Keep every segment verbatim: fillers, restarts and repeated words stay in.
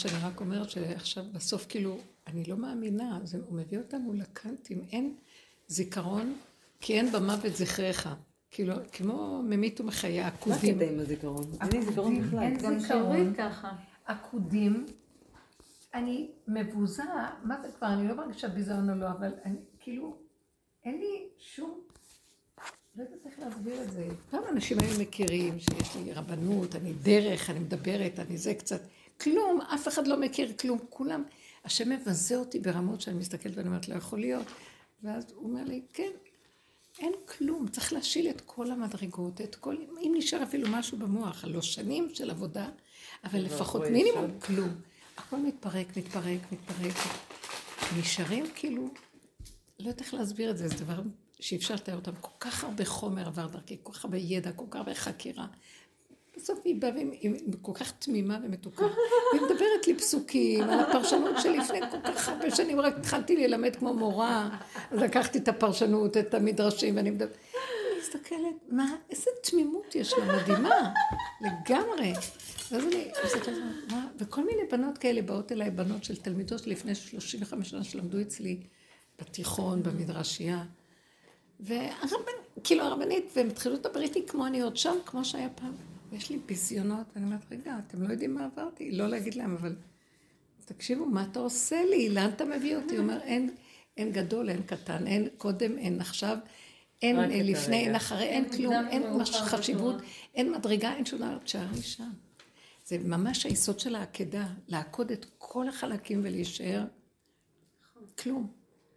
שאני רק אומרת שעכשיו בסוף כאילו, אני לא מאמינה, זה, הוא מביא אותנו לקנטים, אין זיכרון, כי אין במוות זכריך. כאילו, כמו ממית ומחיה, עקודים. מה קטע עם הזיכרון? אין לי זיכרון בכלל. אין זיכרון ככה. עקודים. אני מבוזה, מה זה כבר, אני לא מרגישה ביזיון או לא, אבל אני, כאילו, אין לי שום, לא יודעת איך להסביר את זה. פעם אנשים היו מכירים שיש לי רבנות, אני דרך, אני מדברת, אני זה קצת, כלום, אף אחד לא מכיר כלום, כולם. השם מבזה אותי ברמות שאני מסתכלת ואני אומרת, לא יכול להיות. ואז הוא אומר לי, כן, אין כלום, צריך להשיל את כל המדרגות, את כל, אם נשאר אפילו משהו במוח, הלא שנים של עבודה, אבל לפחות מינימום כלום. הכל מתפרק, מתפרק, מתפרק. נשארים כאילו, לא יודעת איך להסביר את זה, זה דבר שאי אפשר לתאר אותם. כל כך הרבה חומר עבר דרכי, כל כך הרבה ידע, כל כך הרבה חקירה. בסוף היא באה והיא כל כך תמימה ומתוקה. והיא מדברת לי פסוקים על הפרשנות שלפני כל כך הרבה שנים, רק התחלתי ללמד כמו מורה, אז לקחתי את הפרשנות, את המדרשים, ואני מדברת. אני מסתכלת, מה, איזה תמימות יש לה, מדהימה, לגמרי. ואז אני מסתכלת, מה, וכל מיני בנות כאלה באות אליי, בנות של תלמידות לפני שלושים וחמש שנה שלמדו אצלי בתיכון, במדרשייה. והרבנית, כאילו הרבנית, והם התחילו לדבר איתי כמו אני עוד שם, כמו שהיה פעם. ויש לי ביזיונות, ואני אומרת, רגע, אתם לא יודעים מה עברתי, לא להגיד להם, אבל תקשיבו, מה אתה עושה לי? לאן אתה מביא אותי? הוא אומר, אין, אין גדול, אין קטן, אין קודם, אין עכשיו, אין לפני, אין אחרי, אין כלום, אין חשיבות, אין מדרגה, אין שום דבר, תשארי שם. זה ממש היסוד של העקדה, לעקוד את כל החלקים ולהישאר כלום.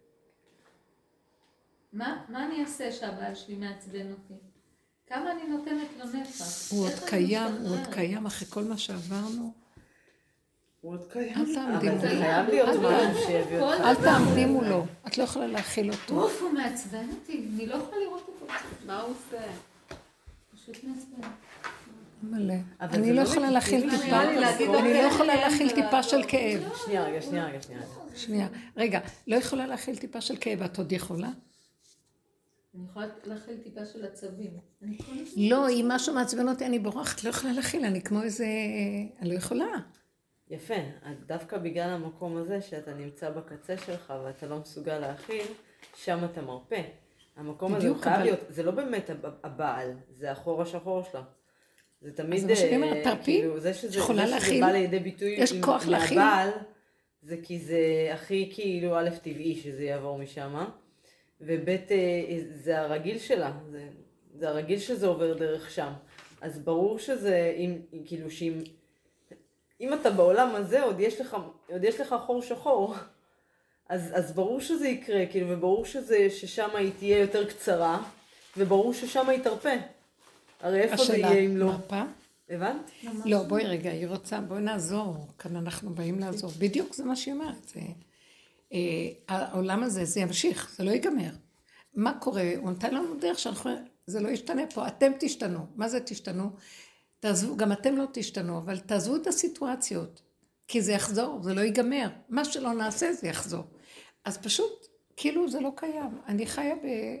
מה, מה אני אעשה שהבעל שלי מעצבן אותי? כמה אני נותנת לו נפח? הוא עוד קיים, הוא עוד קיים אחרי כל מה שעברנו. הוא עוד קיים. אל תעמדי מולו. זה חייב להיות משהו שיביא אותך. אל תעמדי מולו. את לא יכולה להכיל אותו. אוף, הוא מעצבן אותי. אני לא יכולה לראות אותו. מה הוא עושה? פשוט מעצבן. מלא. אני לא יכולה להכיל טיפה. אני לא יכולה להכיל טיפה של כאב. שנייה, רגע, שנייה, רגע, שנייה. שנייה. רגע, לא יכולה להכיל טיפה של כאב. את עוד יכולה? אני יכולה להכיל טיפה של עצבים. לא, אם משהו מעצבן אותי, אני בורחת. לא יכולה להכיל. אני כמו איזה... אני לא יכולה. יפה. דווקא בגלל המקום הזה שאתה נמצא בקצה שלך ואתה לא מסוגל להכיל, שם אתה מרפא. המקום הזה הוא חייב להיות... זה לא באמת הבעל, זה החור השחור שלה. זה תמיד... אז מה שאני אומרת, תרפי, יכולה להכיל. בא לידי ביטוי יש כוח להכיל. מהבעל, זה כי זה הכי כאילו א' טבעי שזה יעבור משם, וב' זה הרגיל שלה, זה, זה הרגיל שזה עובר דרך שם. אז ברור שזה, אם, כאילו שאם, אם אתה בעולם הזה עוד יש לך, עוד יש לך חור שחור, אז, אז ברור שזה יקרה, כאילו, וברור שזה, ששם היא תהיה יותר קצרה, וברור ששם היא תרפא. הרי איפה זה יהיה אם לא? מפה? הבנת? לא, בואי רגע, היא רוצה, בואי נעזור, כאן אנחנו באים לעזור. בדיוק זה מה שהיא אומרת. זה, אה, העולם הזה, זה ימשיך, זה לא ייגמר. מה קורה? הוא נתן לנו דרך שאנחנו, זה לא ישתנה פה, אתם תשתנו. מה זה תשתנו? תעזבו, גם אתם לא תשתנו, אבל תעזבו את הסיטואציות, כי זה יחזור, זה לא ייגמר. מה שלא נעשה זה יחזור. אז פשוט, כאילו זה לא קיים. אני חיה ב...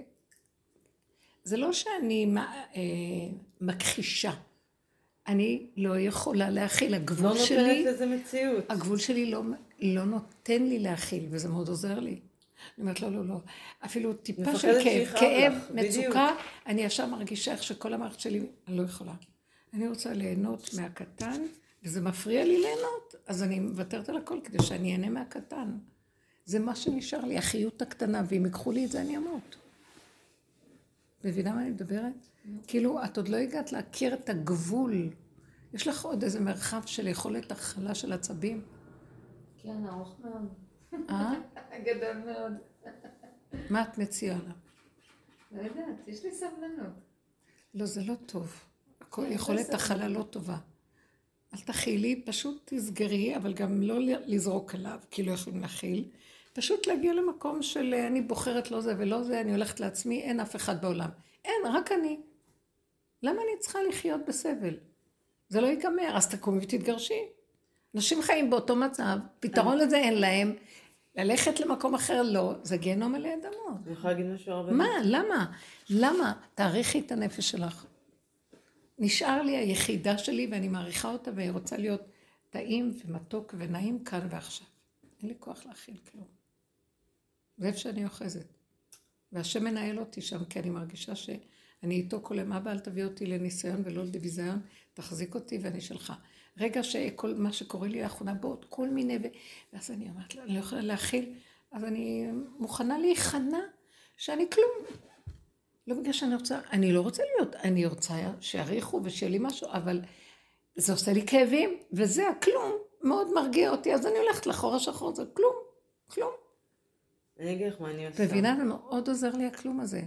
זה לא שאני אה, מכחישה. אני לא יכולה להכיל. הגבול לא שלי... לא נותנת לזה מציאות. הגבול שלי לא, לא נותן לי להכיל, וזה מאוד עוזר לי. אני אומרת, לא, לא, לא. אפילו טיפה של כאב, כאב, מצוקה, לך. אני ישר מרגישה איך שכל המערכת שלי, אני לא יכולה. אני רוצה ליהנות מהקטן, וזה מפריע לי ליהנות, אז אני מוותרת על הכל כדי שאני אהנה מהקטן. זה מה שנשאר לי, החיות הקטנה, ואם יקחו לי את זה, אני אמות. מבינה מה אני מדברת? כאילו, את עוד לא הגעת להכיר את הגבול. יש לך עוד איזה מרחב של יכולת הכלה של עצבים? כן, ארוך מאוד. אה? גדול מאוד. מה את מציעה לה? לא יודעת, יש לי סבלנות. לא, זה לא טוב. יכולת הכלה לא טובה. אל תכילי, פשוט תסגרי, אבל גם לא לזרוק עליו, כי לא יכולים להכיל. פשוט להגיע למקום של אני בוחרת לא זה ולא זה, אני הולכת לעצמי, אין אף אחד בעולם. אין, רק אני. למה אני צריכה לחיות בסבל? זה לא ייגמר, אז תקומי ותתגרשי. אנשים חיים באותו מצב, פתרון לזה אין להם, ללכת למקום אחר לא, זה גיהנום עלי אדמות. אני יכולה להגיד משהו הרבה. מה? למה? למה? תעריכי את הנפש שלך. נשאר לי היחידה שלי ואני מעריכה אותה והיא רוצה להיות טעים ומתוק ונעים כאן ועכשיו. אין לי כוח להכיל כלום. זה איפה שאני אוחזת. והשם מנהל אותי שם, כי אני מרגישה שאני איתו כל יום, אבא, אל תביא אותי לניסיון ולא לביזיון, תחזיק אותי ואני שלך. רגע שכל מה שקורה לי לאחרונה בעוד כל מיני, ו... ואז אני אומרת, אני לא יכולה להכיל, אז אני מוכנה להיכנע שאני כלום. לא בגלל שאני רוצה, אני לא רוצה להיות, אני רוצה שיריחו ושיהיה לי משהו, אבל זה עושה לי כאבים, וזה הכלום מאוד מרגיע אותי, אז אני הולכת לחור השחור, זה כלום, כלום. אני אגיד לך מה אני עושה. מבינה, זה מאוד עוזר לי הכלום הזה.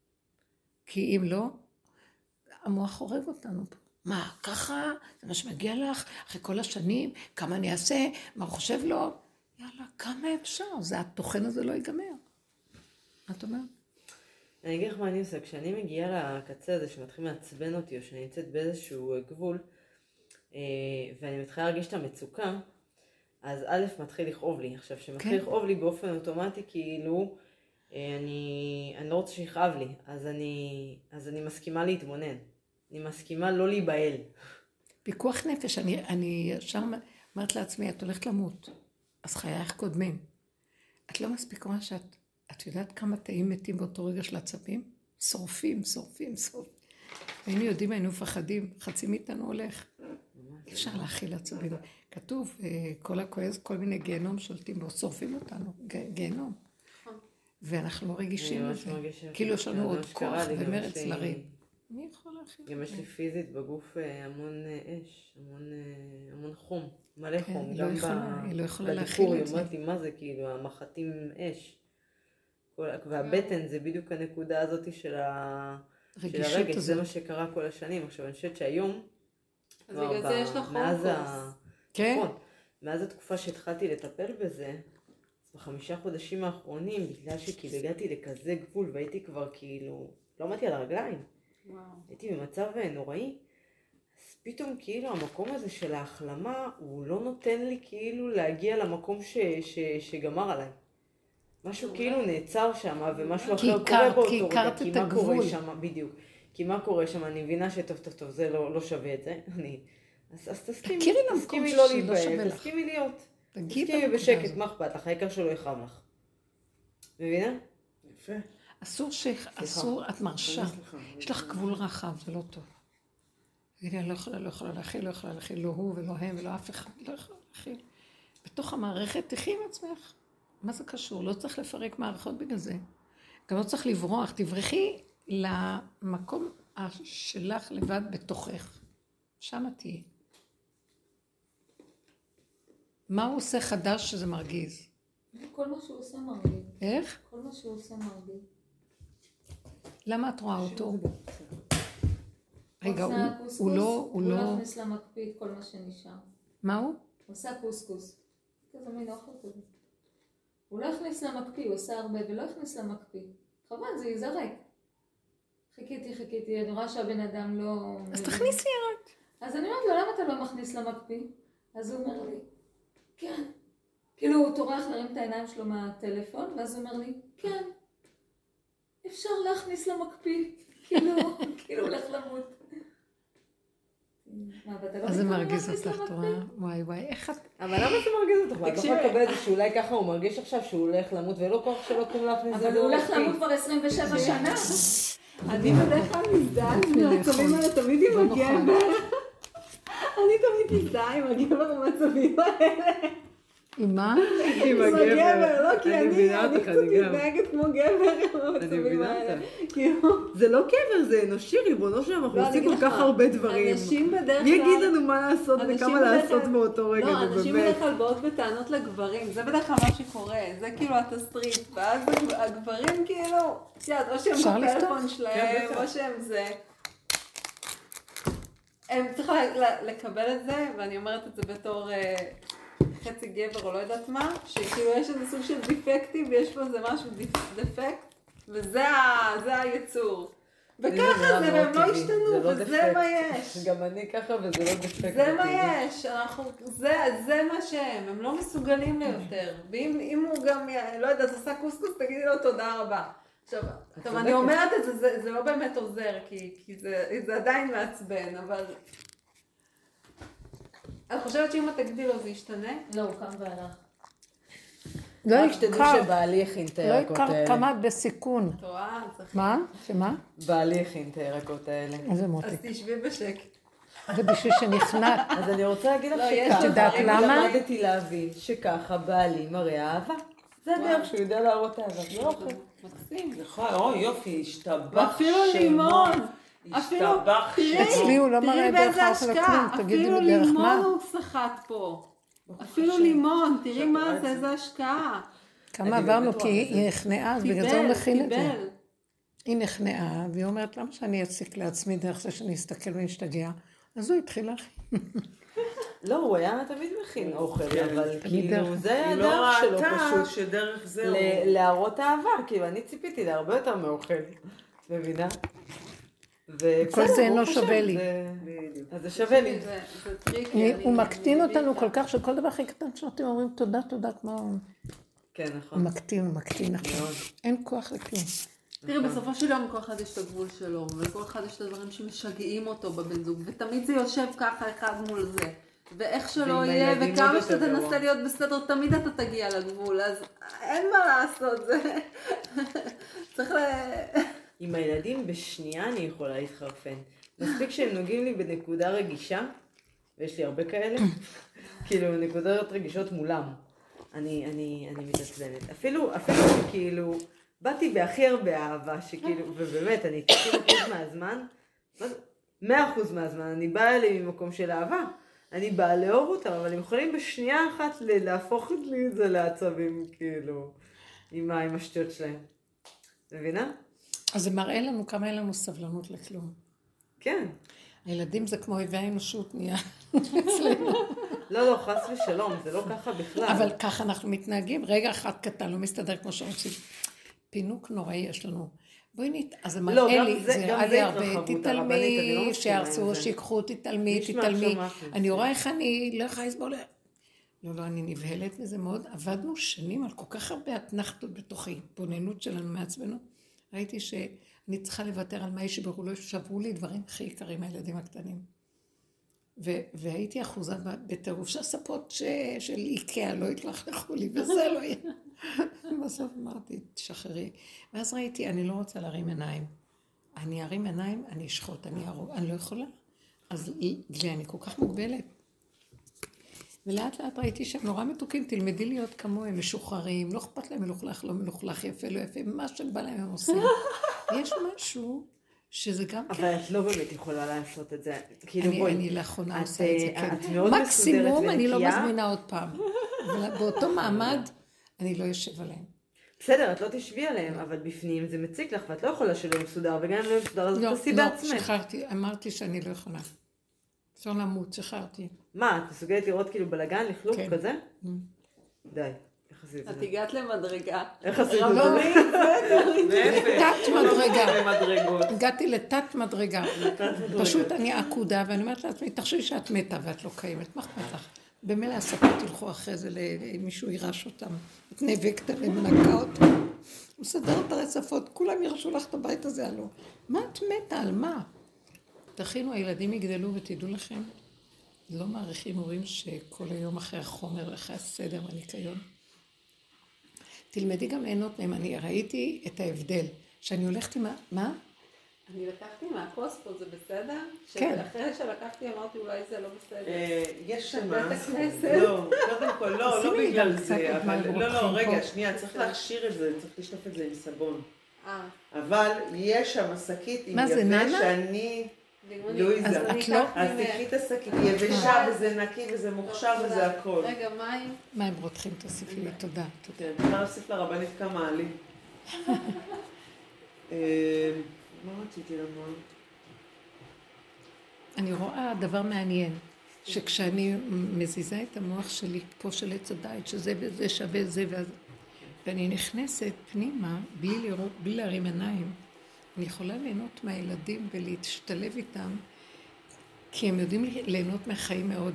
כי אם לא, המוח הורג אותנו פה. מה, ככה? זה מה שמגיע לך? אחרי כל השנים, כמה אני אעשה? מה הוא חושב לו? יאללה, כמה אפשר? זה התוכן הזה לא ייגמר. מה את אומרת? אני אגיד לך מה אני עושה. כשאני מגיעה לקצה הזה שמתחיל לעצבן אותי, או שאני נמצאת באיזשהו גבול, ואני מתחילה להרגיש את המצוקה, אז א' מתחיל לכאוב לי. עכשיו, שמתחיל כן. לכאוב לי באופן אוטומטי, כאילו, אני, אני לא רוצה שיכאב לי, אז אני, אז אני מסכימה להתבונן. אני מסכימה לא להיבהל. פיקוח נפש, אני, אני ישר אומרת לעצמי, את הולכת למות, אז חייך קודמים. את לא מספיק מה שאת, את יודעת כמה תאים מתים באותו רגע של עצבים? שורפים, שורפים, שורפים. היינו יודעים, היינו מפחדים, חצי מאיתנו הולך. אי אפשר להכיל עצבים. כתוב, כל הכועס, כל מיני גיהנום שולטים בו, שורפים אותנו, גיהנום. ואנחנו לא רגישים לזה. כאילו יש לנו עוד כוח ומרץ לריב. מי יכול להכיל? גם יש לי פיזית בגוף המון אש, המון חום, מלא חום. היא לא יכולה להכיל את זה. היא אומרת לי, מה זה כאילו, המחטים אש. והבטן זה בדיוק הנקודה הזאת של הרגש, זה מה שקרה כל השנים. עכשיו אני חושבת שהיום, אז בגלל זה יש לך חומקוס. כן. מאז התקופה שהתחלתי לטפל בזה, בחמישה חודשים האחרונים, בגלל שכאילו הגעתי לכזה גבול והייתי כבר כאילו, לא עמדתי על הרגליים. וואו. הייתי במצב נוראי. אז פתאום כאילו המקום הזה של ההחלמה, הוא לא נותן לי כאילו להגיע למקום ש, ש, שגמר עליי. משהו כאילו נעצר שם, ומשהו אחר קורה באותו רגע. כי הכרת את הגבול. בדיוק. כי מה קורה שם? אני מבינה שטוב טוב טוב, זה לא, לא שווה את זה. אני... אז, אז תסכימי, תסכימי לא להיבהל, תסכימי להיות. תסכימי בשקט, מה אכפת לך? העיקר שלא יכאב לך. מבינה? יפה. אסור ש... אסור, את מרשה. יש לך גבול רחב, זה לא טוב. תגידי, אני לא יכולה, לא יכולה להכיל, לא יכולה להכיל, לא הוא ולא הם ולא אף אחד, לא יכולה להכיל. בתוך המערכת, תחי עם עצמך. מה זה קשור? לא צריך לפרק מערכות בגלל זה. גם לא צריך לברוח, תברחי למקום שלך לבד בתוכך. שם תהיי. מה הוא עושה חדש שזה מרגיז? כל מה שהוא עושה מרגיז. איך? כל מה שהוא עושה מרגיז. למה את רואה אותו? רגע, הוא לא... הוא לא הכניס למקפיא את כל מה שנשאר. מה הוא? הוא עושה קוסקוס. כזה מין אוכל כזה. הוא לא הכניס למקפיא, הוא עושה הרבה ולא הכניס למקפיא. חבל, זה יזרק. חיכיתי, חיכיתי, אני רואה שהבן אדם לא... אז תכניסי רק. אז אני אומרת לו, למה אתה לא מכניס למקפיא? אז הוא אומר לי, כן. כאילו הוא טורח להרים את העיניים שלו מהטלפון, ואז הוא אומר לי, כן. אפשר להכניס למקפיא. כאילו, כאילו הולך למות. אז זה מרגיז אותך, תראה, וואי וואי, איך את... אבל למה זה מרגיז אותך? אתה יכול לקבל את זה שאולי ככה הוא מרגיש עכשיו שהוא הולך למות, ולא כוח שלא קום להכניס את זה. אבל הוא הולך למות כבר עשרים ושבע שנה. אני בדרך כלל מזדהה עם המצבים האלה, תמיד עם הגבר. אני תמיד מזדהה עם הגבר במצבים האלה. עם מה? עם הגבר, לא, כי אני קצת מתנהגת כמו גבר במצבים האלה. זה לא גבר, זה אנושי, ריבונו שלנו, אנחנו עושים כל כך הרבה דברים. אנשים בדרך כלל... מי יגיד לנו מה לעשות וכמה לעשות באותו רגע, לא, אנשים בדרך כלל באות בטענות לגברים, זה בדרך כלל מה שקורה, זה כאילו התסריט, ואז הגברים כאילו, או שהם בפלאפון שלהם, או שהם זה. הם צריכים לקבל את זה, ואני אומרת את זה בתור... חצי גבר או לא יודעת מה, שכאילו יש איזה סוג של דיפקטים ויש פה איזה משהו דפקט, וזה היצור. וככה זה, והם לא השתנו, וזה מה יש. גם אני ככה וזה לא דפקט. זה מה יש, זה מה שהם, הם לא מסוגלים ליותר. ואם הוא גם, לא יודעת, עושה קוסקוס, תגידי לו תודה רבה. עכשיו, טוב, אני אומרת את זה, זה לא באמת עוזר, כי זה עדיין מעצבן, אבל... את חושבת שאם את תגדיל לו זה ישתנה? לא, הוא קם והלך. לא רק שתדעו יקר, שבעלי הכין את לא הירקות יקר האלה. כמה בסיכון. את רואה? צריך... מה? שמה? בעלי הכין את הירקות האלה. איזה אז מותק. תשבי בשקט. זה בשביל שנכנעת. אז אני רוצה להגיד לך לא, יש שככה, יודעת אני למה? למדתי להבין שככה בעלי מראה אהבה. זה הדרך שהוא יודע להראות אהבה. לא אוכל. מקסים. נכון, אוי יופי, השתבח ואפילו לימון. אפילו, השתבח תראי, אצלי הוא לא מראה תראי דרך באיזה האוכל השקעה. לכלום, תגידי אפילו בדרך לימון מה? הוא סחט פה. אפילו לימון, תראי מה זה, איזה השקעה. כמה עברנו, כי היא נכנעה, אז בגלל זה הוא קיבל, מכין את זה. קיבל. היא נכנעה, והיא אומרת, למה שאני אציק לעצמי דרך זה שאני אסתכל ואשתגע? אז הוא התחיל להכין. לא, הוא היה תמיד מכין אוכל, אבל כאילו דרך. זה היה היא לא הדרך שלו ראתה פשוט. שדרך זה ל- הוא... להראות אהבה, כאילו אני ציפיתי להרבה יותר מאוכל. את מבינה? ובסדר, כל זה אינו ברוך השם, שווה לי. זה- בדיוק. אז זה שווה לי. זה זה טריקי. אני- אני- הוא אני מקטין מבין אותנו אותך. כל כך, שכל דבר הכי קטן שאתם אומרים תודה, תודה, כמו... כן, הוא נכון. מקטין, הוא מקטין, נכון. מאוד. אין כוח לכלום. תראי, בסופו של יום לכל אחד יש את הגבול שלו, ולכל אחד יש את הדברים שמשגעים אותו בבן זוג, ותמיד זה יושב ככה אחד מול זה. ואיך שלא ועם יהיה, הילדים וכמה עוד שאתה יותר תנסה גרוע. להיות בסדר, תמיד אתה תגיע לגבול, אז אין מה לעשות, זה... צריך ל... עם הילדים בשנייה אני יכולה להתחרפן. מספיק שהם נוגעים לי בנקודה רגישה, ויש לי הרבה כאלה, כאילו נקודות רגישות מולם. אני, אני, אני מתעצבנת. אפילו, אפילו שכאילו, באתי בהכי הרבה אהבה, שכאילו, ובאמת, אני תשעים אחוז מהזמן, מה זה? מאה אחוז מהזמן, אני באה אליהם ממקום של אהבה. אני באה לאהוב אותם, אבל הם יכולים בשנייה אחת ל- להפוך לי את זה לעצבים, כאילו, עם ה- עם השטויות שלהם. מבינה? אז זה מראה לנו כמה אין לנו סבלנות לכלום. כן. הילדים זה כמו אויבי האנושות נהיה. לא, לא, חס ושלום, זה לא ככה בכלל. אבל ככה אנחנו מתנהגים. רגע אחד קטן, לא מסתדר כמו שרוצים. פינוק נוראי יש לנו. בואי נת... אז זה לא, מראה גם לי, זה- זה גם נראה זה לי הרבה. התרחבות, הרבנית, אני לא תתעלמי, מסכימה שירצו, עם זה. שיקחו, תתעלמי, נשמע תתעלמי. עכשיו משהו, אני כן. רואה איך אני לא יכולה לסבול. לא, לא, אני נבהלת מזה מאוד. עבדנו שנים על כל כך הרבה אתנחתות בתוכי, התבוננות שלנו מעצמנו. ראיתי שאני צריכה לוותר על מה ישברו, לא שברו לי דברים הכי יקרים, הילדים הקטנים. ו- והייתי אחוזה ב- בטירוף שהספות ש- של איקאה לא התלכלכו לי, וזה לא יהיה. בסוף אמרתי, תשחררי. ואז ראיתי, אני לא רוצה להרים עיניים. אני ארים עיניים, אני אשחוט, אני ארוג, אני לא יכולה. אז לי, אני כל כך מוגבלת. ולאט לאט ראיתי שהם נורא מתוקים, תלמדי להיות כמוהם, משוחררים, לא אכפת להם מלוכלך, לא מלוכלך, יפה, לא יפה, מה שבא להם הם עושים. יש משהו שזה גם כן. אבל את לא באמת יכולה לעשות את זה. כאילו אני, בואי. אני לאחרונה את, עושה את זה, אה, כן. את מאוד מסודרת מקסימום אני לא ונקייה. מזמינה עוד פעם. אבל באותו מעמד אני לא יושב עליהם. בסדר, את לא תשבי עליהם, אבל בפנים זה מציק לך, ואת לא יכולה שלא יהיה מסודר, וגם אם לא יהיה מסודר, אז לא, תעשי לא, בעצמך. שחררתי, אמרתי שאני לא יכולה. אפשר למות, שחררתי. מה, את מסוגלת לראות כאילו בלגן, לכלוך כן. כזה? די. איך עשית את את זה? הגעת למדרגה. איך עשית את רבנית, זה? תת מדרגה. מדרגות. הגעתי לתת מדרגה. מדרגה. פשוט אני עקודה, ואני אומרת לעצמי, תחשבי שאת מתה ואת לא קיימת, מה אכפת לך? במילא הספות תלכו אחרי זה, מישהו יירש אותם, את נאבקת עליהם, מנקה אותם. מסדר את הרצפות, כולם ירשו לך את הבית הזה, הלא. מה את מתה? על מה? תכינו, הילדים יגדלו ותדעו לכם, לא מעריכים הורים שכל היום אחרי החומר, אחרי הסדר והניקיון. תלמדי גם ליהנות מהם, אני ראיתי את ההבדל, שאני הולכת עם ה... מה? אני לקחתי מהכוס פה, זה בסדר? כן. אחרי שלקחתי אמרתי אולי זה לא בסדר. אה, יש שם... בית הכנסת. לא, קודם כל, לא, לא שימי בגלל גם קצת זה, עוד מים אבל... לא, לא, רותחים רגע, פה. שנייה, צריך להכשיר את זה, צריך לשטוף את זה עם סבון. אה, אבל יש שם שקית עם מה זה, ננה? יבש שאני... לימונית. לואיזה. אז אז אני את לא- אקח אז ממך. תקחי את השקית, היא יבשה וזה נקי וזה מוכשר תודה. וזה הכל. רגע, מים? מים רותחים, תוסיפי לי, תודה. תודה. כן, אפשר להוסיף לרבנית כמה עלים. אה, מה רציתי לומר? אני רואה דבר מעניין, שכשאני מזיזה את המוח שלי פה של עץ הדעת, שזה וזה שווה זה וזה, ואני נכנסת פנימה, בלי לראות, בלי להרים עיניים, אני יכולה ליהנות מהילדים ולהשתלב איתם, כי הם יודעים ליהנות מהחיים מאוד.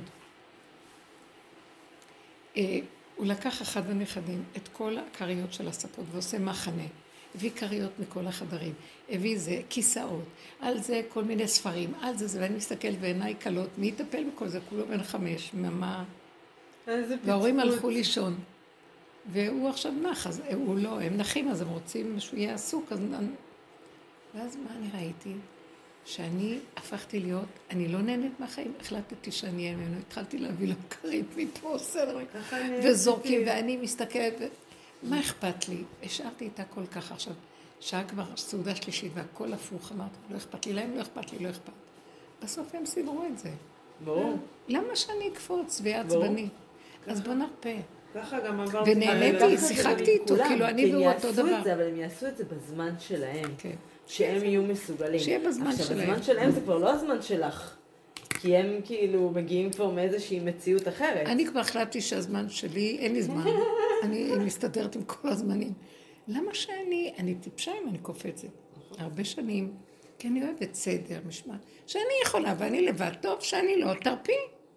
הוא לקח אחד הנכדים את כל הכריות של הספות ועושה מחנה. הביא כריות מכל החדרים, הביא זה, כיסאות, על זה כל מיני ספרים, על זה זה, ואני מסתכלת בעיניי קלות, מי יטפל בכל זה? כולו בן חמש, מה... וההורים הלכו לישון, והוא עכשיו נח, אז הוא לא, הם נחים, אז הם רוצים שהוא יהיה עסוק, אז... ואז מה אני ראיתי? שאני הפכתי להיות, אני לא נהנית מהחיים, החלטתי שאני אהיה ממנו, התחלתי להביא לו כרית מפה, סדר, וזורקים, ואני מסתכלת, מה אכפת לי? השארתי איתה כל כך עכשיו, שעה כבר סעודה שלישית, והכל הפוך, אמרתי, לא אכפת לי, להם לא אכפת לי, לא אכפת. בסוף הם סידרו את זה. ברור. למה שאני אקפוץ ועצבני? אז בוא נרפה. ככה גם עברתי. ונהניתי, שיחקתי איתו, כאילו אני והוא אותו דבר. כי הם יעשו את זה, אבל הם יעשו את זה בזמן שלהם. כן. שהם יהיו מסוגלים. שיהיה בזמן עכשיו, שלהם. עכשיו, הזמן שלהם זה כבר לא הזמן שלך. כי הם כאילו מגיעים כבר מאיזושהי מציאות אחרת. אני כבר החלטתי שהזמן שלי, אין לי זמן. אני מסתדרת עם כל הזמנים. למה שאני, אני טיפשה אם אני קופצת. הרבה שנים, כי אני אוהבת סדר, משמע. שאני יכולה, ואני לבד טוב, שאני לא, תרפי.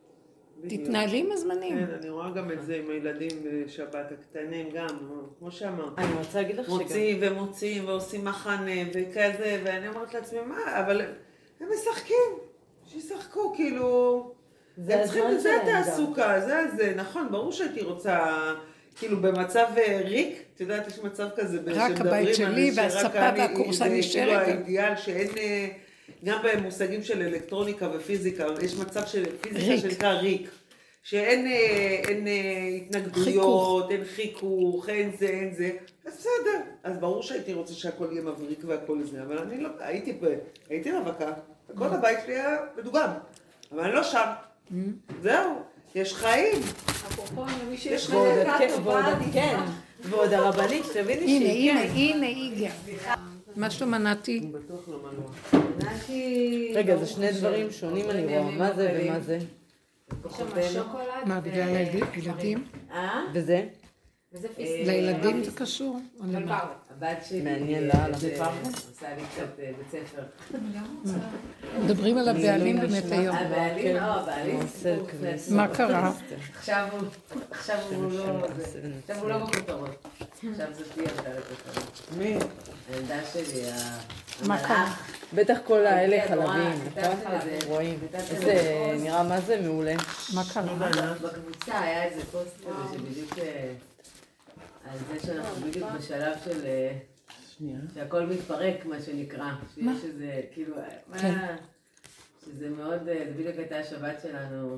תתנהלי עם הזמנים. כן, אני רואה גם את זה עם הילדים בשבת הקטנים גם, כמו שאמרת. אני רוצה להגיד לך שגם... מוציאים ומוציאים ועושים מחנה וכזה, ואני אומרת לעצמי, מה, אבל הם משחקים, שישחקו, כאילו... הם צריכים את זה התעסוקה, זה זה, נכון, ברור שהייתי רוצה, כאילו במצב ריק, את יודעת, יש מצב כזה, רק הבית שלי והספה והקורסה נשארת. זה כאילו האידיאל שאין... גם במושגים של אלקטרוניקה ופיזיקה, יש מצב של פיזיקה שנקרא ריק, שאין אין, התנגדויות, חיכוך. אין חיכוך, אין זה, אין זה, אז בסדר. אז ברור שהייתי רוצה שהכל יהיה מבריק והכל זה, אבל אני לא, הייתי, הייתי רווקה, וכל הבית שלי היה מדוגם, אבל אני לא שם. זהו, יש חיים. אפרופו, למי שיש יש מלכה טובה, כן, ועוד הרבנית, תביני שהיא, הנה, הנה, הנה, היא הגיעה. מה שלום מנעתי? הוא בטוח לא מנוע. נעתי... רגע, זה שני דברים שונים, אני רואה, מה זה ומה זה? מה, בגלל הילדים? אה? וזה? לילדים זה קשור? הבת שלי... מעניין, לא, לא. עושה לי קצת בית ספר. מדברים על הבעלים באמת היום. הבעלים, לא, הבעלים. מה קרה? עכשיו הוא לא... עכשיו הוא לא בכותרות. עכשיו זאת תהיה ילדה לכותרות. מי? הילדה שלי, מה קרה? המלאך. בטח כל האלה חלבים, כתבתי נכון? לזה. רואים. איזה, נראה מה זה מעולה. מה קרה? בקבוצה היה איזה פוסט כזה שבדיוק על זה שאנחנו בדיוק בשלב של שהכל מתפרק, מה שנקרא. שיש איזה, כאילו, מה... שזה מאוד, זה בדיוק הייתה השבת שלנו.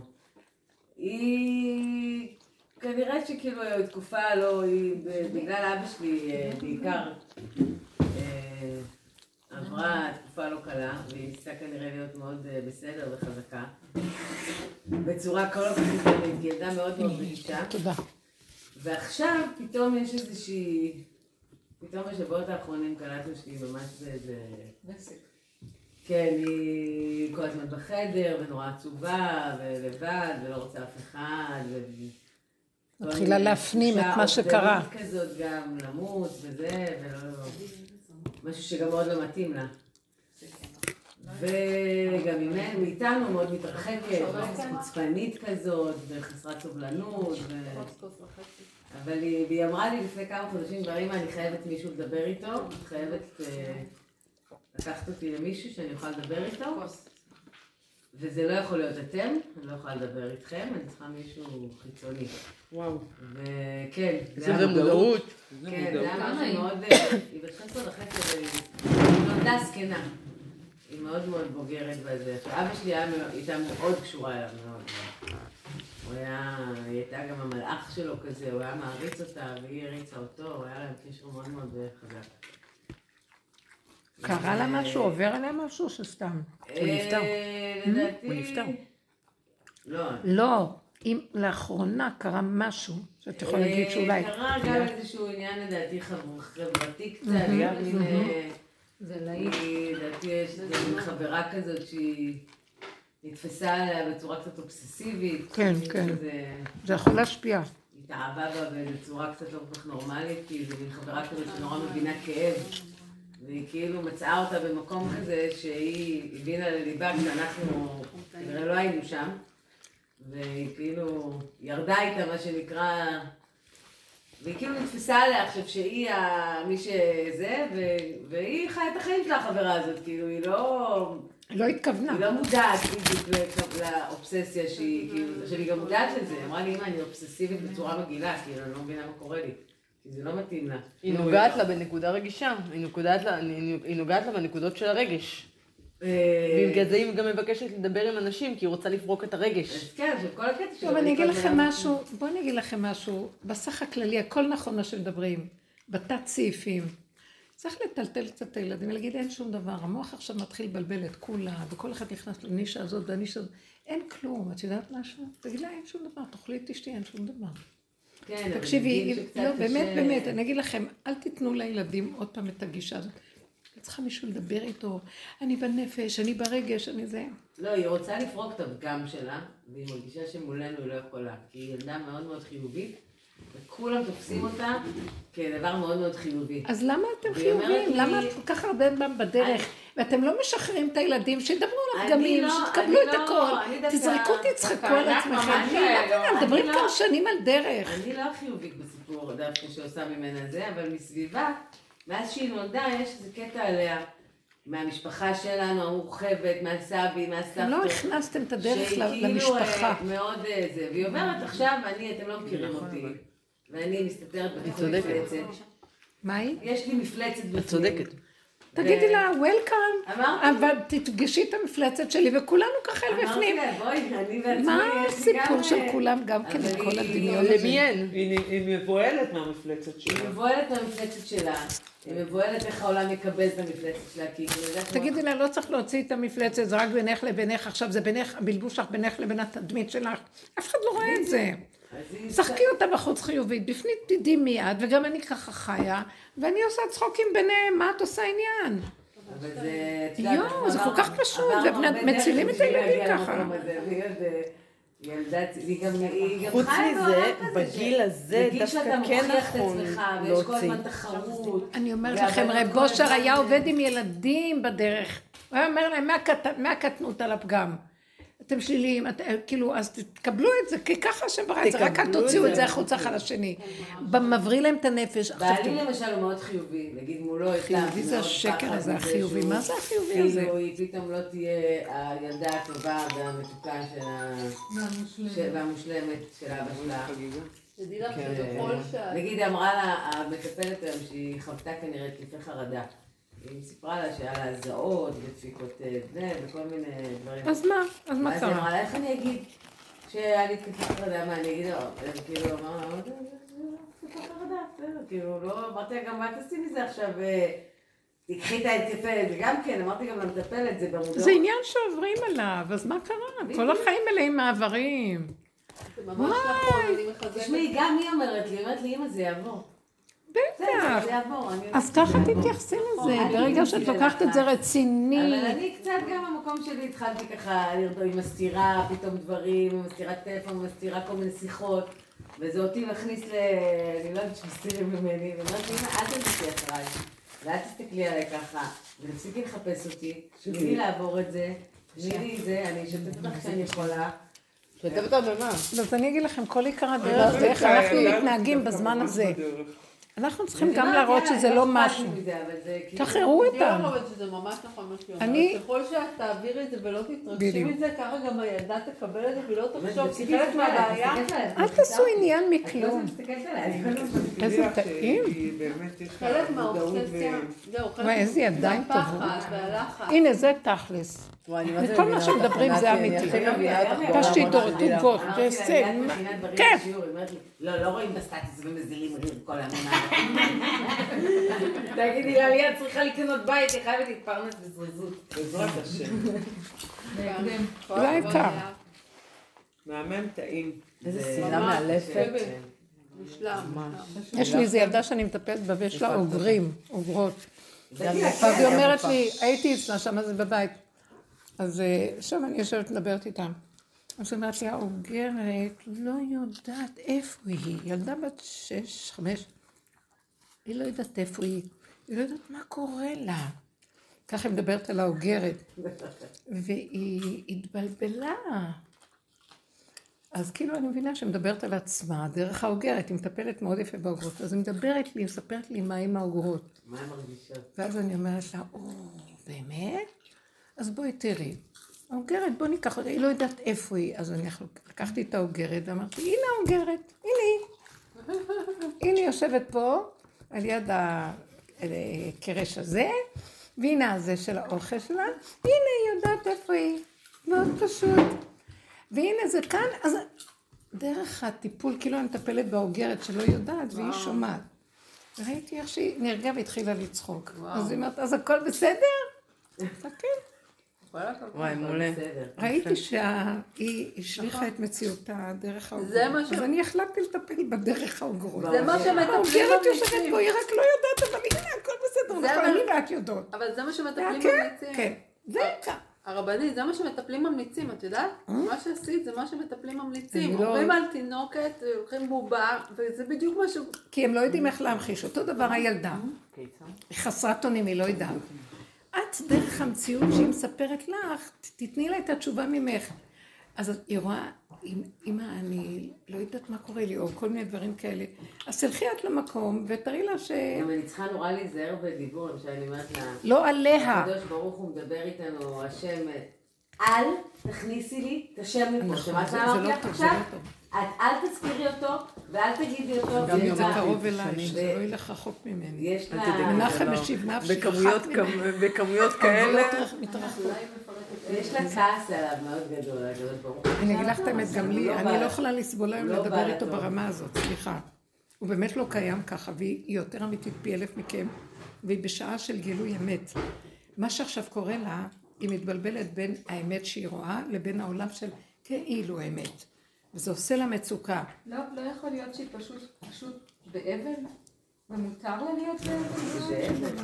היא... כנראה שכאילו תקופה לא, היא בגלל אבא שלי בעיקר עברה תקופה לא קלה, והיא ניסתה כנראה להיות מאוד בסדר וחזקה. בצורה כל כך מתאמת, היא ילדה מאוד מאוד רגישה. תודה. ועכשיו פתאום יש איזושהי, פתאום בשבועות האחרונים קלטנו שהיא ממש באיזה... נסק. כן, היא כל הזמן בחדר, ונורא עצובה, ולבד, ולא רוצה אף אחד, ו... מתחילה להפנים את מה שקרה. אובדנית כזאת גם, למות וזה, ולא... משהו שגם מאוד לא מתאים לה. וגם ממנו, מאיתנו מאוד מתרחקת, חוצפנית כזאת, וחסרת סובלנות. אבל היא אמרה לי לפני כמה חודשים, דברים, אני חייבת מישהו לדבר איתו, חייבת לקחת אותי למישהו שאני אוכל לדבר איתו. וזה לא יכול להיות אתם, אני לא יכולה לדבר איתכם, אני צריכה מישהו חיצוני. וואו. וכן, זה מודעות. כן, זה היה משהו מאוד, היא בת חמש עשרה וחצי, היא נולדה זקנה. היא מאוד מאוד בוגרת בזה. אבא שלי הייתה מאוד קשורה אליו מאוד. הוא היה, היא הייתה גם המלאך שלו כזה, הוא היה מעריץ אותה והיא הריצה אותו, הוא היה להם קשר מאוד מאוד חזק. קרה לה משהו? עובר עליה משהו שסתם? הוא נפטר. לדעתי... הוא נפטר. לא. לא, אם לאחרונה קרה משהו, שאת יכולה להגיד שאולי... קרה גם איזשהו עניין לדעתי חברתי קצת, גם זה להיט. לדעתי יש חברה כזאת שהיא נתפסה עליה בצורה קצת אובססיבית. כן, כן. זה יכול להשפיע. היא התאהבה בה בצורה קצת לא כל כך נורמלית, כי זו מין חברה כזאת שנורא מבינה כאב. והיא כאילו מצאה אותה במקום כזה שהיא הבינה לליבה כשאנחנו כנראה לא היינו שם. והיא כאילו ירדה איתה מה שנקרא והיא כאילו נתפסה עליה עכשיו שהיא מי שזה, והיא חיה את החיים שלה, החברה הזאת, כאילו, היא לא... לא התכוונה. היא לא מודעת בדיוק לאובססיה שהיא, כאילו, שאני גם מודעת לזה. היא אמרה לי, אמא, אני אובססיבית בצורה מגילה, כאילו, אני לא מבינה מה קורה לי. כי זה לא מתאים לה. היא נוגעת לה בנקודה רגישה, היא נוגעת לה בנקודות של הרגש. ובגלל זה היא גם מבקשת לדבר עם אנשים, כי היא רוצה לפרוק את הרגש. אז כן, שכל הקטע שלו... טוב, אני אגיד לכם משהו, בואו אני אגיד לכם משהו. בסך הכללי, הכל נכון מה שמדברים, בתת סעיפים. צריך לטלטל קצת את הילדים ולהגיד, אין שום דבר. המוח עכשיו מתחיל לבלבל את כולה, וכל אחד נכנס לנישה הזאת והנישה הזאת. אין כלום, את יודעת משהו? תגיד לה, אין שום דבר, תאכלי את אשתי, אין שום דבר. כן, תקשיבי, לא, באמת, באמת, אני אגיד לכם, אל תיתנו לילדים עוד פעם את הגישה הזאת. צריכה מישהו לדבר איתו, אני בנפש, אני ברגש, אני זה. לא, היא רוצה לפרוק את הפגם שלה, והיא מרגישה שמולנו היא לא יכולה. כי היא ילדה מאוד מאוד חיובית, וכולם תופסים אותה כדבר מאוד מאוד חיובי. אז למה אתם חיוביים? למה את כל כך הרבה פעם בדרך? ואתם לא משחררים את הילדים, שידברו על הפגמים, שתקבלו את הכל, תזרקו, תצחקו על עצמכם. מדברים כבר שנים על דרך. אני לא חיובית בסיפור, דווקא שעושה ממנה זה, אבל מסביבה, מאז שהיא נולדה, יש איזה קטע עליה, מהמשפחה שלנו, המורחבת, מהסבי, מהסבתות. לא הכנסתם את הדרך למשפחה. שהיא כאילו מאוד זה, והיא אומרת, עכשיו אני, אתם לא מכירים אותי, ואני מסתתרת בתוך מפלצת. מה היא? יש לי מפלצת בפנים. את צודקת. תגידי לה, וולקאם, אמרתי. אבל תפגשי את המפלצת שלי, וכולנו ככה בפנים. אמרתי לה, בואי, אני בעצמי, מה הסיפור של כולם גם כן, עם כל הדמיון הזה? למי אין? היא מבוהלת מהמפלצת שלה. היא מבוהלת מהמפלצת שלה. היא מבוהלת איך העולם יקבל את המפלצת שלה, כי היא יודעת... תגידי לה, לא צריך להוציא את המפלצת, זה רק בינך לבינך, עכשיו זה בינך, הבלבוש שלך בינך לבין התדמית שלך. אף אחד לא רואה את זה. שחקי אותה בחוץ חיובית, בפנים תדעי מיד, וגם אני ככה חיה, ואני עושה צחוקים ביניהם, מה את עושה עניין? אבל זה... יואו, זה כל כך פשוט, ומצילים את הילדים ככה. ילדה, היא גם, היא גם חוץ חיה מזה, בעולם כזה. בגיל הזה דווקא כן נכון ויש כל להוציא. הזמן תחרות. אני אומרת לכם, רב אושר היה עובד עם ילדים בדרך. הוא היה אומר להם, מה הקטנות על הפגם? אתם שליליים, כאילו, אז תקבלו את זה, כי ככה שברא את זה, רק אל תוציאו את זה החוצה אחד לשני. מבריא להם את הנפש. בעלי למשל הוא מאוד חיובי, נגיד מולו את לה. חיובי זה השקר הזה, החיובי. מה זה החיובי הזה? כאילו, היא פתאום לא תהיה הילדה הטובה והמתוקה והמושלמת של אבא שלה. תדעי לך שבכל שעה. נגיד, אמרה לה, המטפלת היום שהיא חוותה כנראה תקפי חרדה. היא סיפרה לה שהיה לה הזעות ודפיקות זה וכל מיני דברים. אז מה? אז מה אז קרה? היא אמרה לה, איך אני אגיד שהיה לי תקפי חרדה, מה אני אגיד לו? כאילו, אמרה לה, תקפי חרדה, בסדר, כאילו, לא, אמרתי לה, גם מה תעשי מזה עכשיו, תקחי את ההתקפלת, וגם כן, אמרתי גם למטפלת, זה במודעות. זה עניין שעוברים עליו, אז מה קרה? כל החיים מלאים מעברים. זה ממש נכון, אני מחזקת. תשמעי, גם היא אומרת לי, אומרת לי, אמא, זה יעבור. בטח. זה יעבור. אז ככה תתייחסי לזה, ברגע שאת לוקחת את זה רציני. אבל אני קצת גם במקום שלי התחלתי ככה לרדום עם מסתירה, פתאום דברים, עם מסתירת טלפון, מסתירה כל מיני שיחות, וזה אותי מכניס ל... אני לא יודעת שמסתירים ממני, ואומרת לי, אמא, אל תלכי אחריי, ואל תסתכלי עליי ככה, ותפסיקי לחפש אותי, תני לי לעבור את זה, תני לי את זה, אני אשתף אותך שאני יכולה. שתף אותה במה? אז אני אגיד לכם, כל עיקר הדרך זה איך אנחנו מתנהגים בזמן הזה. אנחנו צריכים גם להראות שזה לא משהו. תחררו אני אותם. לא חושבת שזה ממש נכון מה שהיא אני- אומרת. ככל שאת תעבירי את זה ולא תתרגשי בדיוק. מזה, ככה גם הילדה תקבל את זה והיא לא תחשוב, כי חלק מהבעיה... אל תעשו עניין מכלום. איזה טעים. חלק מהאובססיה, זהו, חלק וואי, איזה ידיים זה הפחד טובות. והלחץ. הנה, זה תכלס. וכל מה שמדברים זה אמיתי. תשתית עוגות, זה, כן. לא, לא רואים בסטטוס ומזילים כל הזמן. תגידי לה, לי את צריכה לקנות בית, היא חייבת להתפרנס בזריזות. בעזרת השם. זה העיקר. מהמם טעים. איזה שנאה מאלפת. מושלם. יש לי איזו ילדה שאני מטפלת בה ויש לה אוגרים, אוגרות. אז היא אומרת לי, הייתי אצלה שם, אז זה בבית. אז שם אני יושבת מדברת איתם. אז היא אומרת לי, האוגרת לא יודעת איפה היא. ילדה בת שש, חמש. היא לא יודעת איפה היא. היא לא יודעת מה קורה לה. ככה היא מדברת על האוגרת. והיא התבלבלה. אז כאילו אני מבינה שמדברת על עצמה, דרך האוגרת, היא מטפלת מאוד יפה באוגרות, אז היא מדברת לי, מספרת לי מה עם האוגרות. מה הן מרגישות? ואז אני אומרת לה, או, באמת? אז בואי תראי. האוגרת, בוא ניקח אותה, היא לא יודעת איפה היא, אז אני לקחתי את האוגרת ואמרתי, הנה האוגרת, הנה היא. הנה היא יושבת פה, על יד הקרש הזה, והנה הזה של האוכל שלה, הנה היא יודעת איפה היא. מאוד פשוט. והנה זה כאן, אז דרך הטיפול, כאילו אני מטפלת באוגרת שלא יודעת, והיא שומעת. וראיתי איך שהיא נרגעה והתחילה לצחוק. אז היא אומרת, אז הכל בסדר? כן. וואי, מעולה. ראיתי שהיא השליחה את מציאותה דרך האוגרות. זה מה ש- אז אני החלטתי לטפל בדרך האוגרות. זה מה שמטפלים האוגרת יושבת ממליצים. פה, היא רק לא יודעת, אבל הנה, הכל בסדר, זה נכון, אבל- אני ואת יודעות. אבל זה מה שמטפלים כן, ממליצים. כן, זה כך. הרבנית, זה מה שמטפלים ממליצים, את יודעת? מה שעשית זה מה שמטפלים ממליצים. אני לא- אומרים על תינוקת, לוקחים בובה, וזה בדיוק מה ש... כי הם לא יודעים איך להמחיש. אותו דבר הילדה. היא חסרת אונים, היא לא יודעת. את דרך המציאות שהיא מספרת לך, תתני לה את התשובה ממך. אז היא רואה, אמא, אני לא יודעת מה קורה לי, או כל מיני דברים כאלה. אז תלכי את למקום ותראי לה ש... גם אני צריכה נורא להיזהר בדיבור, למשל אני אומרת לה, לא עליה. הקדוש ברוך הוא מדבר איתנו, השם, אל תכניסי לי את השם לפה, שמעת זה- מה זה אמרתי לא לך טוב, זה עכשיו? לא טוב. את אל תזכירי אותו, ואל תגידי אותו. גם אם ויש זה לה- קרוב אליי, ו- שזה לא ילך רחוק ממני. יש לה... מנחם משיב נפשי, בכמויות רחק כמ- ממני. בכמויות כאלה. הגבולות מתרחקות. יש לה כעס עליו מאוד גדול, הקדוש ברוך הוא. אני אגיד לך את האמת, גם לי, לא אני בא- לא יכולה לסבול היום לא בא לדבר איתו לטוב. ברמה הזאת, סליחה. הוא באמת לא קיים ככה, והיא יותר אמיתית פי אלף מכם, והיא בשעה של גילוי אמת. מה שעכשיו קורה לה, היא מתבלבלת בין האמת שהיא רואה, לבין העולם של כאילו אמת. וזה עושה לה מצוקה. לא, לא יכול להיות שהיא פשוט, פשוט באבל? ומותר לה להיות באבל?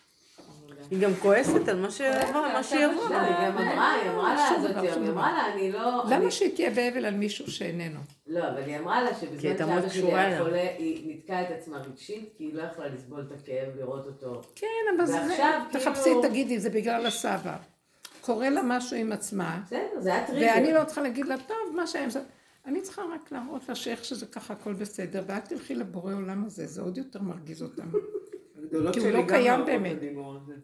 היא גם כועסת על מה שעברה, מה שהיא עברה. לא, היא גם אמרה, היא אמרה לה שום זאת דבר, יום, שום היא דבר. אמרה לה, אני לא... למה אני- שהיא תהיה באבל על מישהו שאיננו? לא, אבל היא אמרה לה כי שבזמן הייתה מאוד שאבא שלי קשורה היה אליו. חולה, היא נתקעה את עצמה רגשית, כי היא לא יכלה לסבול את הכאב, לראות אותו. כן, אבל זה... ועכשיו, תחפשי, כאילו- תגידי, זה בגלל הסבא. קורה לה משהו עם עצמה. בסדר, זה היה טריגר. ואני לא צריכה להגיד לה, טוב, מה שהם... אני צריכה רק להראות לה שאיך שזה ככה הכל בסדר, ואת תלכי לבורא עולם הזה, זה עוד יותר מרגיז אותם. הגדולות כי הוא שלי לא גם קיים אוהבות באמת. את הדיבור הזה.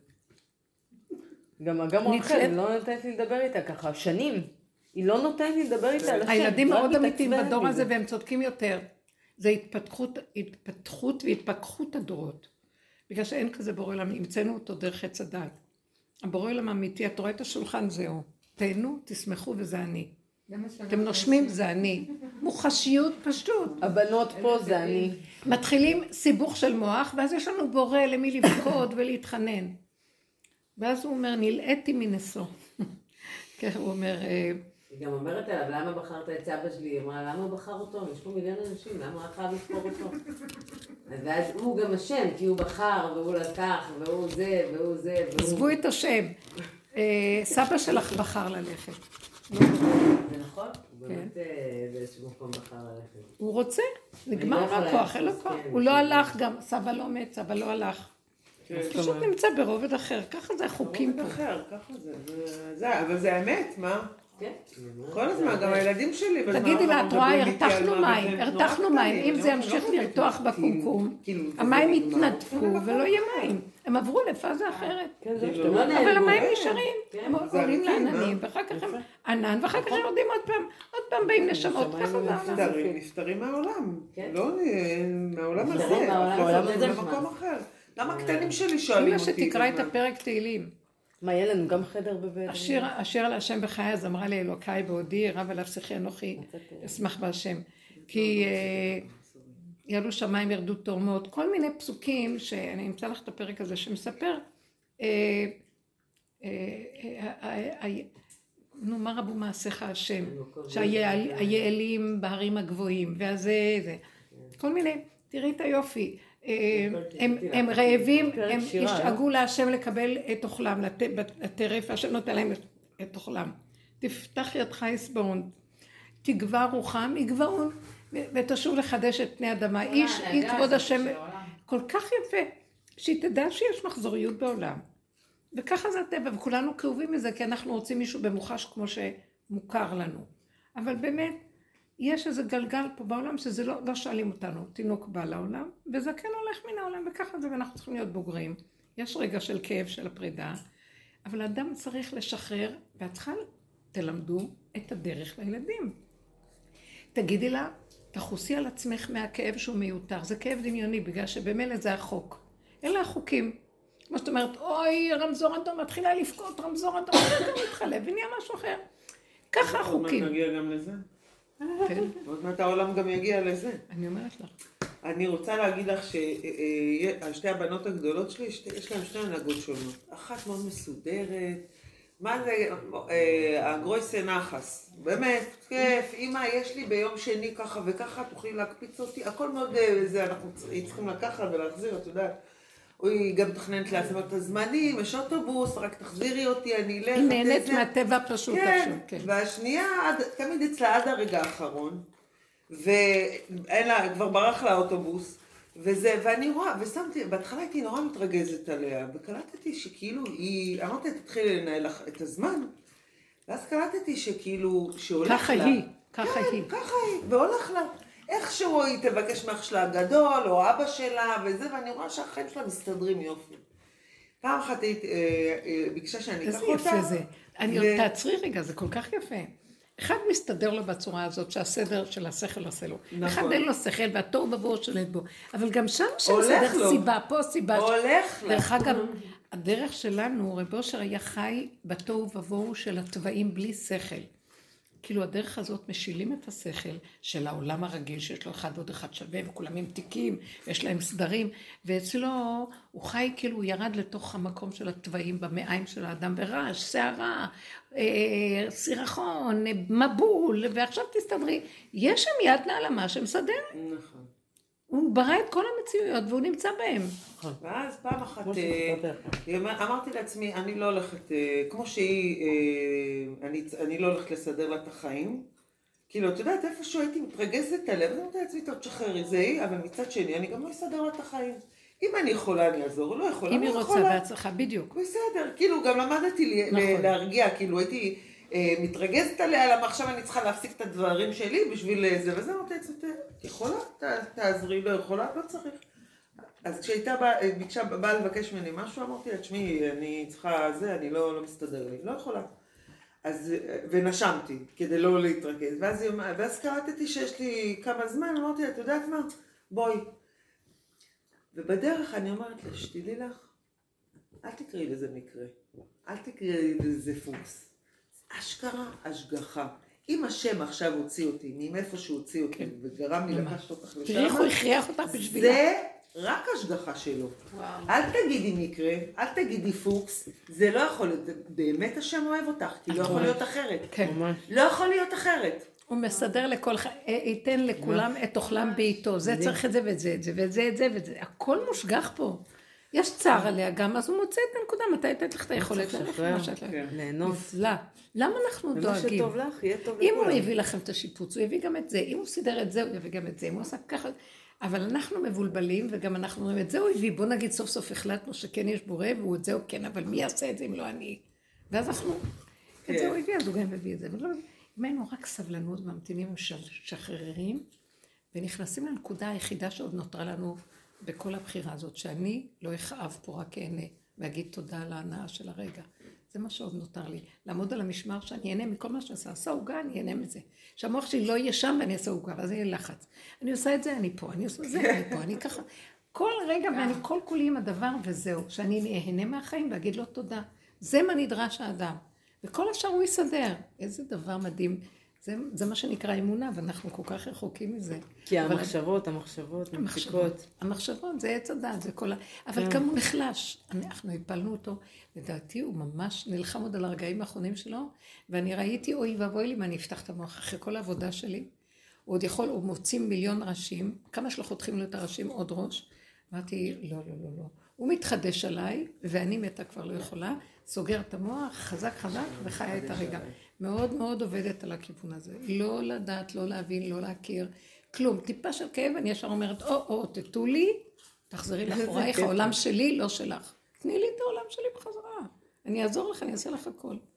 גם גם נתחלת- רחל, לא נותנת לי לדבר איתה ככה, שנים. היא לא נותנת לי לדבר איתה על השם. הילדים רק מאוד אמיתיים מתעצבנת בדור מזה. הזה, והם צודקים יותר. זה התפתחות, התפתחות והתפכחות הדורות. בגלל שאין כזה בורא עולם, המצאנו אותו דרך עץ הדת. הבורא עולם האמיתי, את רואה את השולחן, זהו. תהנו, תשמחו, וזה אני. אתם נושמים, זה אני. מוחשיות פשוט. הבנות פה זה אני. מתחילים סיבוך של מוח, ואז יש לנו בורא למי לבכות ולהתחנן. ואז הוא אומר, נלאיתי מנשוא. כן, הוא אומר, אה, היא גם אומרת עליו, למה בחרת את סבא שלי? היא אמרה, למה הוא בחר אותו? יש פה מיליון אנשים, למה רק חייב לבחור אותו? ואז הוא גם אשם, כי הוא בחר, והוא לקח, והוא זה, והוא זה, והוא... עזבו את השם. אה, סבא שלך בחר ללכת. זה נכון? הוא באמת אה, באיזשהו מקום בחר ללכת. הוא רוצה, אני נגמר לא יכולה הכוח, אין לו לעשות, כוח. כן, הוא לא כן. הלך גם, סבא לא מת, סבא לא הלך. כן. פשוט נמצא ברובד אחר, ככה זה החוקים רובד פה. אחר, ככה זה. זה- זה, אבל זה האמת, מה? כן? כל הזמן, גם הילדים שלי בזמן תגידי לה, האחרון את רואה, מדברים איתי על הרתחנו מוות, מים, והם נורא הרתחנו מים, קטנים, אם לא- זה לא ימשיך באמת לרתוח מתאים, בקומקום, כאילו, זה המים נגמר. יתנדפו ולא יהיה מים. הם עברו לפאזה אחרת. כן, זה כאילו, שאתם לא אבל נעלמו. המים נשארים, הם זה עולים אמיתי, לעננים, מה? ואחר כך הם ענן, ואחר כך הם יורדים עוד פעם, עוד פעם באים נשמות, ככה זה העולם. נפטרים, נפטרים מהעולם. כן. לא אה, מהעולם הזה, נפטרים מהעולם מהעולם הזה, הזה זה למקום נשמע. אחר. למה הקטנים שלי שואלים אמא אותי? שתקרא את בזמן? הפרק תהילים. מה, יהיה לנו גם חדר בבית? השיר, השיר על השם בחיי, אז אמרה לי אלוקיי בעודי, רב עליו שיחי אנוכי, אשמח בהשם. כי אה, יעלו שמיים ירדו תורמות, כל מיני פסוקים, שאני אמצא לך את הפרק הזה, שמספר, אה, אה, אה, אה, אה, נו, מה רבו מעשיך השם, שהיעלים בהרים הגבוהים, והזה, זה, כל מיני, תראי את היופי. הם, הם רעבים, הם ישאגו להשם לקבל את אוכלם, לט- לטרף, השם נותן להם את- את אוכלם. תפתח ידך יסבעון, תגבר רוחם, יגבעון, ו- ותשוב לחדש את פני אדמה. איש, היא כבוד השם, כל כך יפה, שהיא תדע שיש מחזוריות בעולם. וככה זה הטבע, וכולנו כאובים מזה, כי אנחנו רוצים מישהו במוחש כמו שמוכר לנו. אבל באמת, יש איזה גלגל פה בעולם שזה לא, לא שואלים אותנו, תינוק בא לעולם, וזקן הולך מן העולם, וככה זה, ואנחנו צריכים להיות בוגרים. יש רגע של כאב של הפרידה, אבל האדם צריך לשחרר, והתחל תלמדו את הדרך לילדים. תגידי לה, תחוסי על עצמך מהכאב שהוא מיותר, זה כאב דמיוני, בגלל שבמילא זה החוק. אלה החוקים. כמו שאת אומרת, אוי, רמזור אדום, מתחילה לפקוט, רמזור אדום, גם מתחלב, ונהיה משהו אחר. ככה החוקים. עוד מעט נגיע גם לזה. כן. עוד מעט העולם גם יגיע לזה. אני אומרת לך. אני רוצה להגיד לך ששתי הבנות הגדולות שלי, יש להן שתי הנהגות שונות. אחת מאוד מסודרת. מה זה, הגרויסה נחס. באמת, כיף. אמא, יש לי ביום שני ככה וככה, תוכלי להקפיץ אותי. הכל מאוד, זה, אנחנו צריכים לקחת ולהחזיר, את יודעת. היא גם תכננת לעצמה את הזמנים, יש אוטובוס, רק תחזירי אותי, אני אלך. היא נהנית מהטבע פשוט עכשיו, כן. והשנייה, תמיד אצלה עד הרגע האחרון, ואין לה, כבר ברח לה אוטובוס, וזה, ואני רואה, ושמתי, בהתחלה הייתי נורא מתרגזת עליה, וקלטתי שכאילו היא, אמרתי, תתחילי לנהל את הזמן, ואז קלטתי שכאילו, שהולך לה. ככה היא, ככה היא. ככה היא, והולך לה. איכשהו היא תבקש מאח שלה הגדול, או אבא שלה, וזה, ואני רואה שהחיים שלה מסתדרים יופי. פעם אחת היא ביקשה שאני אקח אותה. איזה יפה זה. אני תעצרי רגע, זה כל כך יפה. אחד מסתדר לו בצורה הזאת, שהסדר של השכל עושה לו. אחד אין לו שכל, והתור בבור שולט בו. אבל גם שם שמסדר סיבה, פה סיבה. הולך לו. דרך אגב, הדרך שלנו, רב אושר היה חי בתור ובבור של הטבעים בלי שכל. כאילו הדרך הזאת משילים את השכל של העולם הרגיל, שיש לו אחד ועוד אחד שווה, וכולם עם תיקים, יש להם סדרים, ואצלו הוא חי כאילו, הוא ירד לתוך המקום של הטבעים, במעיים של האדם, ורעש, שערה, אה, סירחון, מבול, ועכשיו תסתדרי. יש שם יד נעלמה שמסדר. נכון. הוא ברא את כל המציאויות, והוא נמצא בהם. ואז פעם אחת, אמרתי לעצמי, אני לא הולכת, כמו שהיא, אני לא הולכת לסדר לה את החיים. כאילו, את יודעת, איפשהו הייתי מתרגזת עליה, ואני אומרת לעצמי, טוב, תשחררי, זה היא, אבל מצד שני, אני גם לא אסדר לה את החיים. אם אני יכולה, אני אעזור, לא יכולה, אם היא רוצה בהצלחה, בדיוק. בסדר, כאילו, גם למדתי להרגיע, כאילו, הייתי מתרגזת עליה, למה עכשיו אני צריכה להפסיק את הדברים שלי בשביל זה, וזה אמרתי לעצמי, יכולה? תעזרי, לא יכולה? לא צריך. אז כשהייתה ביקשה, באה לבקש ממני משהו, אמרתי לה, תשמעי, אני צריכה זה, אני לא, לא מסתדר לי, לא יכולה. אז, ונשמתי, כדי לא להתרכז. ואז, ואז קראתי שיש לי כמה זמן, אמרתי לה, את יודעת מה? בואי. ובדרך אני אומרת לה, שתדעי לך, אל תקראי לזה מקרה, אל תקראי לזה פוקס. אשכרה, השגחה. אם השם עכשיו הוציא אותי, מאיפה שהוא הוציא אותי, וגרם לי לקחת אותך לשם, תראי איך הוא הכריח אותך בשבילה. זה רק השגחה שלו. אל תגידי מקרה, אל תגידי פוקס, זה לא יכול להיות, באמת השם אוהב אותך, כי לא יכול להיות אחרת. לא יכול להיות אחרת. הוא מסדר לכל, ייתן לכולם את אוכלם בעיתו, זה צריך את זה ואת זה, את זה ואת זה, את זה ואת זה, הכל מושגח פה. יש צער עליה גם, אז הוא מוצא את הנקודה, מתי הייתה לך את היכולת ללכת מה שאת ללכת. ליהנות. נפלא. למה אנחנו דואגים? ומה שטוב לך, יהיה טוב אם לכולם. הוא הביא לכם את השיפוץ, הוא הביא גם את זה. אם הוא סידר את זה, הוא יביא גם את זה. אם הוא עושה ככה... אבל אנחנו מבולבלים, וגם אנחנו אומרים, את זה הוא הביא. בוא נגיד, סוף סוף החלטנו שכן יש בורא, והוא את זה הוא כן, אבל מי יעשה את זה אם לא אני? ואז אנחנו... את זה הוא הביא, אז הוא גם הביא את זה. אם היינו רק סבלנות ממתינים שחררים, ונכנסים לנקודה היחידה שעוד נותרה לנו בכל הבחירה הזאת, שאני לא אכאב פה רק אענה, ואגיד תודה על ההנאה של הרגע. זה מה שעוד נותר לי. לעמוד על המשמר שאני אענה מכל מה שעשה. עשה הוגה, אני אענה מזה. שהמוח שלי לא יהיה שם ואני אעשה הוגה, ואז יהיה לחץ. אני עושה את זה, אני פה. אני עושה את זה, אני פה. אני ככה. כל רגע ואני כל כולי עם הדבר וזהו. שאני אהנה מהחיים ואגיד לו תודה. זה מה נדרש האדם. וכל השאר הוא יסדר. איזה דבר מדהים. זה, זה מה שנקרא אמונה, ואנחנו כל כך רחוקים מזה. כי המחשבות, המחשבות, המחשבות, המחשבות, זה עץ הדעת, זה כל ה... אבל גם הוא נחלש. אנחנו הפלנו אותו, לדעתי הוא ממש נלחם עוד על הרגעים האחרונים שלו, ואני ראיתי, אוי ואבוי לי, מה אני אפתח את המוח אחרי כל העבודה שלי. הוא עוד יכול, הוא מוציא מיליון ראשים, כמה שלא חותכים לו את הראשים עוד ראש. אמרתי, לא, לא, לא, לא. הוא מתחדש עליי, ואני מתה כבר לא יכולה, סוגר את המוח, חזק חזק, וחיה את הרגע. מאוד מאוד עובדת על הכיוון הזה. לא לדעת, לא להבין, לא להכיר, כלום. טיפה של כאב, אני ישר אומרת, או, או, תתו לי, תחזרי לאחורייך, העולם שלי, לא שלך. תני לי את העולם שלי בחזרה. אני אעזור לך, אני אעשה לך הכל.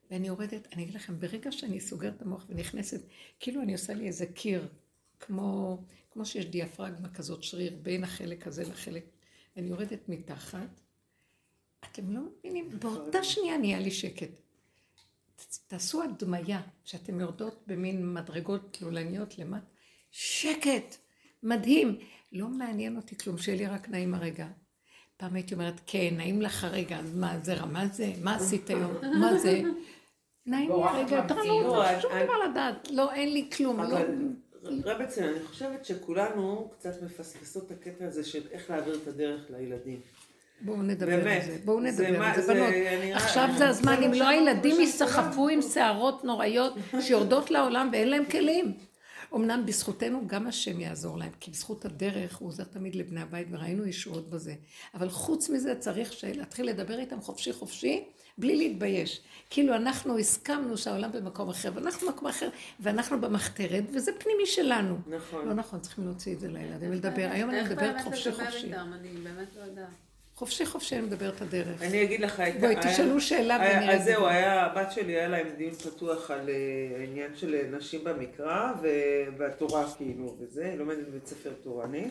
ואני יורדת, אני אגיד לכם, ברגע שאני סוגרת את המוח ונכנסת, כאילו אני עושה לי איזה קיר, כמו, כמו שיש דיאפרגמה כזאת, שריר בין החלק הזה לחלק, אני יורדת מתחת, אתם לא מבינים, באותה שנייה נהיה לי שקט. תעשו הדמיה, שאתם יורדות במין מדרגות תלולניות למטה, שקט, מדהים, לא מעניין אותי כלום, שיהיה לי רק נעים הרגע. פעם הייתי אומרת, כן, נעים לך הרגע, אז מה זה, רמה זה, מה עשית היום, מה זה? נעים לי הרגע, יותר לא רוצה שום דבר לדעת, לא, אין לי כלום, לא... רבי ציון, אני חושבת שכולנו קצת מפספסות את הקטע הזה של איך להעביר את הדרך לילדים. בואו נדבר על זה, בואו נדבר על זה, בנות. עכשיו זה הזמן, אם לא הילדים יסחפו עם שערות נוראיות שיורדות לעולם ואין להם כלים. אמנם בזכותנו גם השם יעזור להם, כי בזכות הדרך הוא עוזר תמיד לבני הבית וראינו ישועות בזה. אבל חוץ מזה צריך להתחיל לדבר איתם חופשי חופשי, בלי להתבייש. כאילו אנחנו הסכמנו שהעולם במקום אחר, ואנחנו במקום אחר, ואנחנו במחתרת, וזה פנימי שלנו. נכון. לא נכון, צריכים להוציא את זה לילדים ולדבר. היום אני מדברת חופשי חופשי. אני באמת לא יודעת. חופשי חופשי אני מדברת הדרך. אני אגיד לך, בואי, תשאלו שאלה ונראה. אז זהו, הבת שלי היה להם דיון פתוח על העניין של נשים במקרא, והתורה כאילו, וזה, היא לומדת בבית ספר תורני,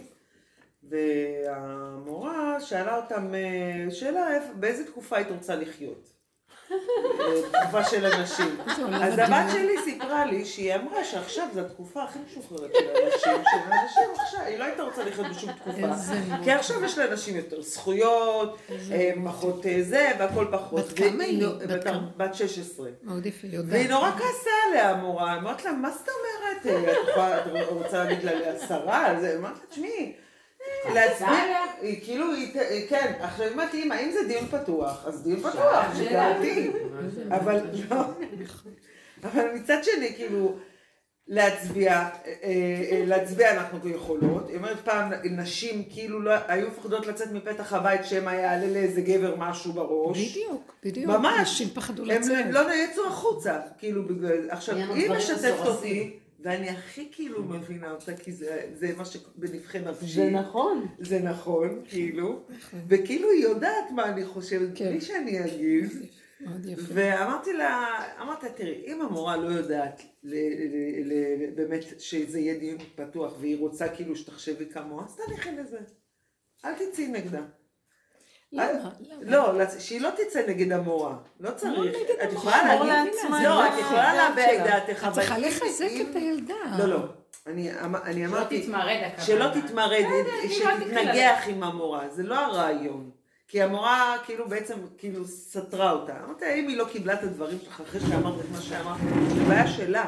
והמורה שאלה אותם, שאלה באיזה תקופה היית רוצה לחיות? תקופה של אנשים. אז הבת שלי סיפרה לי שהיא אמרה שעכשיו זו התקופה הכי משוחררת של אנשים, של אנשים עכשיו, היא לא הייתה רוצה לחיות בשום תקופה, כי עכשיו יש לאנשים יותר זכויות, פחות זה והכל פחות. בת כמה היא? בת שש עשרה. מאוד יפה, יודעת. והיא נורא כעסה עליה, המורה, אמרת לה, מה זאת אומרת? את רוצה להגיד לה עשרה? אמרת לה, תשמעי, להצביע, היא כאילו, כן, עכשיו אמרתי, אמא, אם זה דיון פתוח, אז דיון פתוח, שגרתי, אבל לא, אבל מצד שני, כאילו, להצביע, להצביע אנחנו יכולות, היא אומרת פעם, נשים כאילו היו מפחדות לצאת מפתח הבית שהם יעלה לאיזה גבר משהו בראש. בדיוק, בדיוק. ממש. נשים פחדו לצאת. הם לא יצאו החוצה, כאילו, עכשיו, היא משתפת אותי, ואני הכי כאילו מבינה אותה, כי זה, זה מה שבנבחי נפשי. זה נכון. זה נכון, כאילו. וכאילו היא יודעת מה אני חושבת, כן. בלי שאני אגיד. מאוד יפה. ואמרתי לה, אמרתי לה, תראי, אם המורה לא יודעת ל, ל, ל, באמת שזה יהיה דיון פתוח, והיא רוצה כאילו שתחשבי כמוה, אז תניחי לזה. אל תצאי נגדה. למה? לא, שהיא לא תצא נגד המורה, לא צריך. את יכולה המורה להגיד, לעצמה, לא, את היא יכולה להביע את דעתך. את צריכה אבל אם- לחזק אם- את הילדה. לא, לא. אני אני אמרתי, תתמרד, הכוונה. שלא תתמרד, אני לא שתתנגח עם המורה, זה לא הרעיון. כי המורה כאילו בעצם כאילו סתרה אותה. אמרתי, אם היא לא קיבלה את הדברים שלך אחרי שאמרת את מה שאמרת, זה בעיה שלה.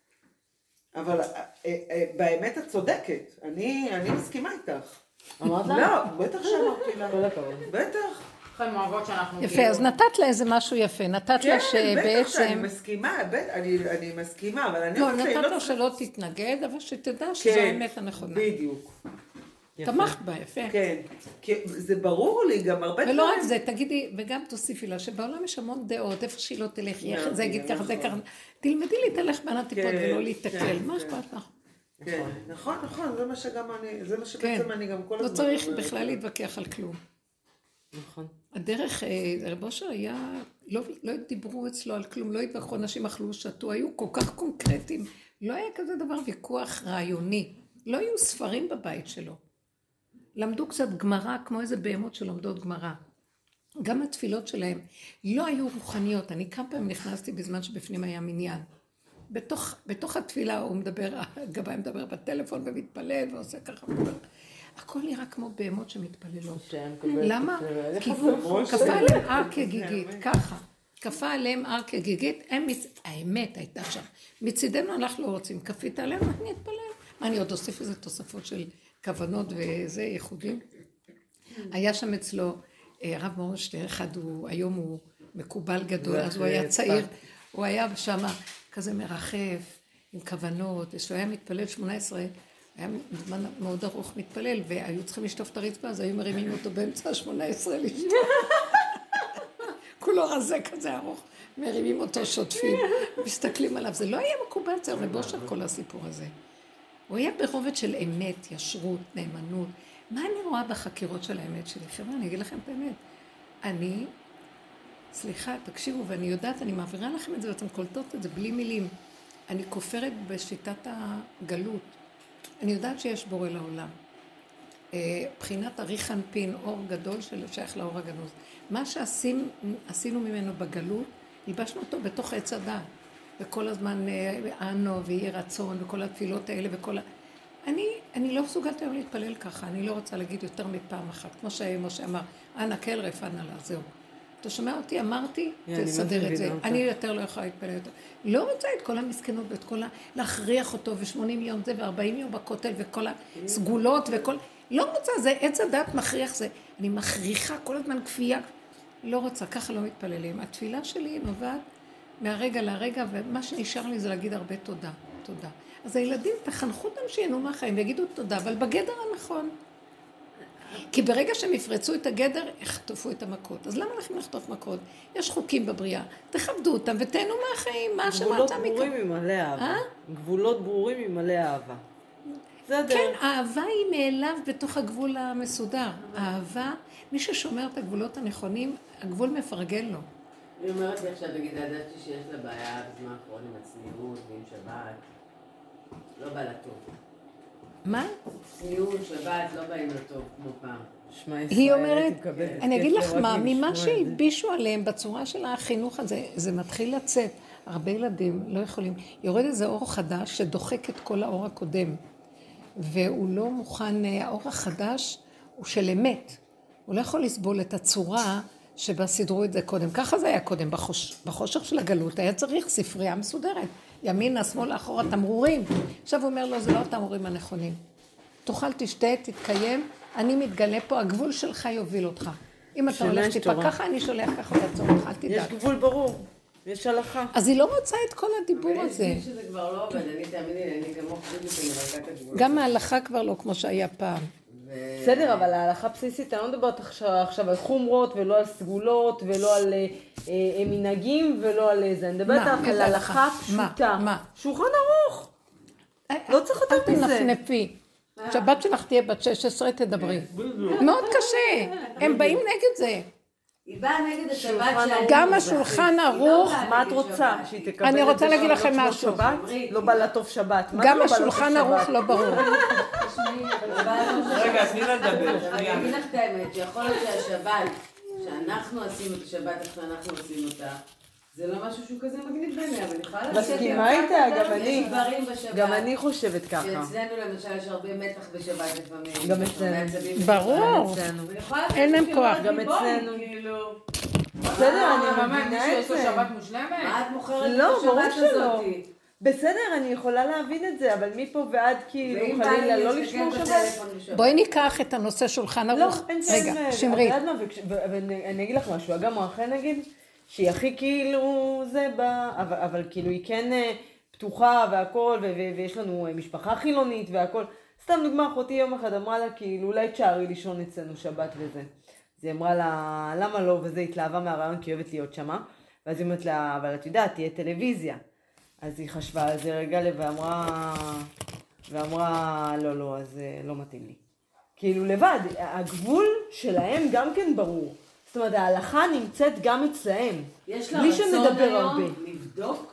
אבל אה, אה, באמת את צודקת, אני אני מסכימה איתך. אמרת לה? לא, בטח שאמרתי לה. כל הכבוד. בטח. לכן אוהבות שאנחנו... יפה, אז נתת לה איזה משהו יפה, נתת לה כן, בטח שאני שבעצם... מסכימה, בטח, אני אני מסכימה, אבל אני לא, אומרת לה, היא נתת לה צריכה- שלא תתנגד, אבל שתדע שזו כן, האמת הנכונה. בדיוק. תמכת בה, יפה. כן, כי זה ברור לי גם הרבה דברים. ולא רק זה, תגידי, וגם תוסיפי לה, שבעולם יש המון דעות, איפה שהיא לא תלך, יהיה זה יגיד ככה, זה ככה. תלמדי להתהלך בין הטיפות כן, ולא כן, להתקל, מה כן. אכפת לך? כן, נכון, נכון, זה מה שגם אני, זה מה שבעצם אני גם כל לא הזמן... צריך אומרת. בכלל להתווכח על כלום. נכון. הדרך, אה, רב אושר היה, לא, לא דיברו אצלו על כלום, לא התווכחו, אנשים אכלו, שתו, היו כל כך קונקרטיים, לא היה כזה דבר ויכוח רעיוני, לא היו ספרים בבית שלו. למדו קצת גמרא, כמו איזה בהמות שלומדות גמרא. גם התפילות שלהם לא היו רוחניות, אני כמה פעמים נכנסתי בזמן שבפנים היה מניין. בתוך, בתוך התפילה הוא מדבר, הגבאי מדבר בטלפון ומתפלל ועושה ככה. הכל נראה כמו בהמות שמתפללות. למה? כי כפה עליהם הר כגיגית, ככה. כפה עליהם הר כגיגית, הם מצ... האמת הייתה שם. מצידנו אנחנו לא רוצים, כפית עליהם, אני אתפלל. מה, אני עוד אוסיף איזה תוספות של כוונות וזה, ייחודים. היה שם אצלו רב מורשטיין, אחד הוא, היום הוא מקובל גדול, אז הוא היה צעיר, הוא היה שם כזה מרחף, עם כוונות, כשהוא היה מתפלל שמונה עשרה, היה זמן מאוד ארוך מתפלל, והיו צריכים לשטוף את הרצפה, אז היו מרימים אותו באמצע ה-שמונה עשרה לשטוף. כולו רזה כזה ארוך, מרימים אותו, שוטפים, מסתכלים עליו. זה לא היה מקובל, זה רב אושר כל הסיפור הזה. הוא היה ברובד של אמת, ישרות, נאמנות. מה אני רואה בחקירות של האמת שלי? חבר'ה, אני אגיד לכם את האמת. אני סליחה, תקשיבו, ואני יודעת, אני מעבירה לכם את זה, ואתם קולטות את זה בלי מילים. אני כופרת בשיטת הגלות. אני יודעת שיש בורא לעולם. בחינת אריך אנפין, אור גדול של שייך לאור הגנוז. מה שעשינו ממנו בגלות, ילבשנו אותו בתוך עץ הדת. וכל הזמן אנו ויהי רצון, וכל התפילות האלה וכל ה... אני, אני לא מסוגלת היום להתפלל ככה, אני לא רוצה להגיד יותר מפעם אחת. כמו שמשה אמר, אנא כל רפנה לה, זהו. אתה שומע אותי? אמרתי, תסדר את זה. אני יותר לא יכולה להתפלל יותר. לא רוצה את כל המסכנות ואת כל ה... להכריח אותו ושמונים יום זה וארבעים יום בכותל וכל הסגולות וכל... לא רוצה, זה עץ הדת מכריח זה. אני מכריחה כל הזמן כפייה. לא רוצה, ככה לא מתפללים. התפילה שלי נובעת מהרגע לרגע, ומה שנשאר לי זה להגיד הרבה תודה. תודה. אז הילדים תחנכו אותם שיהנו מהחיים ויגידו תודה, אבל בגדר הנכון. כי ברגע שהם יפרצו את הגדר, יחטפו את המכות. אז למה לכם לחטוף מכות? יש חוקים בבריאה. תכבדו אותם ותהנו מהחיים. מה שמצא מכות? גבולות ברורים עם מלא אהבה. גבולות ברורים עם מלא אהבה. זה הדרך. כן, האהבה היא מאליו בתוך הגבול המסודר. האהבה, מי ששומר את הגבולות הנכונים, הגבול מפרגן לו. אני אומרת לי עכשיו, נגיד, ידעתי שיש לה בעיה בזמן האחרון עם הצניעות ועם שבת. לא בא לה טוב. מה? צניעות, שבת, לא באים לה טוב כמו פעם. היא אומרת, אני אגיד לך מה, ממה שהלבישו עליהם בצורה של החינוך הזה, זה מתחיל לצאת. הרבה ילדים לא יכולים. יורד איזה אור חדש שדוחק את כל האור הקודם. והוא לא מוכן, האור החדש הוא של אמת. הוא לא יכול לסבול את הצורה שבה סידרו את זה קודם. ככה זה היה קודם, בחוש, בחושך של הגלות. היה צריך ספרייה מסודרת. ימינה, שמאל, אחורה, תמרורים. עכשיו הוא אומר לו, זה לא התמרורים הנכונים. תאכל, תשתה, תתקיים, אני מתגלה פה, הגבול שלך יוביל אותך. אם אתה הולך טיפה ככה, אני שולח ככה לצורך, אל תדאג. יש גבול ברור, יש הלכה. אז היא לא רוצה את כל הדיבור הזה. אני חושבת שזה כבר לא עובד, אני תאמיני לי, אני גם מוכרחת לפעמים מלכת הגבול. גם ההלכה כבר לא כמו שהיה פעם. בסדר, אבל ההלכה בסיסית, אני לא מדברת עכשיו על חומרות ולא על סגולות ולא על מנהגים ולא על זה. אני מדברת על הלכה פשוטה. מה? שולחן ערוך. לא צריך יותר מזה. אל תנפנפי. שהבת שלך תהיה בת שש עשרה, תדברי. מאוד קשה. הם באים נגד זה. היא באה נגד השבת שאני... גם השולחן ערוך... מה את רוצה? שהיא תקבל את זה? אני רוצה להגיד לכם משהו. לא בא לה טוב שבת. גם השולחן ערוך לא ברור. רגע, תני לה לדבר. אני אגיד לך את האמת, שיכול להיות שהשבת, שאנחנו עשינו את השבת, איך שאנחנו עושים אותה, זה לא משהו שהוא כזה מגניב בעיני, אבל אני יכולה לעשות... מסכימה איתה, גם אני. גם אני חושבת ככה. שאצלנו למשל יש הרבה מתח בשבת לפעמים. גם אצלנו. ברור. אין להם כוח. גם אצלנו. בסדר, אני מבינה את זה. מה את מוכרת לא, את ברור השבת שלא. הזאת? בסדר, אני יכולה להבין את זה, אבל מפה ועד כאילו חלילה לא לשמור שבת. בואי ניקח את הנושא שולחן ערוך. לא, אין רגע, שמרית. ואני אגיד לך משהו, גם אחרי נגיד, שהיא הכי כאילו זה בא, אבל, אבל כאילו היא כן פתוחה והכל, ו- ו- ויש לנו משפחה חילונית והכל. סתם דוגמה, אחותי יום אחד אמרה לה, כאילו אולי תשארי לישון אצלנו שבת וזה. אז היא אמרה לה, למה לא? וזה התלהבה מהרעיון, כי אוהבת להיות שמה. ואז היא אומרת לה, אבל את יודעת, תהיה טלוויזיה. אז היא חשבה על זה רגע ואמרה, ואמרה, לא, לא, אז לא מתאים לי. כאילו לבד, הגבול שלהם גם כן ברור. זאת אומרת, ההלכה נמצאת גם אצלהם. יש לה רצון היום לבדוק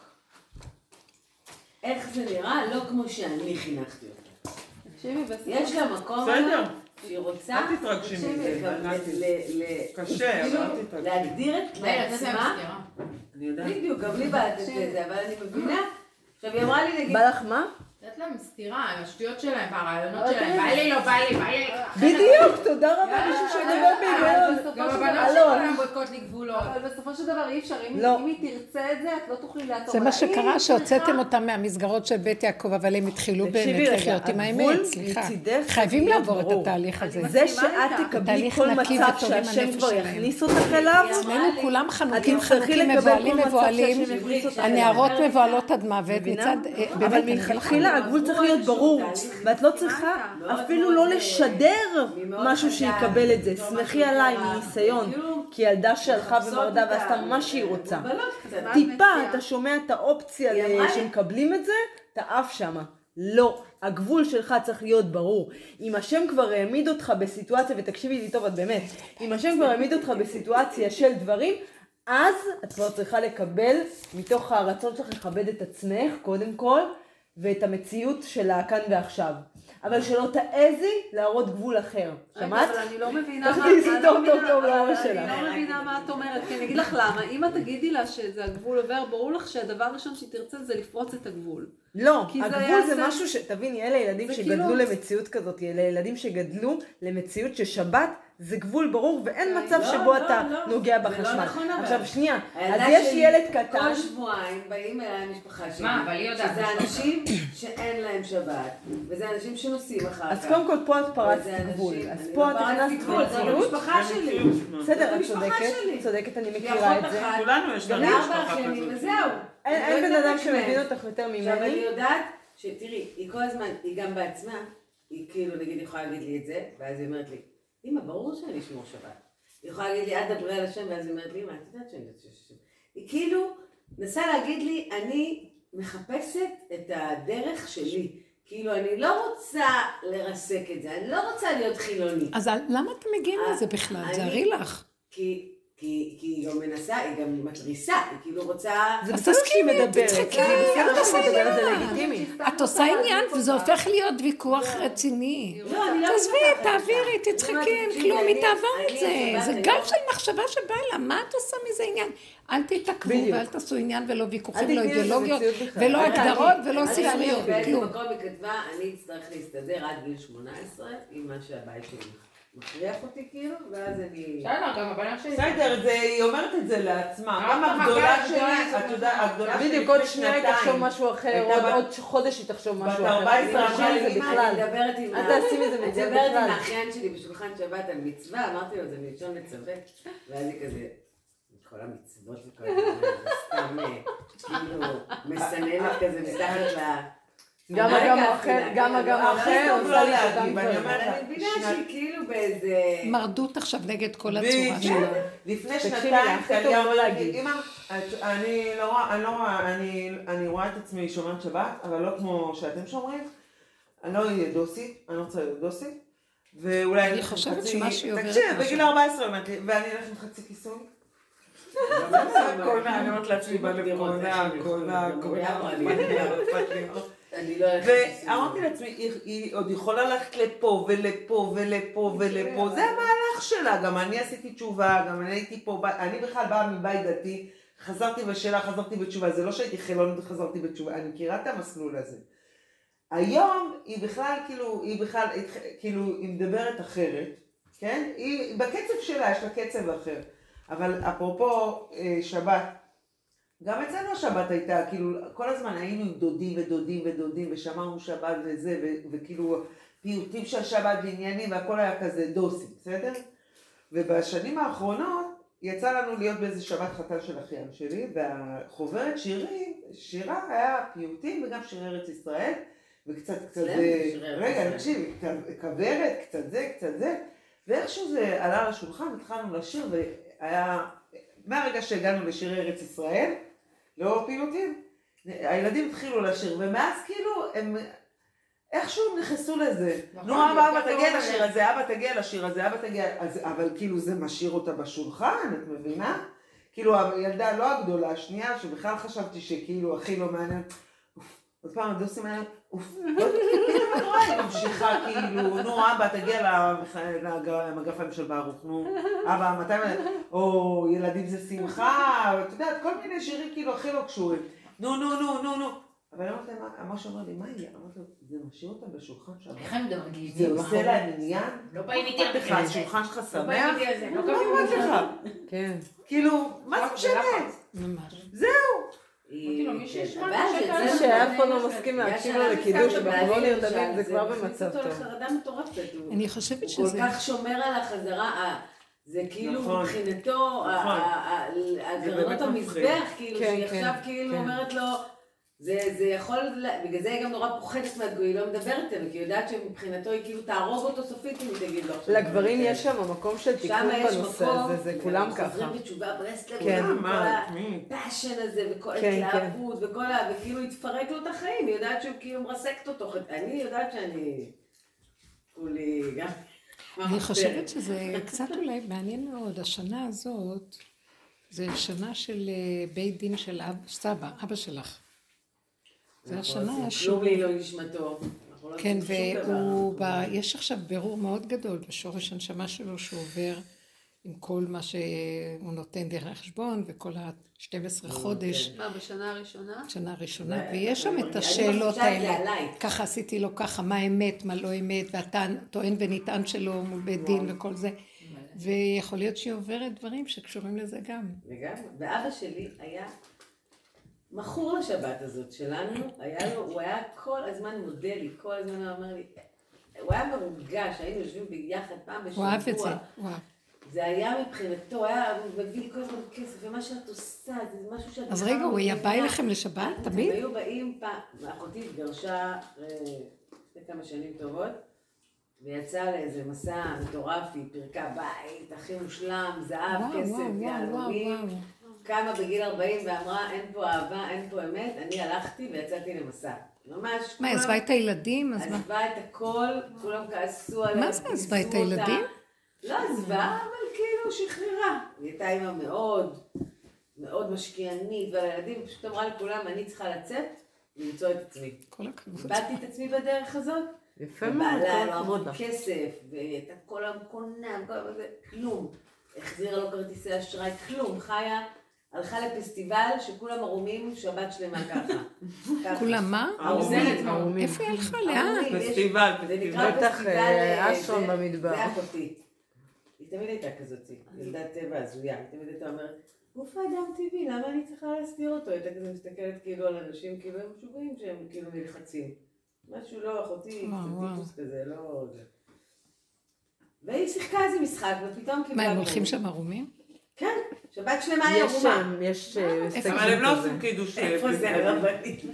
איך זה נראה, לא כמו שאני חינכתי אותה. יש לה מקום היום שהיא רוצה אל תתרגשי מזה, קשה, אבל אל תתרגשי. להגדיר את לעצמה. בדיוק, גם לי באת את זה, אבל אני מבינה. עכשיו היא אמרה לי נגיד... בא לך מה? לתת להם סתירה, עם השטויות שלהם והרעיונות שלהם, בא לי, לא בא לי, בא לי. בדיוק, תודה רבה מישהו שדבר בהיגיון. גם הבנות שלהם בודקות לי גבולות. אבל בסופו של דבר אי אפשר, אם היא תרצה את זה, את לא תוכלי לעצור. זה מה שקרה, שהוצאתם אותם מהמסגרות של בית יעקב, אבל הם התחילו באמת לחיות עם האמת, סליחה. חייבים לעבור את התהליך הזה. זה שאת תקבלי כל מצב שהשם כבר יכניס אותך אליו, אצלנו כולם חנוקים, חנוקים, מבועלים, מבועלים, הנערות מבועלות עד מוות, מצד... אבל מלכתחילה הגבול צריך להיות ברור, ואת לא צריכה אפילו לא לשדר משהו שיקבל את זה. שמחי עליי מניסיון, כי ילדה שהלכה ומרדה ועשתה מה שהיא רוצה. טיפה אתה שומע את האופציה שמקבלים את זה, אתה אף שמה. לא, הגבול שלך צריך להיות ברור. אם השם כבר העמיד אותך בסיטואציה, ותקשיבי לי טוב, את באמת, אם השם כבר העמיד אותך בסיטואציה של דברים, אז את כבר צריכה לקבל מתוך הרצון שלך לכבד את עצמך, קודם כל, ואת המציאות של הכאן ועכשיו. אבל שלא תעזי להראות גבול אחר. שמעת? אבל אני לא מבינה מה... תכניסי אני טוב לא טוב מבינה- טוב לאבא אני שלה. לא מבינה מה את אומרת, כי אני אגיד לך למה. אם את תגידי לה שזה הגבול עובר, ברור לך שהדבר הראשון שהיא תרצה זה לפרוץ את הגבול. לא, כי זה הגבול זה יעשה- משהו ש... תביני, אלה ילדים זה שגדלו כאילו- למציאות כזאת, אלה ילדים שגדלו למציאות ששבת זה גבול ברור, ואין מצב לא, שבו לא, אתה לא. נוגע זה לא בחשמל. נכון, אבל. עכשיו שנייה, אז הילדה יש שלי, ילד קטן, כל שבועיים באים אליי המשפחה שלי, מה, אבל היא יודעת שזה משהו. אנשים שאין להם שבת, וזה אנשים שנוסעים אחר כך. אז קודם כל פה את פרצת וזה אנשים- גבול, אני אז לא פה את פרצתי הכנסת גבול, זאת מציאות. המשפחה שלי. בסדר, את המשפחה צודקת, שלי. צודקת, אני יש לי מכירה אחות את זה. אחת, כולנו יש לנו וארבע משפחה אחיינים, כזאת. וזהו. אין לא אין בן אדם התנתק שמבין מהם. אותך יותר עכשיו אני ממני. יודעת שתראי, היא כל הזמן, היא גם בעצמה, היא כאילו נגיד יכולה להגיד לי את זה, ואז היא אומרת לי, אמא, ברור שאני אשמור שבת. היא יכולה להגיד לי, את דברי על השם, ואז היא אומרת לי, אמא, את יודעת שאני יודעת שיש השם. היא כאילו נסה להגיד לי, אני מחפשת את הדרך שלי. כאילו, אני לא רוצה לרסק את זה, אני לא רוצה להיות חילונית. אז למה אתם מגיעים לזה בכלל? אני- זה הרי לך. כי... כי, כי היא גם מנסה, היא גם מתריסה, היא כאילו רוצה... זה אז בסדר שהיא תסכימי, מדברת, תצחקי, זה בסדר אל תעשי שהיא מדברת, זה עניין. לגיטימי. את עושה עניין וזה הופך להיות ויכוח רציני. לא, אני לא תעזבי, מתווכחת תעבירי, איתה. תצחקי, אני אין אומרת, כלום, תקשיבי, היא תעבור אני- את זה. אני זה שבת גל היום- של מחשבה שבא לה, מה את עושה מזה עניין? אל תתעכבו בדיוק. ואל תעשו עניין ולא ויכוחים, אל לא תתני לזה אידיאולוגיות, מציאות בכלל. ולא אל הגדרות תעני. ולא אל תעני, ספריות, באיזה כלום. מקום היא כתבה, אני אצטרך להסתדר עד גיל שמונה עשרה עם מה שהבית שלי מכריח אותי כאילו, ואז אני... בסדר, גם הבנות שלי. בסדר, זה- היא אומרת את זה לעצמה. אה, גם אתה הגדולה מגע, שלי, גדולה, את יודעת, הגדולה שלי בדיוק, עוד לפני שנייה היא תחשוב משהו אחר, הייתה עוד בת- עוד חודש היא תחשוב משהו בת אחר. ארבע עשרה אני אמרה חושבת לי, שזה אמא, בכלל. אני מדברת עם... אל תעשי מזה אני מציאות מדברת עם בכלל. האחיין שלי בשולחן שבת על מצווה, אמרתי לו, זה מלשון מצווה, ואז היא כזה, כל המצוות וכל הדברים, זה סתם אה, כאילו מסננת כזה מתחת ל... גם אני אגם לא אחר, הגבתי גם לה, אגם לא, אחר, לא, עושה לי לא את אותם להגיב, אני דברים. אומרת- אבל אני מבינה שנת- שהיא כאילו באיזה... מרדות עכשיו נגד כל הצורה בדיוק. שלה. לפני תקשיבי, שנתיים, הכי טוב טליה לא אומרת להגיב. לי, אמא, את- אני לא רואה, אני לא רואה, אני, אני רואה את עצמי שומרת שבת, אבל לא כמו שאתם שומרים. אני לא אהיה דוסית, אני לא רוצה להיות דוסית. ואולי... אני אלך עם חושבת חצי- שמה שהיא עוברת תקשיב, עכשיו. בגיל ארבע עשרה אומרת לי, ואני אלך עם חצי כיסוי. קונה, אני אומרת לעצמי, בלב קונה, קונה, קונה, אני לא הולכת... ואמרתי לעצמי, היא- היא עוד יכולה ללכת לפה ולפה ולפה ולפה, זה המהלך שלה, גם אני עשיתי תשובה, גם אני הייתי פה, אני בכלל באה מבית דתי, חזרתי בשאלה, חזרתי בתשובה, זה לא שהייתי חילונית וחזרתי בתשובה, אני מכירה את המסלול הזה. היום היא בכלל, כאילו, היא בכלל, כאילו, היא מדברת אחרת, כן? היא, בקצב שלה, יש לה קצב אחר. אבל אפרופו אה, שבת, גם אצלנו השבת הייתה, כאילו, כל הזמן היינו עם דודים ודודים ודודים, ושמרנו שבת וזה, ו- וכאילו, פיוטים של שבת ועניינים, והכל היה כזה דוסי, בסדר? ובשנים האחרונות, יצא לנו להיות באיזה שבת חתן של אחיין שלי, והחוברת שירים, שירה היה פיוטים וגם שירי ארץ ישראל, וקצת קצת אצלנו זה, שירי ארץ רגע, ישראל. תקשיבי, כוורת, קצת זה, קצת זה, ואיכשהו זה עלה לשולחן, התחלנו לשיר, והיה, מהרגע שהגענו לשירי ארץ ישראל, לא פיוטים, הילדים התחילו לשיר, ומאז כאילו הם איכשהו הם נכנסו לזה. נו, אבא, אבא תגיע לשיר הזה, אבא תגיע לשיר הזה, אבא תגיע, אז, אבל כאילו זה משאיר אותה בשולחן, את מבינה? כאילו הילדה לא הגדולה, השנייה, שבכלל חשבתי שכאילו הכי לא מעניין, אוף, עוד פעם הדוסים האלה, אוף, היא ממשיכה כאילו, נו אבא תגיע למגפיים של ברוך, נו אבא מתי, או ילדים זה שמחה, את יודעת, כל מיני שירים כאילו הכי לא קשורים, נו נו נו נו נו, אבל אמרתי להם, מה שאומר לי, מה יהיה? אמרתי לו, זה משאיר אותם בשולחן שם, איך הם מדרגים? זה עושה להם עניין, לא באים איתי על זה. השולחן שלך לא שמח, באים איתי על זה. לא מה קמים אכפת לך? כן. כאילו, מה זה משנה? ממש. אמרתי לו, מי שישמע הבעיה את שאצלנו זה, זה שאף אחד לא יש מסכים לנו- להקשיב יש לו לנו לקידוש, מסכים ואנחנו לא להבין נרדמים, זה שזה כבר מכניס במצב אותו טוב. לחרדה מטורפת. הוא- אני חושבת הוא שזה... כל כך שומר על החזרה, ה- זה כאילו נכון. מבחינתו, ה- נכון. ה- ה- באמת הגרנות מפחיד. המזבח, כאילו, כן, שהיא כן, עכשיו כאילו כן. אומרת לו, זה זה יכול, ל- בגלל זה היא גם נורא פוחדת מהגוי, היא לא מדברת אליו, כי היא יודעת שמבחינתו היא כאילו תהרוג אותו סופית אם היא תגיד לו. עכשיו. לגברים יש שם מקום של תיקון שם יש בנושא מקום, הזה, זה כולם חוזרים ככה. בתשובה ברסלב, כן. וכל מה, מי? הפאשן הזה, וכל כן, ההתלהבות, וכל ה... וכאילו התפרק לו את החיים, היא יודעת שהוא כאילו מרסקת אותו. אני יודעת שאני... כולי גם... אני חושבת שזה קצת אולי מעניין מאוד, השנה הזאת, זה שנה של אה, בית דין של אב, סבא, אבא שלך. זה השנה כלום שהוא... לי לא נשמתו. אנחנו לא כן, עושים שום דבר. והוא... ב... יש עכשיו בירור מאוד גדול בשורש הנשמה שלו, שהוא עובר עם כל מה שהוא נותן דרך החשבון, וכל ה-שנים עשר חודש, מה, בשנה הראשונה? שנה ראשונה, ו- ויש שם את אני השאלות מרגישה את זה האלה. עליי. ככה עשיתי לו ככה, מה אמת, מה לא אמת, ואתה טוען ונטען שלו מול בית דין וכל זה. ויכול להיות שהיא עוברת דברים שקשורים לזה גם. וגם, ואבא שלי היה מכור לשבת הזאת שלנו, היה לו, הוא היה כל הזמן מודה לי, כל הזמן הוא אומר לי, הוא היה מרוגש, היינו יושבים ביחד פעם בשבוע. הוא אהב את זה, הוא אהב. זה היה מבחינתו, הוא היה מביא כל הזמן כסף, ומה שאת עושה, זה משהו שאת... אז רגע, הוא היה בא אליכם לשבת, תמיד? הם היו באים פעם, אחותי התגרשה לפני כמה שנים טובות, ויצאה לאיזה מסע מטורף, היא פירקה בית, הכי מושלם, זהב, וואו, כסף, וואו, וואו, יהלומים. וואו. קמה בגיל ארבעים ואמרה, אין פה אהבה, אין פה אמת, אני הלכתי ויצאתי למסע. ממש. מה, היא עזבה את הילדים? אז מה? עזבה את הכל, כולם כעסו עליה. מה זה עזבה את הילדים? לא עזבה, אבל כאילו שחררה. היא הייתה אימא מאוד, מאוד משקיענית, והילדים פשוט אמרה לכולם, אני צריכה לצאת ולמצוא את עצמי. כל הכבוד. באתי את עצמי בדרך הזאת. יפה מאוד, ובעלה כל לא הכבוד המון לך. כסף, והייתה כל היום קונה, כל היום זה, כלום. החזירה לו כרטיסי אשראי, כלום. חיה, הלכה לפסטיבל שכולם ערומים שבת שלמה ככה. כולם מה? ערומים. איפה היא הלכה? לאן? פסטיבל, זה נקרא בטח, פסטיבל... אה, אה, אשרם זה- במדבר. זה אחותי. היא תמיד הייתה כזאת, ילדת טבע הזויה. היא תמיד הייתה אומרת, גוף האדם טבעי, למה אני צריכה להסתיר אותו? הייתה כזה מסתכלת כאילו על אנשים כאילו הם משוגעים שהם כאילו נלחצים. משהו לא, אחותי, וואו, קצת וואו. טיפוס כזה, לא... זה. והיא שיחקה איזה משחק, ופתאום קיבלה... מה, הם ברור. הולכים שם ערומים? כן, שבת שלמה היא יש ערומה. שם, יש אה, איפה? אבל הם לא כזה. עושים קידוש. איפה זה הרבנית?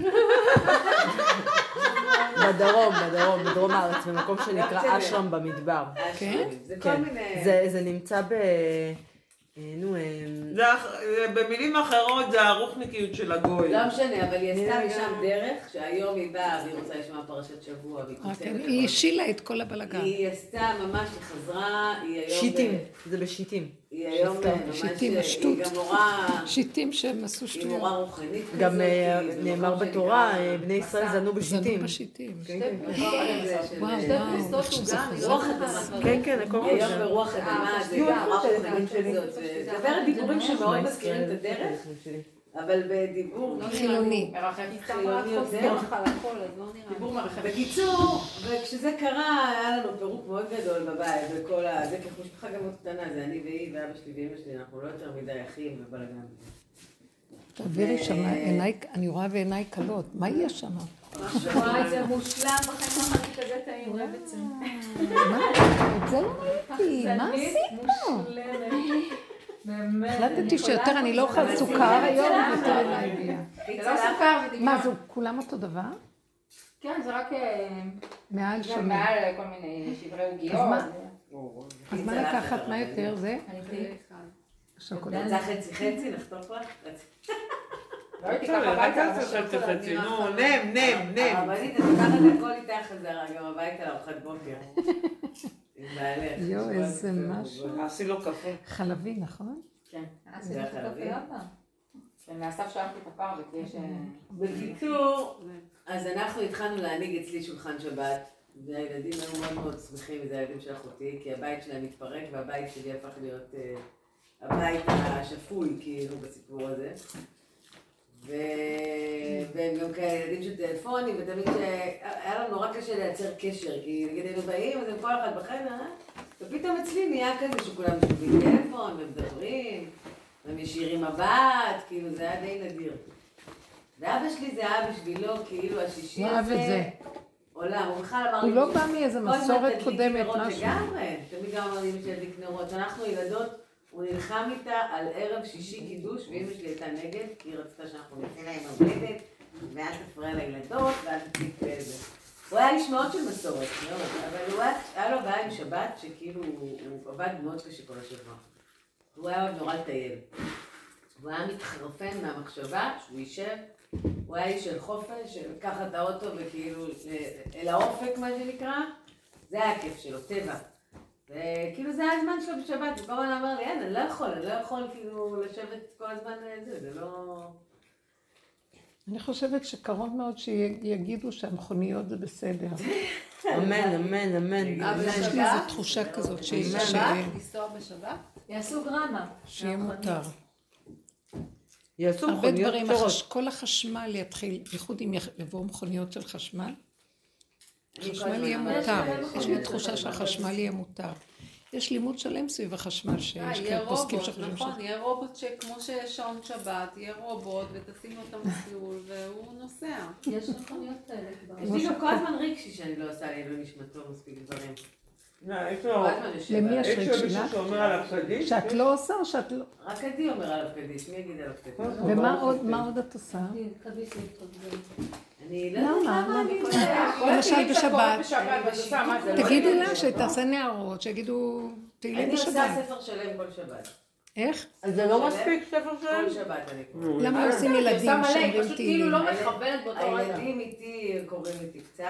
בדרום, בדרום, בדרום הארץ, במקום שנקרא לא אשרם במדבר. כן? זה כל כן. מיני... זה זה נמצא ב... אה, נו, אה, זה אח- במילים אחרות זה הרוחניקיות של הגוי. לא משנה, אבל היא עשתה הנה, משם גם. דרך, שהיום היא באה והיא רוצה לשמוע פרשת שבוע, והיא אה, כותבת כן, הכל. היא השילה את כל הבלגן. היא עשתה ממש, היא חזרה, היא היום... שיטים, ב- זה בשיטים. היא היום שסתם, ממש... שיטים, היא השטות. גם נורא... שיטים שהם עשו היא שטויות. נורא רוחנית כזאת. גם אה, היא נאמר במקום בתורה, שנקרא אה, בני ישראל מסע. זנו זנו בשיטים. בשיטים. כן, כן, כן. מקום כזה של- וואו, שתי וואו, פריסות איך שזה עוגה, אני חוזר. לא רוח יודעת. אדמה. כן, כן, הכל היא היום חוזר. ברוח אדמה, זה פשטידה, נורא פשטידה, רוחנית פשטידה, כזאת. פשטידה. מדברת דיבורים שמאוד שמע מזכירים את ישראל, הדרך, הטלפון שלי. אבל בדיבור חילוני. מרחב. היא חילוני שמה רק יותר. חוסר על הכל, אז לא נראה. דיבור מרחב. בקיצור, וכשזה קרה, היה לנו פירוק מאוד גדול בבית, וכל ה... זה ככה משפחה גם מאוד קטנה, זה אני והיא ואבא שלי ואמא שלי, אנחנו לא יותר מדי אחים ובלגן. תעבירי שם עיניי, אני רואה בעיניי קלות. מה יש שם? וואי, זה מושלם, בחיים לא אכלתי כזה טעים רבצן. מה? את זה לא ראיתי. מה עשית? מושלמת. באמת. החלטתי שיותר אני לא אוכל סוכר היום, ויותר אין לי הביאה. זה לא סוכר, זה מה, זה כולם אותו דבר? כן, זה רק אה, מעל גם שונה. מעל כל מיני שברי עוגיות. אז מה? אז מה לקחת? מה יותר? זה? אני תהיה. שוקולד. רוצה חצי חצי, נחתוך לך? חצי. לא הייתי ככה הביתה, אבל חצי שוקולד חצי, נראה נו, חלום. נם, נם, נם. הרבנית, אני לוקחת את הכל איתך חזרה, גם הביתה לארוחת בוקר. עם בעלך. יואו, איזה משהו. עשי לו קפה. חלבי, נכון? כן. עשיתי זה את הקפה החלבי. אבא. ומאסף שלחתי את הפער וכי יש... בקיצור, אז אנחנו התחלנו להנהיג אצלי שולחן שבת, והילדים היו מאוד מאוד שמחים, וזה הילדים של אחותי, כי הבית שלהם התפרק, והבית שלי הפך להיות אה, הבית השפוי, כאילו, בסיפור הזה. ו... והם גם כאלה ילדים של טלפונים, ותמיד שהיה לנו נורא קשה לייצר קשר, כי נגיד היינו באים, אז הם כל אחד בחדר, אה? ופתאום אצלי נהיה כזה שכולם משתובעים טלפון, ומדברים, והם ישירים מבט, כאילו זה היה די נדיר. ואבא שלי זה היה בשבילו כאילו השישי הוא אהב את זה. עולם, הוא בכלל אמר הוא לי... לא בא מאיזה כל הזמן מסורת תדליק קודמת, נרות משהו. לגמרי, תמיד גם אמר לי אמא שלי להדליק נרות. אנחנו ילדות, הוא נלחם איתה על ערב שישי קידוש, ואמא שלי הייתה נגד, כי היא רצתה שאנחנו נצא להם הולדת, ואל תפריע לילדות, ואל תציג איזה. הוא היה איש מאוד של מסורת, מאוד, אבל הוא היה, היה לו בעיה עם שבת, שכאילו הוא, הוא עבד מאוד קשה כל השבוע. הוא היה אוהב נורא לטייל. הוא היה מתחרפן מהמחשבה שהוא יישב, הוא היה איש של חופש, של לקחת את האוטו וכאילו אל האופק מה שנקרא, זה היה הכיף שלו, טבע. וכאילו זה היה הזמן שלו בשבת, וכל הזמן אמר לי, אין, אני לא יכול, אני לא יכול כאילו לשבת כל הזמן זה, זה לא... אני חושבת שקרוב מאוד שיגידו שהמכוניות זה בסדר. אמן, אמן, אמן. יש לי איזו תחושה כזאת בשבת? לנסוע בשבת? יעשו גרמה. שיהיה מותר. יעשו הרבה מכוניות דברים, קצרות. כל החשמל יתחיל, בייחוד אם יבואו מכוניות של חשמל, חשמל יהיה מותר. יש לי תחושה שהחשמל יהיה מותר. יש לימוד שלם סביב החשמל שיש יהיה כאן פוסקים רובוט, שחושבים נכון, יהיה רובוט שכמו שיש שעון שבת, יהיה רובוט ותשימו אותו מסלול והוא נוסע. יש מכוניות כאלה כבר. יש לי גם כל הזמן רגשי שאני לא עושה לי בנשמתו מספיק דברים. יש לו... כל הזמן יושב למי עליו. יש יש לו רגשי מישהו לך? שאומר עליו קדיש? שאת לא עושה או שאת לא... רק עדי אומר עליו קדיש, מי יגיד עליו קדיש? ומה עוד, מה עוד את עושה? קדיש להתחבר. אני לא יודעת למה? למה אני... למשל בשבת. בשבת, ואת עושה מה זה? תגידי לה שתעשה נערות, שיגידו תהילים אני עושה בשבת. ספר שלם כל שבת. איך? אז זה לא מספיק ספר כל שלהם? שבת אני קוראת. למה עושים ילדים שאומרים פשוט כאילו תהילים? לא מכוונת באותו רגע. הילדים איתי קוראים איתי קצת.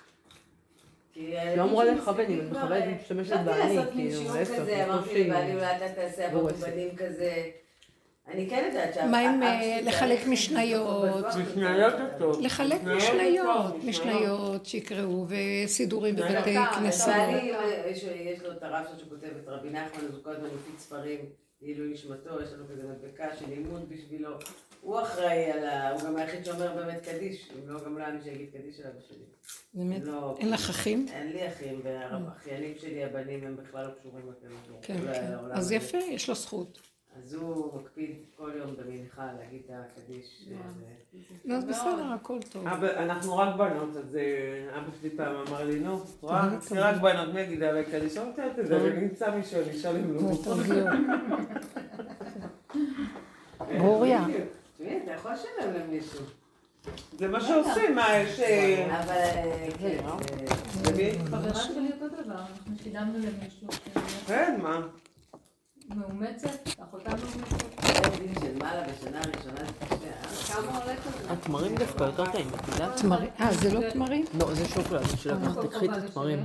לא אמורה לכוון, אם את מכוונת משתמשת באני, באני, לעשות מין כאילו, שיעור להפך, כזה, זה טוב אמרתי שהיא... לבעלי אולי אתה תעשה אבות בנים כזה. אני כן יודעת שאבא מה עם שלי לחלק צריך- משניות? משניות זה טוב. לחלק משניות, משניות שיקראו, וסידורים בבתי כנסיות. בעלי, יש יש לו את הרב שלו שכותב את רבי נחמן, אז הוא כל הזמן מפיץ ספרים, לעילוי נשמתו, יש לנו כזה מדבקה של לימוד בשבילו. הוא אחראי על ה... הוא גם היחיד שאומר באמת קדיש, אם לא גם לא אני שיגיד קדיש על אבא שלי. באמת? לא, אין לך אחים? אין לי אחים, והאחיינים שלי, הבנים, הם בכלל לא קשורים לכם. כן, כן. אז יפה, יש לו זכות. אז הוא מקפיד כל יום במנחה להגיד את הקדיש. לא, אז בסדר, הכל טוב. אבא, אנחנו רק בנות, אז אה, אבא שלי פעם אמר לי, נו, רואה, תגידי אצלי רק בנות, מי יגיד עליי קדיש? אמרתי, את זה, אני נמצא מישהו, אני אשאל אם לא. תרגיעו. ברוריה. תשמעי, אתה יכול לשלם למישהו. זה מה שעושים, מה יש... אה, אבל כן, למי? חברה שלי אותו דבר, אנחנו שילמנו למישהו. כן, מה? מאומצת, אחותה מאומצת. ילדים של מעלה בשנה הראשונה זה קשה. כמה עולה כזה? התמרים דווקא יותר טעים, את יודעת? תמרים. אה, זה לא תמרים? לא, זה שוקולד, שלקחת, תקחי את התמרים.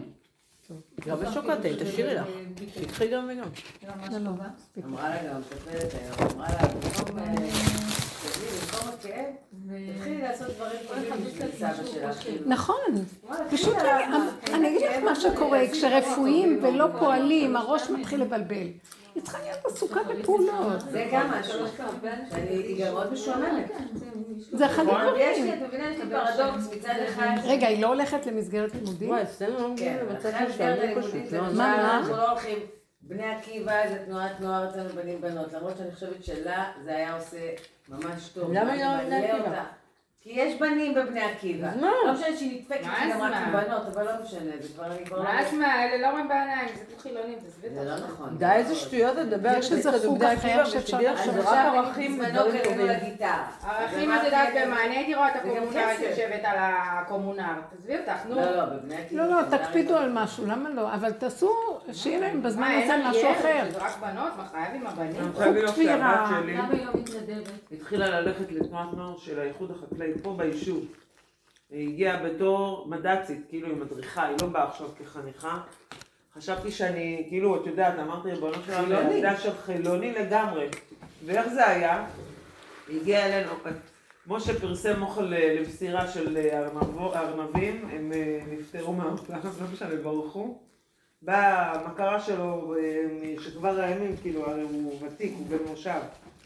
גם בשוקולד, תשאירי לך. תקחי גם וגם. לא, לא, מספיק. אמרה לה גם, מטפלת היום, אמרה לה, במקום אה, תגידי, במקום הכאב, תתחילי לעשות דברים טובים בשביל סבא שלך. נכון, פשוט אני- אני אגיד לך מה שקורה, כשרפואיים ולא פועלים, הראש מתחיל לבלבל. היא צריכה להיות עסוקה בפעולות. זה גם משהו, שאני גם מאוד משועממת. זה אחד יש לי, הדברים. את מבינה, יש לי פרדוקס מצד אחד. רגע, היא לא הולכת למסגרת לימודית? וואי, אצלנו לא מגיעים כן, למצב אחרי של המסגרת שעמום הלימודית פשוט, זה לא? למשל, מה? אנחנו לא הולכים, בני עקיבא זה תנועת נוער אצלנו בנים בנות, למרות שאני חושבת שלה זה היה עושה ממש טוב. למה היא לא ממש בני מלא עקיבא? אותה. כי יש בנים בבני עקיבא. אז מה? לא משנה שהיא נדפקת מה שהיא גם רק אז עם מה? בנות, אבל לא משנה, זה כבר אני כבר לא... מה אשמה, אלה לא רואים בעיניים, זה חילונים, תעזבי זה אותך. לא נכון. די, איזה שטויות לדבר. יש איזה קצת חוג בבני אחר עקיבא, שאפשר ושתדעי לחשוב. לך, אז זה רק עכשיו ערכים בזמנו ודברים קראנו טובים. לגיטרה. ערכים אז את יודעת אמרתי, במה, אני הייתי רואה את זה גם הקומונרית כסף. יושבת על הקומונר, תעזבי אותך, נו. לא, לא, בבני עקיבא. לא, לא, זה תקפידו היה על משהו, למה לא? אבל תעשו, שיהיה להם בזמן מה, אין הזה לך משהו ילד, אחר. שזה רק בנות, מה חייב עם הבנים? אני רוצה להגיד לך שהבת שלי למה היא לא מתנדבת? התחילה ללכת לתנועת נוער של האיחוד החקלאי פה ביישוב. היא הגיעה בתור מד"צית, כאילו היא מדריכה, היא לא באה עכשיו כחניכה. חשבתי שאני, כאילו, את יודעת, אמרתי ריבונו של עולם, חילוני. ילדה של חילוני לגמרי. ואיך זה היה? היא הגיעה אלינו, משה פרסם אוכל למסירה של ארנבו- ארנבים, הם אה, נפטרו מהעולם, לא משנה, ברחו. באה המכרה שלו, אה, שכבר הימים, כאילו, הרי הוא ותיק, הוא בן מושב.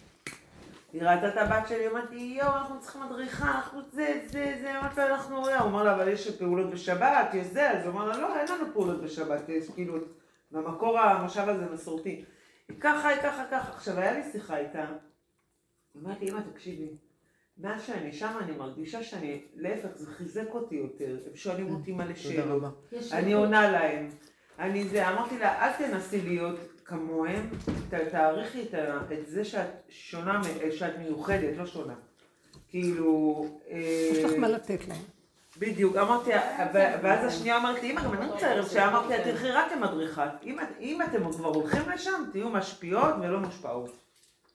היא ראתה את הבת שלי, אמרתי, יואו, אנחנו צריכים מדריכה, אנחנו זה, זה, זה, אמרתי לו, אנחנו רואה, הוא אמר לה, אבל יש פעולות בשבת, יש זה, אז הוא אמר לה, לא, אין לנו פעולות בשבת, יש כאילו, במקור המושב הזה מסורתי. היא ככה, היא ככה, ככה. עכשיו, היה לי שיחה איתה, אמרתי, אמא, תקשיבי, מאז שאני שם אני מרגישה שאני, להפך, זה חיזק אותי יותר, הם שואלים אותי מלא שאלות, אני עונה להם, אני זה, אמרתי לה, אל תנסי להיות כמוהם, ת- תעריכי את, ה- את זה שאת שונה, מ- שאת מיוחדת, לא שונה. כאילו... יש לך מה לתת להם. בדיוק, אמרתי, ו- ואז השנייה אמרתי, אמא, גם אני רוצה ערב שעה, אמרתי, את תלכי רק כמדריכה. אם את- אם אתם כבר הולכים לשם, תהיו משפיעות ולא מושפעות.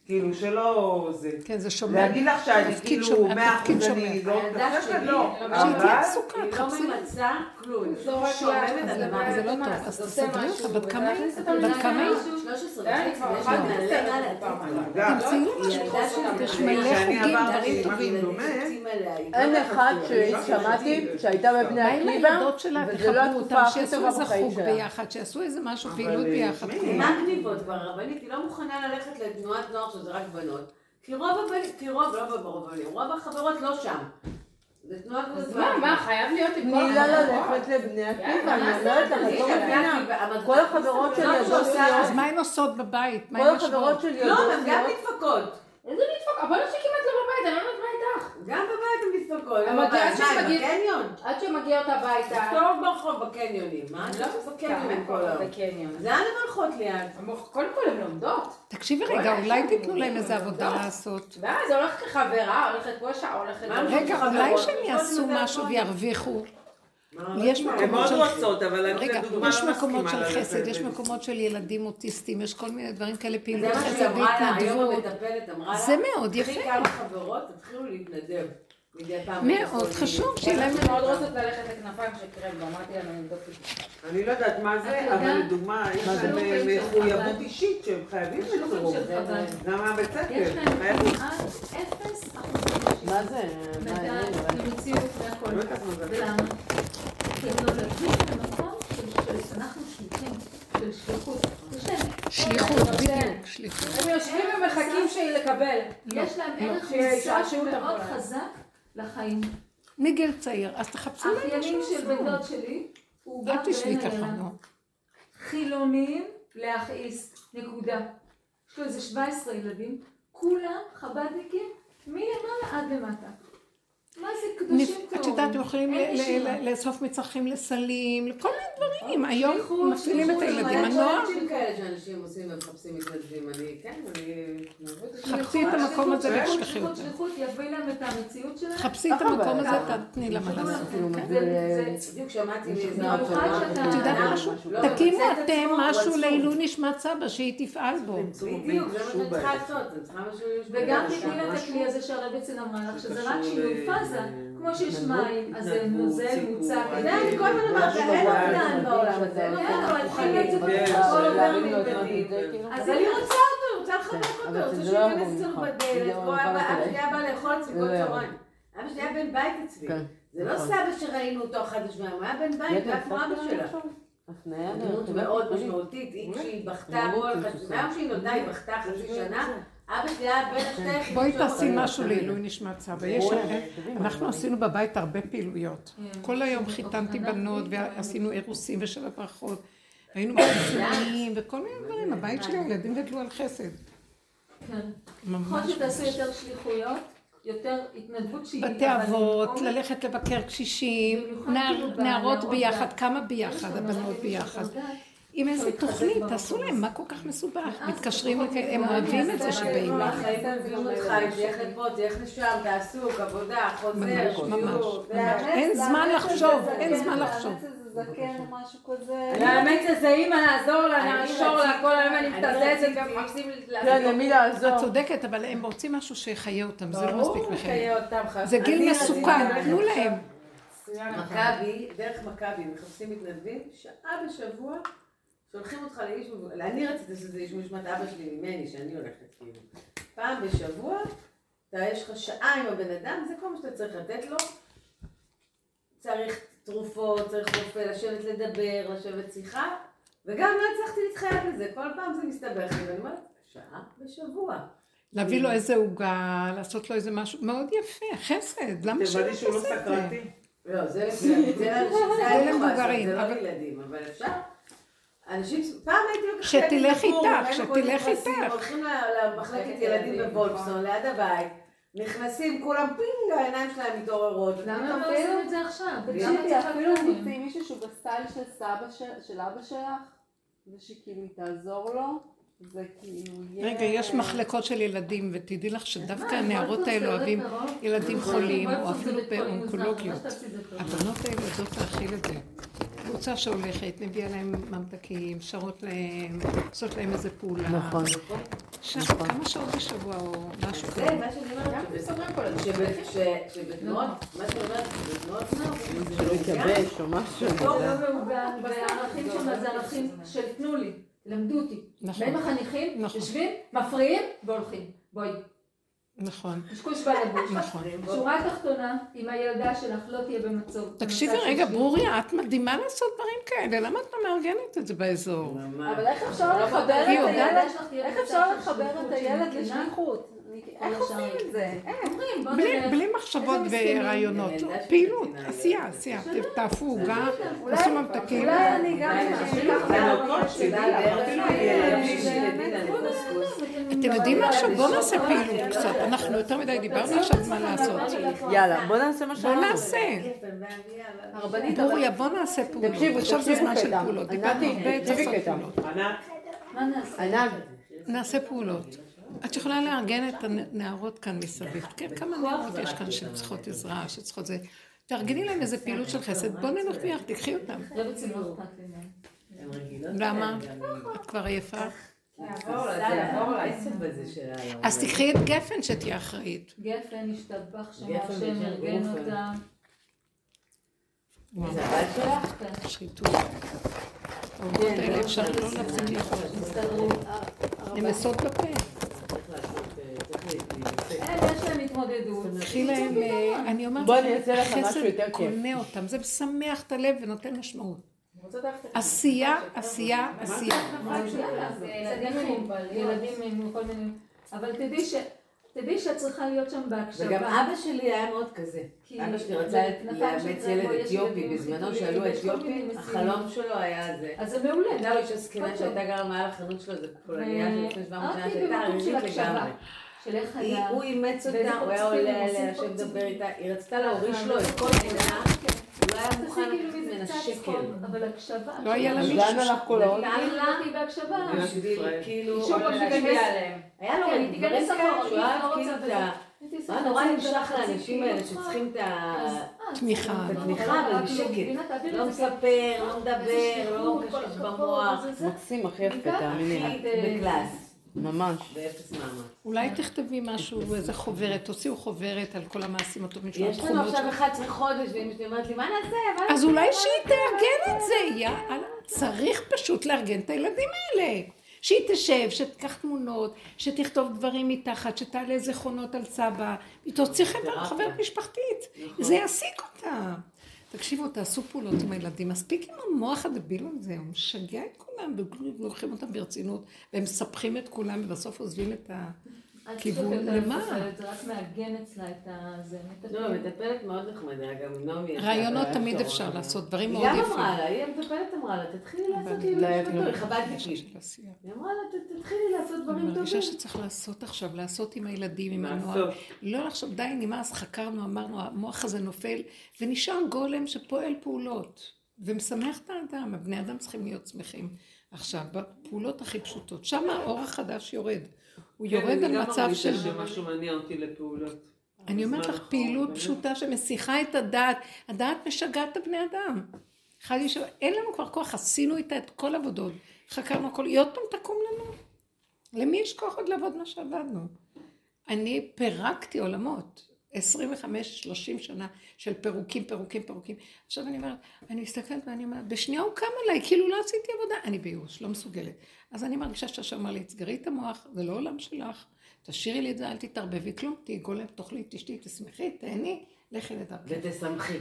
כאילו שלא זה. כן, זה שומר. להגיד לך שאני כאילו מאה אחוז אני לא הילדה שלי, לא. שהיא תהיה עסוקה, היא לא תחפשי לה. ממצה כלום. היא לא שוממת על הדבר זה לא טוב, אז תסדרי אותה, בת כמה היא? בת כמה היא? שלוש עשרה וחצי, ויש לה נעליה להתאים. תמצאי לך ילדה שלי, יש מלא שאני חוגים, עברתי דברים טובים. משהו דומה, אין אחד ששמעתי שהייתה בבני מה עם עקיבא, הילדות שלה, וזה לא תחברו התקופה אותם, הכי שיעשו טובה איזה בחיים חוג שלה. ביחד, שיעשו איזה משהו, פעילות אבל, ביחד. תשמעי, מה גניבות כבר, הרבנית? היא לא מוכנה ללכת לתנועת נוער שזה רק בנות. כי רוב הבנים, כי רוב, לא ברוב הבנים, רוב החברות לא שם. זה תנועה כזאת. אז מה, מה, חייב להיות עם כל תני לה החברות? ללכת לבני עקיבא, יאללה, אני מה אומרת לך, את לא מבינה. כל החברות שלי אז הדוסיות, מה הן עושות בבית? מה כל הן החברות יושבות? שלי לא, הן גם הדוסיות, מתפקות. איזה נדפק? הבנות שלי כמעט לא בבית, אני לא יודעת מה איתך. גם בבית הן מתפקות. אבל אבל עד שהן מה, מגיעות- בקניון? עד שהן מגיעות הביתה. טוב ברחוב בקניונים. מה? אני לא עושה בקניונים כל היום. בקניון. לאן הן הולכות ליד? קודם כל הן לומדות. תקשיבי רגע, אולי תיתנו להם איזה עבודה לעשות. ואז הולכת לחברה, הולכת פה שעה, הולכת... מה? רגע, חברות, אולי שהם חברות יעשו עם משהו הטלפון. וירוויחו. מה, יש מה, הן מקומות מאוד של... רוצות, אבל אני רגע, לדוגמה יש לא מקומות מסכימה של ללכת חסד, יש לזה. מקומות של ילדים אוטיסטים, יש כל מיני דברים כאלה, זה פעילות מה חסד שהיא אמרה לה, היום והתנדבות. המטפלת אמרה לה, זה מאוד יפה. קחי כמה חברות, תתחילו להתנדב. מדי פעם. מאוד חשוב שיהיה להם... אנחנו מאוד רוצות ללכת לכנפיים של קרב, ואמרתי להם, אני אבדוק את זה. אני לא יודעת מה זה, אתה אבל יודע, לדוגמה, יש מה זה? להם שלוחים של מחויבות חב"ד. אישית שהם חייבים שלוחים לתרום. של חב"ד. גם מהבית ספר, יש להם חייבים. כמעט אפס אחוזים. מה זה? מה מדע, העניין? למציאות והכל. לא יודעת מה זה. ולמה? כי הם נולדים במקום של שאנחנו שליחים, של שליחות. יש להם שליחות, ערך בדיוק, שליחות. הם יושבים ומחכים שהיא לקבל. יש להם ערך שיהיה מוסף שעשעות מאוד עבודה. חזק לחיים. מגיל צעיר, אז תחפשו להם האחיינים משהו של בן לעשות. דוד שלי, הוא אל בא תשבי ואין ככה, עליהם. נו. חילונים להכעיס, נקודה. יש לו איזה שבעה עשרה ילדים, כולם חב"דניקים, מלמעלה עד למטה. מה זה קדושים טהורים? את יודעת, הם יכולים אין ל- נשימה. ל- לאסוף מצרכים לסלים, לכל מיני דברים. היום שליחות, מפעילים את שליחות, הילדים. אבל הנוער, פרויקטים כאלה שאנשים עושים ומחפשים מתנדבים, אני, כן, אני... חפשי את המקום הזה שליחות, ותשלחי שליחות, אותם. שליחות, יביא להם את המציאות שלהם. חפשי את המקום הזה, תתני לה מה תדעו לעשות. לכם, כן. זה- זה- בדיוק שמעתי מאיזה... במיוחד שאתה- את יודעת משהו? לא, תקימו מוצא את אתם עצמו, הוא משהו עצוב. לעילוי נשמת סבא, שהיא תפעל בו. בדיוק, זה מה שאני צריכה לעשות, אני צריכה משהו... וגם תתני לה את הכלי הזה שהרבצן אמרה לך, שזה רק שינוי פאזה, כמו שיש מים, אז זה נוזל, מוצק. זה אני כל הזמן אומרת, אין אופלן בעולם הזה, אין אבל אופלן תתחיל את זה כן, בכל עובר להרים לו את מבפנים. זה, כאילו. אז אז אני רוצה אותו, אני רוצה לחבק אותו, אבל רוצה זה שהוא לא ייכנס אמור אצלנו לך. בדלת, זה כמו לא אבא אמור אבא לך. שלי היה בא לאכול אצלי זה כל לא יעבור. צהריים. אבא שלי היה בן בית אצלי. כן. זה לא נכון. סבא שראינו אותו אחת השבועיים, הוא היה בן בית, היה כמו אבא שלה. הפניה דמות מאוד משמעותית, היא כשהיא בכתה, מהיום שהיא נולדה היא בכתה חצי שנה, אבא שלי היה בין השתי היחידים בואי שלו תעשי בחיים. משהו לעילוי נשמת סבא. יש- אנחנו עשינו בבית הרבה פעילויות. כל היום חיתנתי בנות ועשינו אירוסים ושל הברכות. היינו בחיסונים וכל מיני דברים. הבית שלי, הילדים גדלו על חסד. כן. ממש. ככל שתעשו יותר שליחויות, יותר התנדבות שהיא... בתי אבל אבות, עומק, ללכת לבקר קשישים, במיוחד נער- כאילו נערות בנערות ביחד, דת. כמה ביחד, הבנות ביחד. עם איזה תוכנית, תעשו להם, מה כל כך מסובך? מתקשרים, לכ- הם אוהבים את זה שבאים להם. החיים מביאים אותך, אם תלך לפה, תלך לשם, תעסוק, עבודה, חוזר, ממש, שיעור. ממש. והאמת- אין זמן לחשוב, אין זמן לחשוב. זה זקן או משהו כזה. לאמץ איזה אימא, לעזור לה, אני נעשור לה, רציתי- כל היום אני אני מתזזת רציתי- ומחפשים כן, למי לעזור? את צודקת, אבל הם רוצים משהו שיחיה אותם, זה לא ברור, מספיק מחיה. חיי אותם חיים. זה גיל אני מסוכן, רציתי- תנו להם. מכבי, דרך מכבי, מחפשים מתנדבים, שעה בשבוע, שולחים אותך לאיש מבוגר, אני רציתי שזה איש משמעת אבא שלי ממני, שאני הולכת כאילו. פעם בשבוע, אתה יש לך שעה עם הבן אדם, זה כל מה שאתה צריך לתת לו. צריך תרופות, צריך רופא, לשבת לדבר, לשבת שיחה, וגם לא הצלחתי להתחייב לזה, כל פעם זה מסתבך לי, ואני אומרת, שעה בשבוע. להביא לו איזה עוגה, לעשות לו איזה משהו, מאוד יפה, חסד, למה שלא תבדי שהוא לא תעשה את זה? סקרתי. לא, זה לאנשים, זה אני יכולה למבוגרים, לעשות, זה אבל- לא לילדים, אבל אפשר. אנשים, פעם הייתי לוקחת שתלך ילדים איתך, בפור, היינו שתלך קונים כבשים, איתך. הולכים ל- למחלקת ילדים בוולפסון, ליד הבית, נכנסים, כולם פינג, העיניים שלהם מתעוררות. למה הם לא עושים את זה עכשיו? למה תקשיבי, צריך אפילו לקום? תמצאי מישהו שהוא בסטייל של סבא של- של אבא שלך, ושכאילו היא תעזור לו, זה כאילו יהיה... רגע, יש מחלקות של ילדים, ותדעי לך שדווקא הנערות האלה אוהבים וולפסון ילדים זה חולים, או וולפסון זה אפילו בית חולים מוזנח, באונקולוגיות. ממש תעשי את זה טוב. הבנות האלה יודעות להכיל את זה. קבוצה שהולכת, מביאה להם ממתקים, שרות להם, עושות להם איזה פעולה. נכון. כמה שעות בשבוע או משהו כזה. זה מה שאני אומרת, שבתנועות, מה שאני אומרת, שבתנועות נוער, שלא יתייבש או משהו. טוב, לא מעוגן, והערכים שם זה ערכים של תנו לי, למדו אותי. בין החניכים, יושבים, מפריעים והולכים. בואי. נכון. קשקוש בלבוש. נכון. שורה תחתונה, אם הילדה שלך לא תהיה במצוב. תקשיבי רגע, ברוריה, את מדהימה לעשות דברים כאלה, למה את לא מארגנת את זה באזור? אבל איך אפשר לחבר את הילד, איך אפשר לחבר את הילד לשליחות? איך עושים את זה? בלי מחשבות ורעיונות, פעילות, עשייה, עשייה, תאפו עוגה, תעשו ממתקים. אולי אני גם אתם יודעים משהו? בואו נעשה פעילות קצת, אנחנו יותר מדי דיברנו עכשיו מה לעשות. יאללה, בוא נעשה מה בואו שאנחנו. נעשה. ברוריה, בואו נעשה פעולות. עכשיו זה זמן של פעולות, דיברנו הרבה, צריך לעשות פעולות. ענק. נעשה פעולות. את יכולה לארגן את הנערות כאן מסביב. כן, כמה נערות יש כאן שצריכות עזרה, שצריכות זה. תארגני להם איזה פעילות של חסד. בוא ננוכיח, תקחי אותם. לא בציבור אכפת לי. למה? את כבר עייפה? יעבור לה, זה יעבור לה, עיסוק בזה שלה. אז תקחי את גפן שתהיה אחראית. גפן, השתבח שם, גפן השם ושם ארגן גופן. אותה. זה הבת שלך? שחיתות. העובדות האלה אפשר לא להפסיק לאכול. הסתדרו. הן עושות בפה. הם, יש להם התמודדות. קחי להם, אני אומרת, בוא אני אעשה לך משהו חסד יותר כיף. קונה אותם, זה משמח את הלב ונותן משמעות. עשייה, עשייה, עשייה. ילדים עם כל מיני... אבל תדעי ש... תדעי שאת צריכה להיות שם בהקשבה. וגם אבא שלי היה מאוד כזה. כי- אבא שלי רצה לאמץ שזה- ילד יש אתיופי, ילדים בזמנו חיתולים, שעלו יש כל מיני אתיופים, משימות. החלום שלו היה זה. אז זה מעולה. הייתה לו אישה זקנה שהייתה גרה מעל החנות שלו, זה פולניה של לפני שבע מאות שנה, רק שהייתה במקום של ערירית הקשבה. לגמרי. של איך היא- היה... הוא אימץ ואיזה אותה, הוא היה פרצופים עולה הם עושים עליה, יושב פרצופים. לדבר איתה, היא רצתה להוריש לו את כל התמונה, הוא לא היה מוכן תעשי לקחת כאילו מזה ממנה קצת שקל. צחוק, אבל הקשבה... לא היה לה אז מישהו לאן הלך כל העול? נתן לה היא בהקשבה. בשביל כאילו, שוב, להשפיע שתיכנס- עליהם. היה לו כן, היא דברים תיכנס כאלה אחורה, שהוא היא אהב לא כאילו רוצה את ה... הייתי עושה הוא היה את נורא זה, נמשך חצי לאנשים כאילו, האלה אה, שצריכים את ה... אז, אה, תמיכה. את בסדר, התמיכה, אבל רק בשקט. מבינה, תעבירי לא את זה. מספר, לא מדבר, איזה לא שליחות, קשור כל הכבוד, במוח. זה זה. מקסים, הכי יפה, תאמיני לי. הכי בקלאס, ממש. באפס מאמץ. אולי תכתבי משהו, איזה חוברת, תוציאו חוברת על כל המעשים הטובים של יש לנו התחומות. עכשיו אחד עשר חודש, ואמא שלי אומרת לי, מה נעשה? אבל- אז אולי שהיא תארגן את זה, יאללה. צריך פשוט לארגן את הילדים האלה. שהיא תשב, שתיקח תמונות, שתכתוב דברים מתחת, שתעלה זיכרונות על סבא, היא תוציא חבר- חברת משפחתית. זה יעסיק אותה. תקשיבו, תעשו פעולות עם הילדים. מספיק עם המוח הדביל הזה, הוא משגע את כולם, ולוקחים אותם ברצינות, והם מספחים את כולם, ובסוף עוזבים את הכיוון. למה? זה רק מעגן אצלה את זה. לא, מטפלת מאוד נחמדה, גם נעמי. רעיונות תמיד אפשר לעשות, דברים מאוד היא גם יפים. אמרה לה, היא המטפלת אמרה לה, תתחילי לעשות לי לא, משפטות, לא, היא חב"דניקית. של עשייה. היא אמרה לה, "ת- תתחילי לעשות אני דברים מרגישה טובים. שצריך לעשות עכשיו, לעשות עם הילדים, עם לעשות. הנוער. לא לחשוב, די, נמאס, חקרנו, אמרנו, המוח הזה נופל, ונשאר גולם שפועל פעולות, ומשמח את האדם, הבני אדם צריכים להיות שמחים. עכשיו, בפעולות הכי פשוטות, שם האור החדש יורד. הוא יורד על מצב של... כן, אני גם מרגישה שמשהו מניע אותי לפעולות. אני אומרת בזמן לך, האחרון, פעילות באמת. פשוטה שמסיחה את הדעת. הדעת משגעת את הבני אדם. אחד יש... אין לנו כבר כוח, עשינו איתה את כל עבודות. חקרנו הכל, היא עוד פעם תקום לנו. למי יש כוח עוד לעבוד מה שעבדנו? אני פירקתי עולמות. עשרים וחמש שלושים שנה של פירוקים, פירוקים, פירוקים. עכשיו אני אומרת, אני מסתכלת ואני אומרת, בשנייה הוא קם עליי, כאילו לא עשיתי עבודה. אני ביוש, לא מסוגלת. אז אני מרגישה שהשם אמר לי, תסגרי את המוח, זה לא עולם שלך. תשאירי לי את זה, אל תתערבבי כלום, תהי גולם, תאכלי, תשתי, תשמחי, תהני, לכי לדרכך. ותשמחי.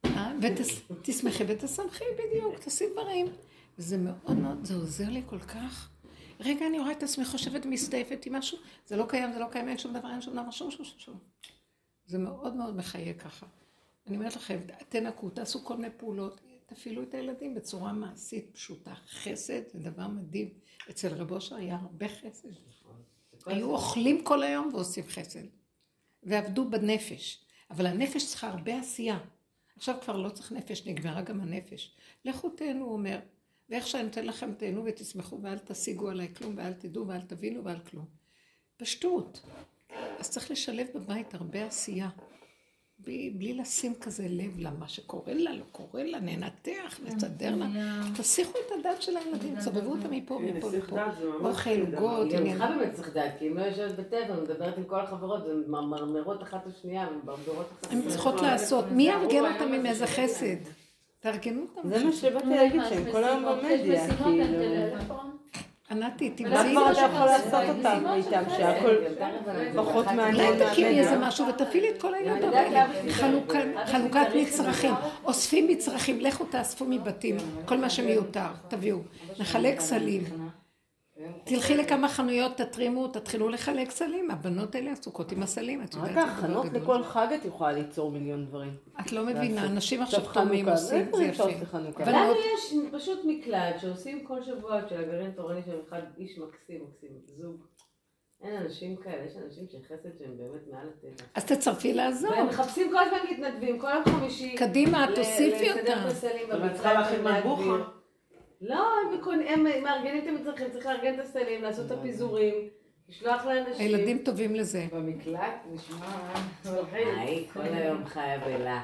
ותשמחי ותשמחי בדיוק, תעשי דברים. וזה מאוד מאוד, זה עוזר לי כל כך. רגע, אני רואה את עצמי חושבת ומסתעפת עם משהו, זה לא קיים, זה לא קיים, אין שום דבר, אין שום דבר, שום שום שום. זה מאוד מאוד מחיה ככה. אני אומרת לכם, תנקו, תעשו כל מיני פעולות, תפעילו את הילדים בצורה מעשית פשוטה. חסד זה דבר מדהים. אצל רב אושר היה הרבה חסד. היו אוכלים כל היום ועושים חסד. ועבדו בנפש. אבל הנפש צריכה הרבה עשייה. עכשיו כבר לא צריך נפש, נגמרה גם הנפש. לכו תהנו, הוא אומר, ואיך שאני נותן לכם תהנו ותשמחו ואל תשיגו עליי כלום ואל תדעו ואל תבינו ואל כלום. פשטות. אז צריך לשלב בבית הרבה עשייה. בלי, בלי לשים כזה לב למה שקורה לה, לא קורה לה, ננתח, נסדר לה. תסיכו את הדת של הילדים, צבבו אותה מפה, מפה, מפה. אוכל, עוגות, היא גם צריכה באמת צריך דת, כי אם לא יושבת בטבע, מדברת עם כל החברות, ומרמרות אחת השנייה, ומברברות אחת השנייה. הן צריכות לעשות. מי יארגן אותם עם איזה חסד? תארגנו אותם. זה מה שבאתי להגיד שהם כל היום במדיה, כאילו. ענתי, למה תמצאי כבר אתה יכול לעשות אותם איתם, שהכל פחות מעניין אולי תקימי מהמדיה. איזה משהו ותפעילי את כל הילדות האלה. חלוקת מצרכים, אוספים מצרכים, לכו תאספו מבתים, כל מה שמיותר, תביאו. נחלק סלים. תלכי לכמה חנויות, תתרימו, תתחילו לחלק סלים. הבנות האלה עסוקות עם הסלים, את יודעת. רק הכנות לכל חג את יכולה ליצור מיליון דברים. את לא מבינה, אנשים עכשיו תומים עושים, זה יפה. לנו יש פשוט מקלט שעושים כל שבוע של הגרעין תורני של אחד איש מקסים, מקסים, זוג. אין אנשים כאלה, יש אנשים של חסד שהם באמת מעל הטבע. אז תצרפי לעזור. והם מחפשים כל הזמן מתנדבים, כל יום חמישי. קדימה, תוסיפי אותה. לסדר את הסלים אבל את צריכה להכין מלבוכה. לא, הם מארגנים את המצרכים, צריך לארגן את הסלים, לעשות את הפיזורים, לשלוח לאנשים. הילדים טובים לזה. במקלט, נשמע... היי, כל היום חיה בלה.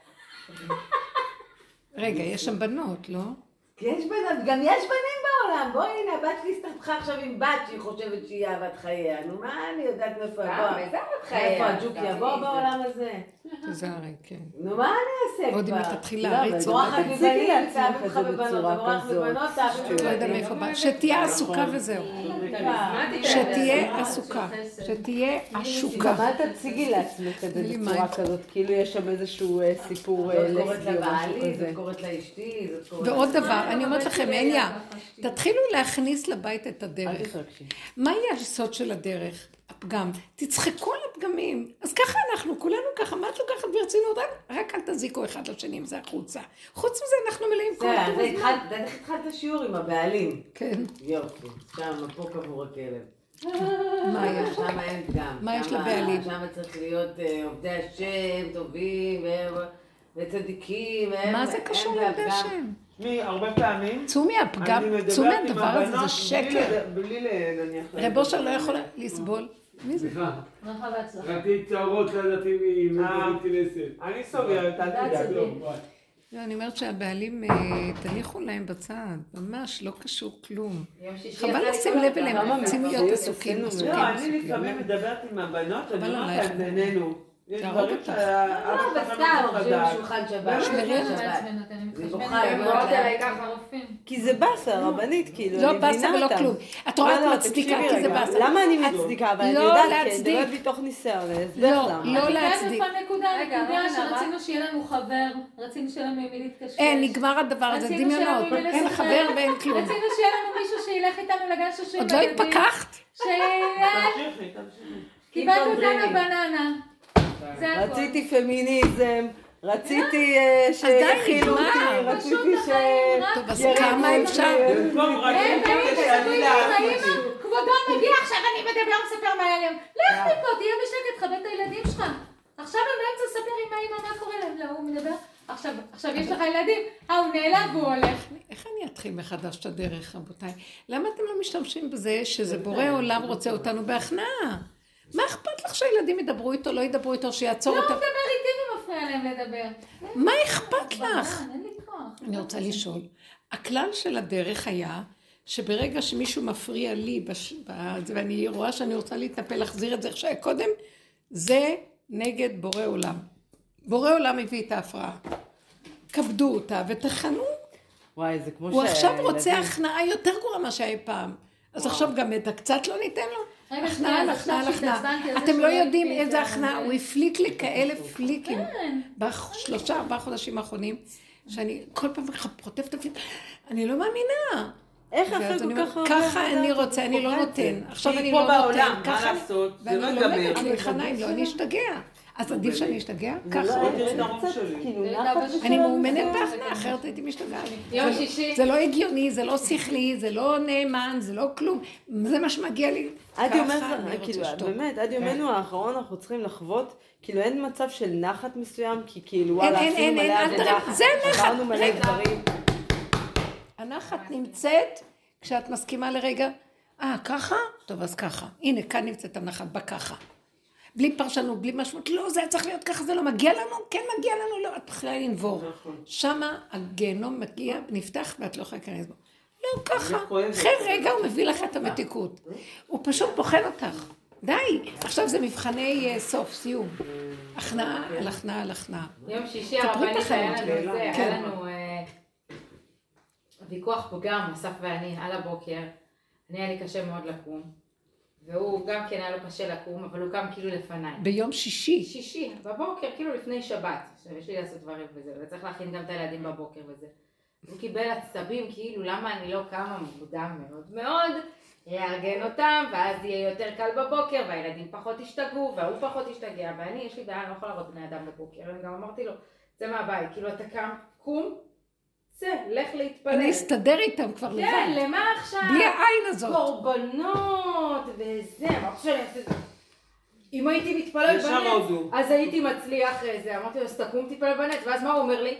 רגע, יש שם בנות, לא? יש בנות, גם יש בנים בעולם. בואי, הנה, הבת שלי הסתבכה עכשיו עם בת שהיא חושבת שהיא אהבת חייה. נו, מה אני יודעת מאיפה יבוא? איפה הג'וק יבוא בעולם הזה? תזהרי, כן. נו, מה אני אעשה כבר? עוד אם היא תתחיל להריץ. בורחת מבנים, תאהב אותך בבנות, בורחת בבנות, תאהב אותך לא יודע מאיפה בא. שתהיה עסוקה וזהו. שתהיה עסוקה. שתהיה עשוקה. גם אל תציגי לעצמך את זה בצורה כזאת, כאילו יש שם איזשהו סיפור זאת קוראת לסבי או משהו לבעלי, כזה. זאת קוראת לאשתי, זאת קוראת... ועוד דבר, אני אומרת לכם, אניה, תתחילו להכניס לבית את הדרך. מה יהיה היסוד של הדרך? הפגם. תצחקו על הפגמים. אז ככה אנחנו, כולנו ככה, מה את לוקחת ברצינות? רק אל תזיקו אחד לשני, זה החוצה. חוץ מזה אנחנו מלאים כל זה, טוב זה הזמן. התחלת, איך התחלת השיעור עם הבעלים? כן. יופי, שם, פה קבור הכלב. מה היה? שם אין פגם. מה יש שמה- לבעלים? שם צריך להיות אה, עובדי השם, טובים, והם- וצדיקים, והם- מה זה הם קשור והפגם. לעובדי השם? מי, הרבה פעמים, צאו מהפגם, אני צאו מדברת עם מהדבר הזה, הבנות זה שקר. בלי ל- נניח... רב אושר לא יכול לסבול. מי זה? סליחה, ברכה והצלחה. ראיתי צערות לדעתי אה. מכנסת. אני סוגרת, אל תדאג. לא, ביי. לא, אני אומרת שהבעלים, אה, תניחו להם בצד, ממש לא קשור כלום. חבל לשים לב אליהם, הם רוצים להיות עסוקים, עסוקים, לא, אני עסוקים. לפעמים מדברת עם הבנות, אני אבל אומרת עלייך. להם, נהנינו. יש תהרוג דברים אותך. שאף לא, אחד וסתם, לא חושבים לדעת. שולחן שבת. שמרי על שולחן שבת. מעצבנת, אני זה מתחשבנת. בוכה, הם היא באות אומרת אליי לה- ככה רופאים. כי זה באסה, רבנית, כאילו, לא אני מבינה באסה ולא אותם. כלום. את רואה, לא, את מצדיקה, תקשיבי כי זה רגע. באסה. למה אני את- מצדיקה? אבל אני לא יודעת, כי אני להצדיק. מדברת מתוך ניסיון, אני אסביר לא, למה. לא את יודעת להצדיק. איפה הנקודה? רגע, הנקודה רגע, שרצינו שיהיה לנו חבר, רצינו שיהיה לנו עם מי להתקשר. אין, נגמר הדבר הזה, רצינו שיהיה דמיונות. לנו עם מי אין לשחק. חבר ואין כלום. רצינו שיהיה לנו מישהו שילך איתנו לגן שעשועים עוד לא התפכחת? תמשיכי, תמשיכי. קיבלנו אותנו בננה. זה הכל. רציתי פמיניזם, רציתי אה, שיכילו אותי, נגמר. רציתי פשוט ש... החיים, רק טוב, אז ירימו כמה אותי. אפשר? במקום רק הם באים שאני ומספרים לאהב לאמא, אותי. כבודו מגיע עכשיו, אני מדבר, מספר מה היה להם. לך מפה, תהיה בשקט, כבד את הילדים שלך. עכשיו הם באמצע לספר עם האמא, מה קורה להם? לא, הוא מדבר. עכשיו, עכשיו יש לך ילדים, אה, הוא נעלב והוא הולך. איך אני אתחיל מחדש את הדרך, רבותיי? למה אתם לא משתמשים בזה שזה בורא עולם רוצה אותנו בהכנעה? מה אכפת לך שהילדים ידברו איתו, לא ידברו איתו, שיעצור לא, אותם? הוא מדבר איתי ומפריע להם לדבר. מה אכפת לך? אין לי כוח. אני רוצה לשאול. הכלל של הדרך היה שברגע שמישהו מפריע לי, בש... בזה, ואני רואה שאני רוצה להתנפל, להחזיר את זה איך שהיה קודם, זה נגד בורא עולם. בורא עולם הביא את ההפרעה. כבדו אותה ותכנו. וואי, זה כמו הוא עכשיו שהילדים- רוצה הכנעה יותר גרועה מה שהיה פעם. אז עכשיו גם את הקצת לא ניתן לו? רגע, הכנעה, שנייה, אז הכנעה, עכשיו הכנעה. שהתעצבנתי על זה אתם שהוא לא לא יודעים הקפיא את איזה זה, הכנעה, אבל הוא הפליק לי כאלה פליקים. כן. בשלושה, ארבעה חודשים האחרונים, שאני כל פעם ככה פרוטפת אפילו, אני לא מאמינה. איך ואז אחרי אני כל אומרת, כך הרבה ככה עבודה אני אתה רוצה, אני לא חווה את זה? נותן. עכשיו היא אני פה לא נותן. בעולם, מה ככה- לעשות? זה ואני לא לא ייגמר. לומדת להיכנע, אם לא, אני אשתגע. אז עדיף שאני אשתגע? ככה. לא, תראי את הראש שלי. כאילו, זה נחת פשוט אני של מאומנת הנושא. בהכנעה, אחרת הייתי משתגעת. יום זה לא- שישי. זה לא הגיוני, זה לא שכלי, זה לא נאמן, זה לא כלום. זה מה שמגיע לי. עד ככה יומנו, אני רוצה כאילו, לשתוק. באמת, עד יומנו האחרון אנחנו צריכים לחוות, כאילו אין מצב של נחת מסוים, כי כאילו, וואלה, אין, עשינו אין, מלא אין, אל עבודה, תראה, זה נחת, עברנו מלא רגע. דברים. הנחת נמצאת כשאת מסכימה לרגע, אה, ככה? טוב, אז ככה. הנה, כאן נמצאת הנחת, בככה. בלי פרשנות, בלי משמעות, לא, זה היה צריך להיות ככה, זה לא מגיע לנו, כן מגיע לנו, לא, את בכלל לנבור. שמה הגיהנום מגיע, נפתח, ואת לא יכולה להיכנס בו. לא, ככה, אחרי רגע הוא מביא לך את המתיקות. הוא פשוט בוחן אותך. די, עכשיו זה מבחני סוף, סיום. הכנעה על הכנעה על הכנעה. יום שישי הרבנית היה לנו זה, היה לנו ויכוח פה גם, אסף ואני, על הבוקר. אני היה לי קשה מאוד לקום. והוא גם כן היה לו קשה לקום, אבל הוא קם כאילו לפניי. ביום שישי? שישי, בבוקר, כאילו לפני שבת. יש לי לעשות דברים וזה, וצריך להכין גם את הילדים בבוקר וזה. הוא קיבל עצבים, כאילו למה אני לא קמה מוקדם מאוד מאוד, יארגן אותם, ואז יהיה יותר קל בבוקר, והילדים פחות ישתגעו, והוא פחות ישתגע, ואני, יש לי בעיה, אני לא יכולה לראות בני אדם בבוקר, אני גם אמרתי לו, צא מהבית, כאילו אתה קם, קום, צא, לך להתפלל. אני אסתדר איתם כבר לבד. כן, למה עכשיו? בלי העין הזאת. קורבנות וזה, אמרתי שאני אעשה את זה. אם הייתי מתפלל בנץ, אז הייתי מצליח זה, אמרתי לו, אז תקום תתפלל בנץ, ואז מה הוא אומר לי?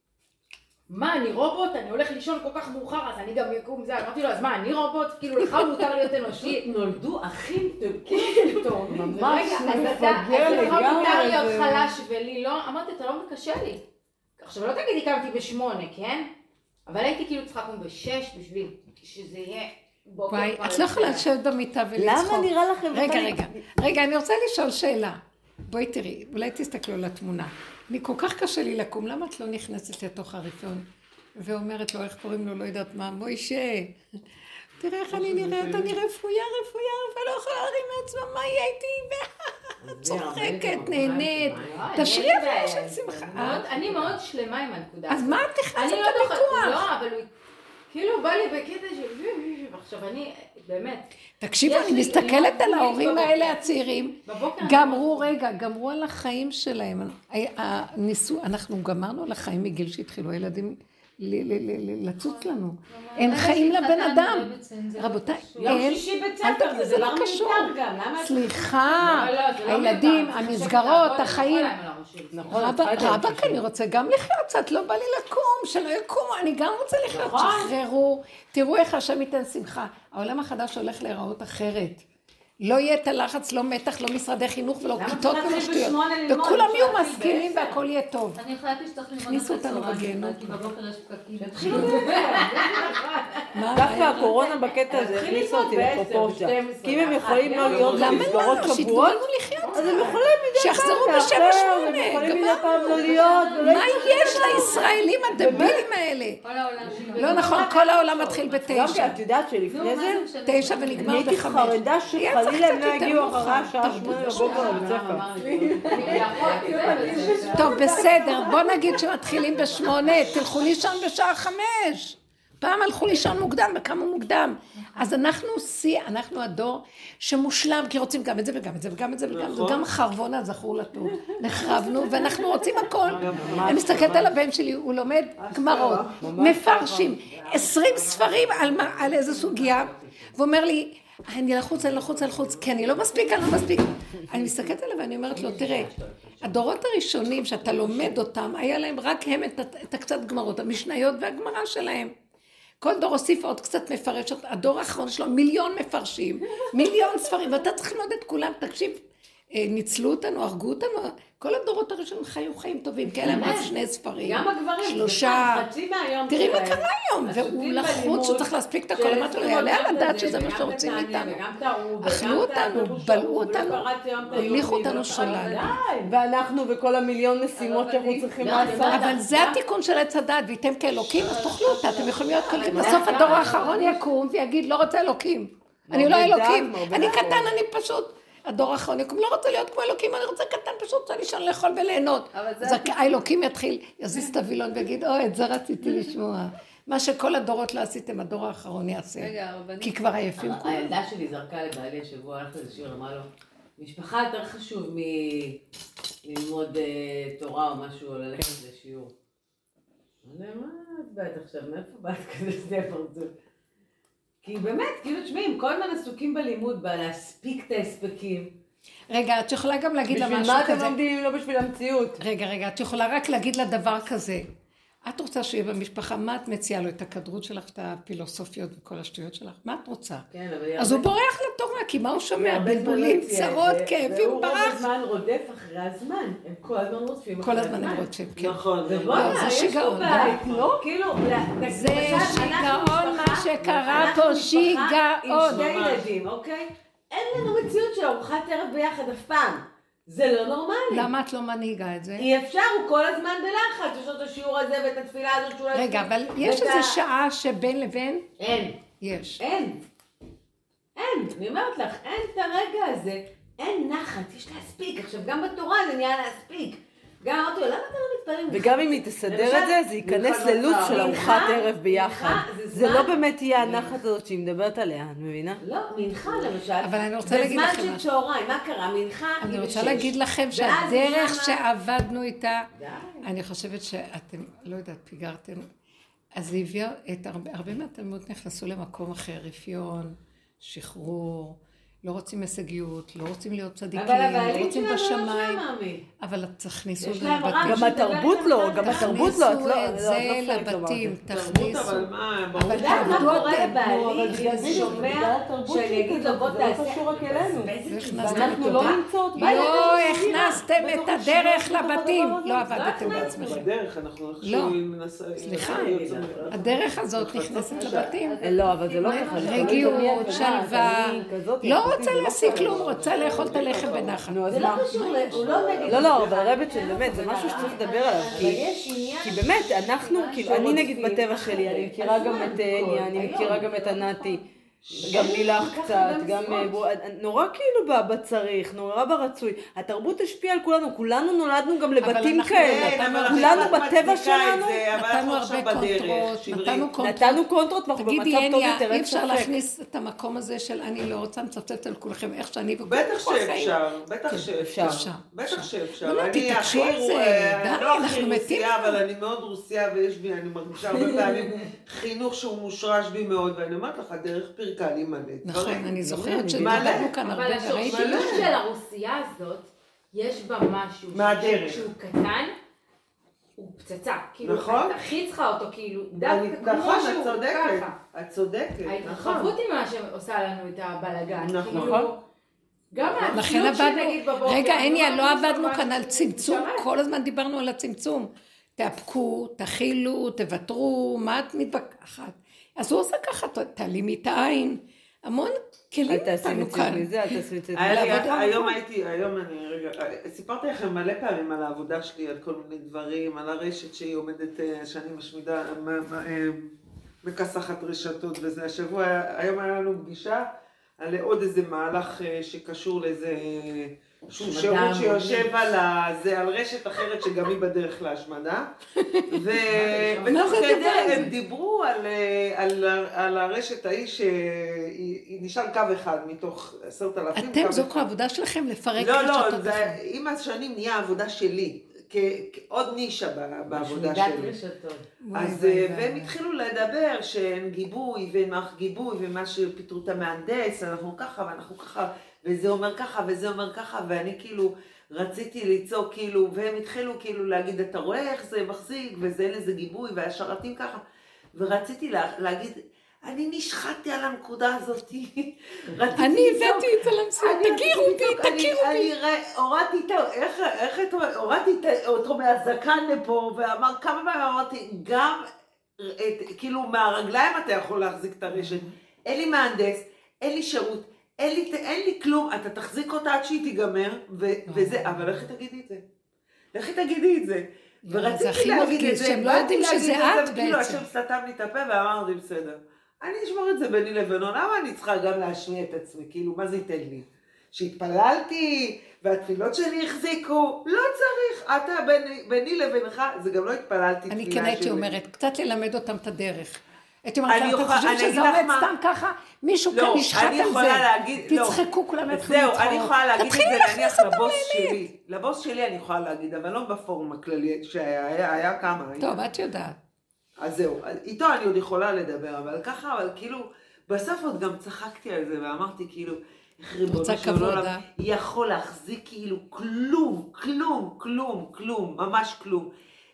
מה, אני רובוט? אני הולך לישון כל כך מאוחר, אז אני גם יקום זה. אמרתי לו, אז מה, אני רובוט? כאילו, לך מותר להיות אנושי. נולדו אחים טוב. ממש מפגר לגמרי. לך מותר להיות חלש ולי לא. אמרתי, אתה לא מקשה לי. עכשיו, לא תגידי, קמתי בשמונה, כן? אבל הייתי כאילו צריכה לקום בשש בשביל שזה יהיה בוקר. וואי, את לא יכולה לשבת במיטה ולצחוק. למה נראה לכם? רגע, רגע. רגע, אני רוצה לשאול שאלה. בואי תראי, אולי תסתכלו על התמונה. אני כל כך קשה לי לקום, למה את לא נכנסת לתוך הרפיון? ואומרת לו, איך קוראים לו, לא יודעת מה, מוישה. תראה איך אני נראית, אני רפויה, רפויה, ולא יכולה להרים מעצמה, מה יהיה איתי? צוחקת, נהנית, תשרי אפילו של שמחה. אני מאוד שלמה עם הנקודה. אז מה את נכנסת לוויכוח? לא, אבל הוא כאילו בא לי בקטע של... עכשיו אני, באמת... תקשיבו, אני מסתכלת על ההורים האלה הצעירים, גמרו, רגע, גמרו על החיים שלהם. אנחנו גמרנו על החיים מגיל שהתחילו הילדים לצוץ לנו. אין חיים לבן אדם. רבותיי, אין, אל תגיד, זה לא קשור. סליחה, הילדים, המסגרות, החיים. רבק, אני רוצה גם לחיות קצת, לא בא לי לקום, שלא יקומו, אני גם רוצה לחיות, שחררו. תראו איך השם ייתן שמחה. העולם החדש הולך להיראות אחרת. לא יהיה את הלחץ, לא מתח, לא משרדי חינוך ולא כיתות ולא שטויות. וכולם יהיו מסכימים והכל יהיה טוב. אני החלטתי שצריך ללמוד הכניסו אותנו בגיהנום. כי בבוקר יש פקקים. דווקא הקורונה בקטע הזה הכניסה אותי לפרופורציה. כי אם הם יכולים לא להיות במסגרות קבועות, אז הם יכולים מדי פעם. שיחזרו בשבע שמונה. הם יכולים מדי פעם לא להיות. מה יש לישראלים הדבילים האלה? לא נכון, כל העולם מתחיל בתשע. את יודעת שלפני זה, תשע ונגמר הייתי בחמש. חרדה שחלילה הם לא הגיעו אחרי השעה שמונה בבוקר לבית ספר. טוב, בסדר, בוא נגיד שמתחילים בשמונה, תלכו לישון בשעה חמש. פעם הלכו לישון מוקדם וקמו מוקדם. אז אנחנו שיא, אנחנו הדור שמושלם, כי רוצים גם את זה וגם את זה וגם את זה וגם את זה, גם חרבונה זכור לטוב. נחרבנו ואנחנו רוצים הכל. אני מסתכלת על הבן שלי, הוא לומד גמרות, מפרשים, עשרים ספרים על איזו סוגיה, ואומר לי, אני לחוץ, אני לחוץ, אני לחוץ, כי אני לא מספיק, אני לא מספיק. אני מסתכלת עליו ואני אומרת לו, תראה, הדורות הראשונים שאתה לומד אותם, היה להם רק הם את, את הקצת גמרות, המשניות והגמרה שלהם. כל דור הוסיף עוד קצת מפרש, הדור האחרון שלו מיליון מפרשים, מיליון ספרים, ואתה צריך ללמוד את כולם, תקשיב, ניצלו אותנו, הרגו אותנו, כל הדורות הראשונים חיו חיים טובים, כי להם רק שני ספרים, גם הגברים, שלושה, חצי מהיום. תראי מה קרה היום, והוא לחוץ שצריך להספיק את הכל, אמרתי לו, יעלה על הדעת שזה מה שרוצים איתנו. אכלו אותנו, בלעו אותנו, הוליכו אותנו שולל. ואנחנו וכל המיליון משימות שאנחנו צריכים לעשות. אבל זה התיקון של עץ הדת, ואתם כאלוקים, אז תאכלו אותה, אתם יכולים להיות כאלוקים. בסוף הדור האחרון יקום ויגיד, לא רוצה אלוקים. אני לא אלוקים, אני קטן, אני פשוט. הדור האחרון יקום, לא רוצה להיות כמו אלוקים, אני רוצה קטן פשוט, רוצה לישון לאכול וליהנות. אז האלוקים יתחיל, יזיז את הווילון ויגיד, אוי, את זה רציתי לשמוע. מה שכל הדורות לא עשיתם, הדור האחרון יעשה. כי כבר עייפים כולם. הילדה שלי זרקה לבעלי השבוע, הלכת איזה שיר, אמרה לו, משפחה יותר חשוב מללמוד תורה או משהו, או ללכת לשיעור. אני אומר, מה את באת עכשיו, מאיפה באת כזה שדה פרצוף? כי באמת, כאילו, תשמעים, כל הזמן עסוקים בלימוד, בלהספיק את ההספקים. רגע, את יכולה גם להגיד לה משהו כזה. בשביל מה אתם לומדים אם לא בשביל המציאות? רגע, רגע, את יכולה רק להגיד לה דבר כזה. את רוצה שיהיה במשפחה, מה את מציעה לו? את הכדרות שלך, את הפילוסופיות וכל השטויות שלך? מה את רוצה? כן, אבל אז הוא בורח לתורה, כי מה הוא שומע? בלבולים, צרות, כאבים, והוא רוב ברח. הזמן רודף אחרי הזמן. הם כל הזמן רודפים אחרי כל הזמן. הזמן הם רוצים, כן. נכון. ובוא'נה, זה יש פה שיגעון, בית, לא? כאילו, זה שיגעון מה שקרה פה, עם שיגעון. שני ילדים, אוקיי? אין לנו מציאות של ארוחת ערב ביחד אף פעם. זה לא נורמלי. למה את לא מנהיגה את זה? אי אפשר, הוא כל הזמן בלחץ, יש לו את השיעור הזה ואת התפילה הזאת שהוא... רגע, אבל יש ואת ה- איזו שעה שבין לבין? אין, יש. אין. אין, אני אומרת לך, אין את הרגע הזה, אין נחת, יש להספיק. עכשיו, גם בתורה זה נהיה להספיק. גם אמרתי לו, למה אתה לא מתפלל? וגם אם היא תסדר את זה, זה ייכנס ללו"ז של ארוחת ערב ביחד. זה לא באמת יהיה הנחת הזאת שהיא מדברת עליה, את מבינה? לא, מנחה למשל. אבל אני רוצה להגיד לכם בזמן של צהריים, מה קרה? מנחה היא אני רוצה בשש. להגיד לכם ואז שהדרך משמה- שעבדנו איתה, די. אני חושבת שאתם, לא יודעת, פיגרתם, אז זה הביאה את הרבה, הרבה מהתלמוד נכנסו למקום אחר, רפיון, שחרור, לא רוצים הישגיות, לא רוצים להיות צדיקים, אבל לא הבעלים רוצים שלנו לא בשמיים, שם, עמי. אבל תכניסו יש להם רב גם התרבות לא, גם התרבות לא, את תכניסו לא, את לא, זה את לא חייבת לבתים, לומר את תרבות, תכניסו. אבל מה, ברור. אבל אתה יודע מה תעבדו קורה אתם, לבעלי, אבל כשאני שומע שאני אגיד לו בוא תעשה, קשור רק אלינו. הכנסתם ואנחנו את לא אותה. נמצאות לא הכנסתם את בתוך הדרך השירה, בתוך לבתים, הדבר הזה. לא עבדתם לא בעצמכם. בדרך אנחנו לא. עכשיו מנסה... סליחה, יוצא- הדרך הזאת נכנסת לבתים. לא, אבל זה לא ככה. זה תלוי רגיעות, במי את ומה, שלווה, אני כזאת, לא איכותית, רוצה זה לא להשיג ככה. כלום, רוצה לאכול את הלחם בנחת. נו, אז זה מה? לא קשור, ל- הוא לא נגד... לא, לא, אבל הרבט של באמת, זה משהו שצריך לדבר עליו, אבל כי יש עניין... כי באמת, אנחנו, כאילו, אני נגיד בטבע שלי, אני מכירה גם את הניה, אני מכירה גם את ענתי, גם לילך קצת, גם נורא כאילו בצריך, נורא ברצוי. התרבות השפיעה על כולנו, כולנו נולדנו גם לבתים אנחנו- כאלה, כן, אבל כולנו עכשיו את בטבע מצדיקה את שלנו, זה, אבל נתנו אנחנו עכשיו הרבה בדרך, קונטרות, שמרית. נתנו קונטרות. נתנו קונטרות ואנחנו תגידי, במצב טוב הניה, יותר, אי אין אפשר ספק. להכניס את המקום הזה של אני לא רוצה מצפצפת על כולכם, איך שאני וכל בטח כל החיים. שאפשר, בטח כן, שאפשר, אפשר, בטח אפשר. שאפשר. לא, אני תתעקשו הכי על זה, אה, די, אני לא הכי אנחנו מתים רוסיה, כבר. אבל אני מאוד רוסיה, ויש בי, אני מרגישה הרבה פעמים חינוך שהוא מושרש בי מאוד, ואני אומרת לך, דרך פרקה לי מלא. נכון, דברים. אני זוכרת מלא. שדיברנו כאן אבל הרבה וראיתי. השורשיות של הרוסייה הזאת, יש בה משהו מהדרך. שהוא קטן, הוא פצצה. כאילו, נכון. אתה הכי צריכה אותו, כאילו, אני- דווקא כמו נכון, את שהוא צודקת, ככה. את צודקת. נכון. ההתרחבות היא מה שעושה לנו את הבלגן. נכון. כאילו, גם לכן הציוד עבדנו, שנגיד בבוקר. רגע, הניה, אני לא אומרת, עבדנו משהו כאן על צמצום, שרת. כל הזמן דיברנו על הצמצום. תאפקו, תכילו, תוותרו, מה את מתווכחת? אז הוא עושה ככה, תעלימי את העין, המון כלים אל תעשי נתנו מציאות כאן. מזה, אל תעשי מציאות היה לי- לעבוד היום במקום. הייתי, היום אני, רגע, סיפרתי לכם מלא פעמים על העבודה שלי, על כל מיני דברים, על הרשת שהיא עומדת, אה, שאני משמידה, מה- מה, אה, מכסחת רשתות וזה. השבוע, היום היה לנו פגישה על עוד איזה מהלך אה, שקשור לאיזה, שהוא שירות שיושב על הזה, על רשת אחרת שגם היא בדרך להשמדה. ו- מה ותוך זה כדי הדבר הזה? הם דיברו על, אה, על, על הרשת ההיא שהיא נשאר קו אחד מתוך עשרת אלפים. אתם, קו זו אחד. כל העבודה שלכם לפרק לא, לא, רשתות זה, בכלל. עם השנים נהיה עבודה שלי, כ- כעוד נישה ב- בעבודה שמידת שלי. רשתות. וואי, אז וואי, אה, וואי, והם וואי. התחילו לדבר שאין גיבוי ואין מערך גיבוי ומה שפיטרו את המהנדס, אנחנו ככה ואנחנו ככה, וזה אומר ככה וזה אומר ככה, ואני כאילו רציתי לצעוק כאילו, והם התחילו כאילו להגיד, אתה רואה איך זה מחזיק וזה אין לזה גיבוי והשרתים ככה, ורציתי לה, להגיד, אני נשחטתי על הנקודה הזאת. רציתי אני לצעוק. הבאתי את זה למציאות, אני תכירו רציתי בי, לצעוק, אני- תכירו בי. אני ר- הורדתי את ה... איך, איך את... הורדתי את- אותו מהזקן לפה, ואמר כמה פעמים אמרתי, גם את, כאילו מהרגליים אתה יכול להחזיק את הרשת. אין לי מהנדס, אין לי שירות, אין לי, אין לי כלום, אתה תחזיק אותה עד שהיא תיגמר, ו, וזה, אבל לכי תגידי את זה. לכי תגידי את זה. זה ורציתי הכי להגיד מרגיז, את זה, שהם לא באתי יודעים להגיד שזה את את זה, וכאילו בעצם. השם סתם לי את הפה ואמרתי בסדר. אני אשמור את זה ביני לבינו, למה אני צריכה גם להשמיע את עצמי? כאילו, מה זה ייתן לי? שהתפללתי, והתפילות שלי החזיקו? לא צריך, אתה ביני, ביני לבינך, זה גם לא התפללתי אני תפילה כן הייתי שלי. אומרת, קצת ללמד אותם את הדרך. הייתי אומרת, אני אתם יכול- חושבים אני שזה אגיד לך עומד מה- סתם ככה? מישהו כאן לא, נשחט אני על יכולה זה. להגיד, לא. תצחקו, כולם יתחילו זהו, לצחוק. אני יכולה להגיד את תתחילו זה להכניס נניח אותם לבוס באמת. שלי. לבוס שלי אני יכולה להגיד, אבל לא בפורום הכללי שהיה, היה, היה כמה. טוב, את יודעת. אז זהו, איתו אני עוד יכולה לדבר, אבל ככה, אבל כאילו, בסוף עוד גם צחקתי על זה, ואמרתי כאילו, איך ריבונו רוצה של כבוד, עולם אה? יכול להחזיק כאילו כלום, כלום, כלום, כלום, ממש כלום.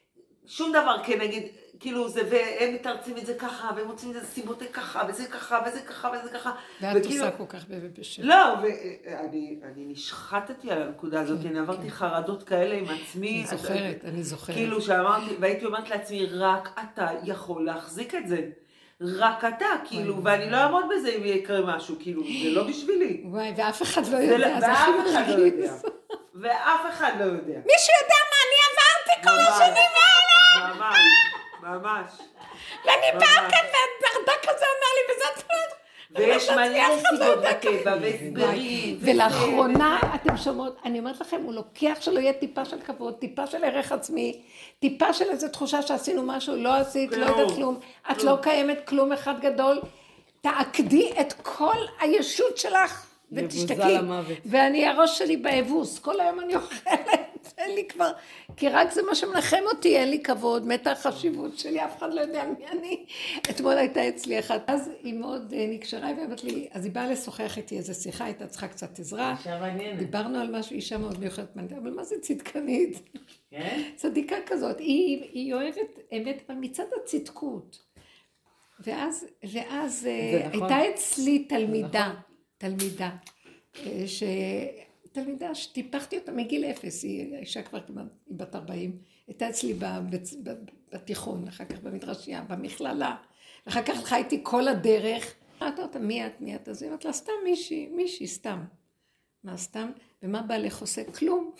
שום דבר, כן, נגיד, כאילו זה, והם מתרצים את זה ככה, והם מוצאים את זה סיבות ככה, וזה ככה, וזה ככה, וזה ככה. ואת עושה כל כך בשם. לא, ואני נשחטתי על הנקודה הזאת, אני עברתי חרדות כאלה עם עצמי. אני זוכרת, אני זוכרת. כאילו שאמרתי, והייתי אומרת לעצמי, רק אתה יכול להחזיק את זה. רק אתה, כאילו, ואני לא אעמוד בזה אם יקרה משהו, כאילו, זה לא בשבילי. וואי, ואף אחד לא יודע, ואף אחד לא יודע. ואף אחד לא יודע. מישהו יודע מה אני עברתי כל השנים האלה? ממש, ממש. ואני באה כאן והברדק כזה אומר לי, וזאת אומרת, ויש מלא סיבות בטבע, והסברים. ולאחרונה, אתם שומעות, אני אומרת לכם, הוא לוקח שלא יהיה טיפה של כבוד, טיפה של ערך עצמי, טיפה של איזו תחושה שעשינו משהו, לא עשית, לא יודעת כלום, את לא קיימת כלום אחד גדול, תעקדי את כל הישות שלך ותשתקי. ואני הראש שלי באבוס, כל היום אני אוכלת, אין לי כבר, כי רק זה מה שמנחם אותי, אין לי כבוד, מתה החשיבות שלי, אף אחד לא יודע מי אני. אתמול הייתה אצלי אחת, אז היא מאוד נקשרה, ואמרת לי, אז היא באה לשוחח איתי איזו שיחה, הייתה צריכה קצת עזרה, דיברנו על משהו, אישה מאוד מיוחדת, אבל מה זה צדקנית? צדיקה כזאת, היא, היא אוהבת אמת, אבל מצד הצדקות. ואז, ואז הייתה אצלי תלמידה, תלמידה, ש... תלמידה שטיפחתי אותה מגיל אפס, היא אישה כבר כמעט, היא בת ארבעים, הייתה אצלי בתיכון, אחר כך במדרשייה, במכללה, אחר כך חייתי כל הדרך, אמרת אותה, מי את, מי את? אז היא אמרת לה, סתם מישהי, מישהי, סתם. מה סתם? ומה בעלך עושה? כלום.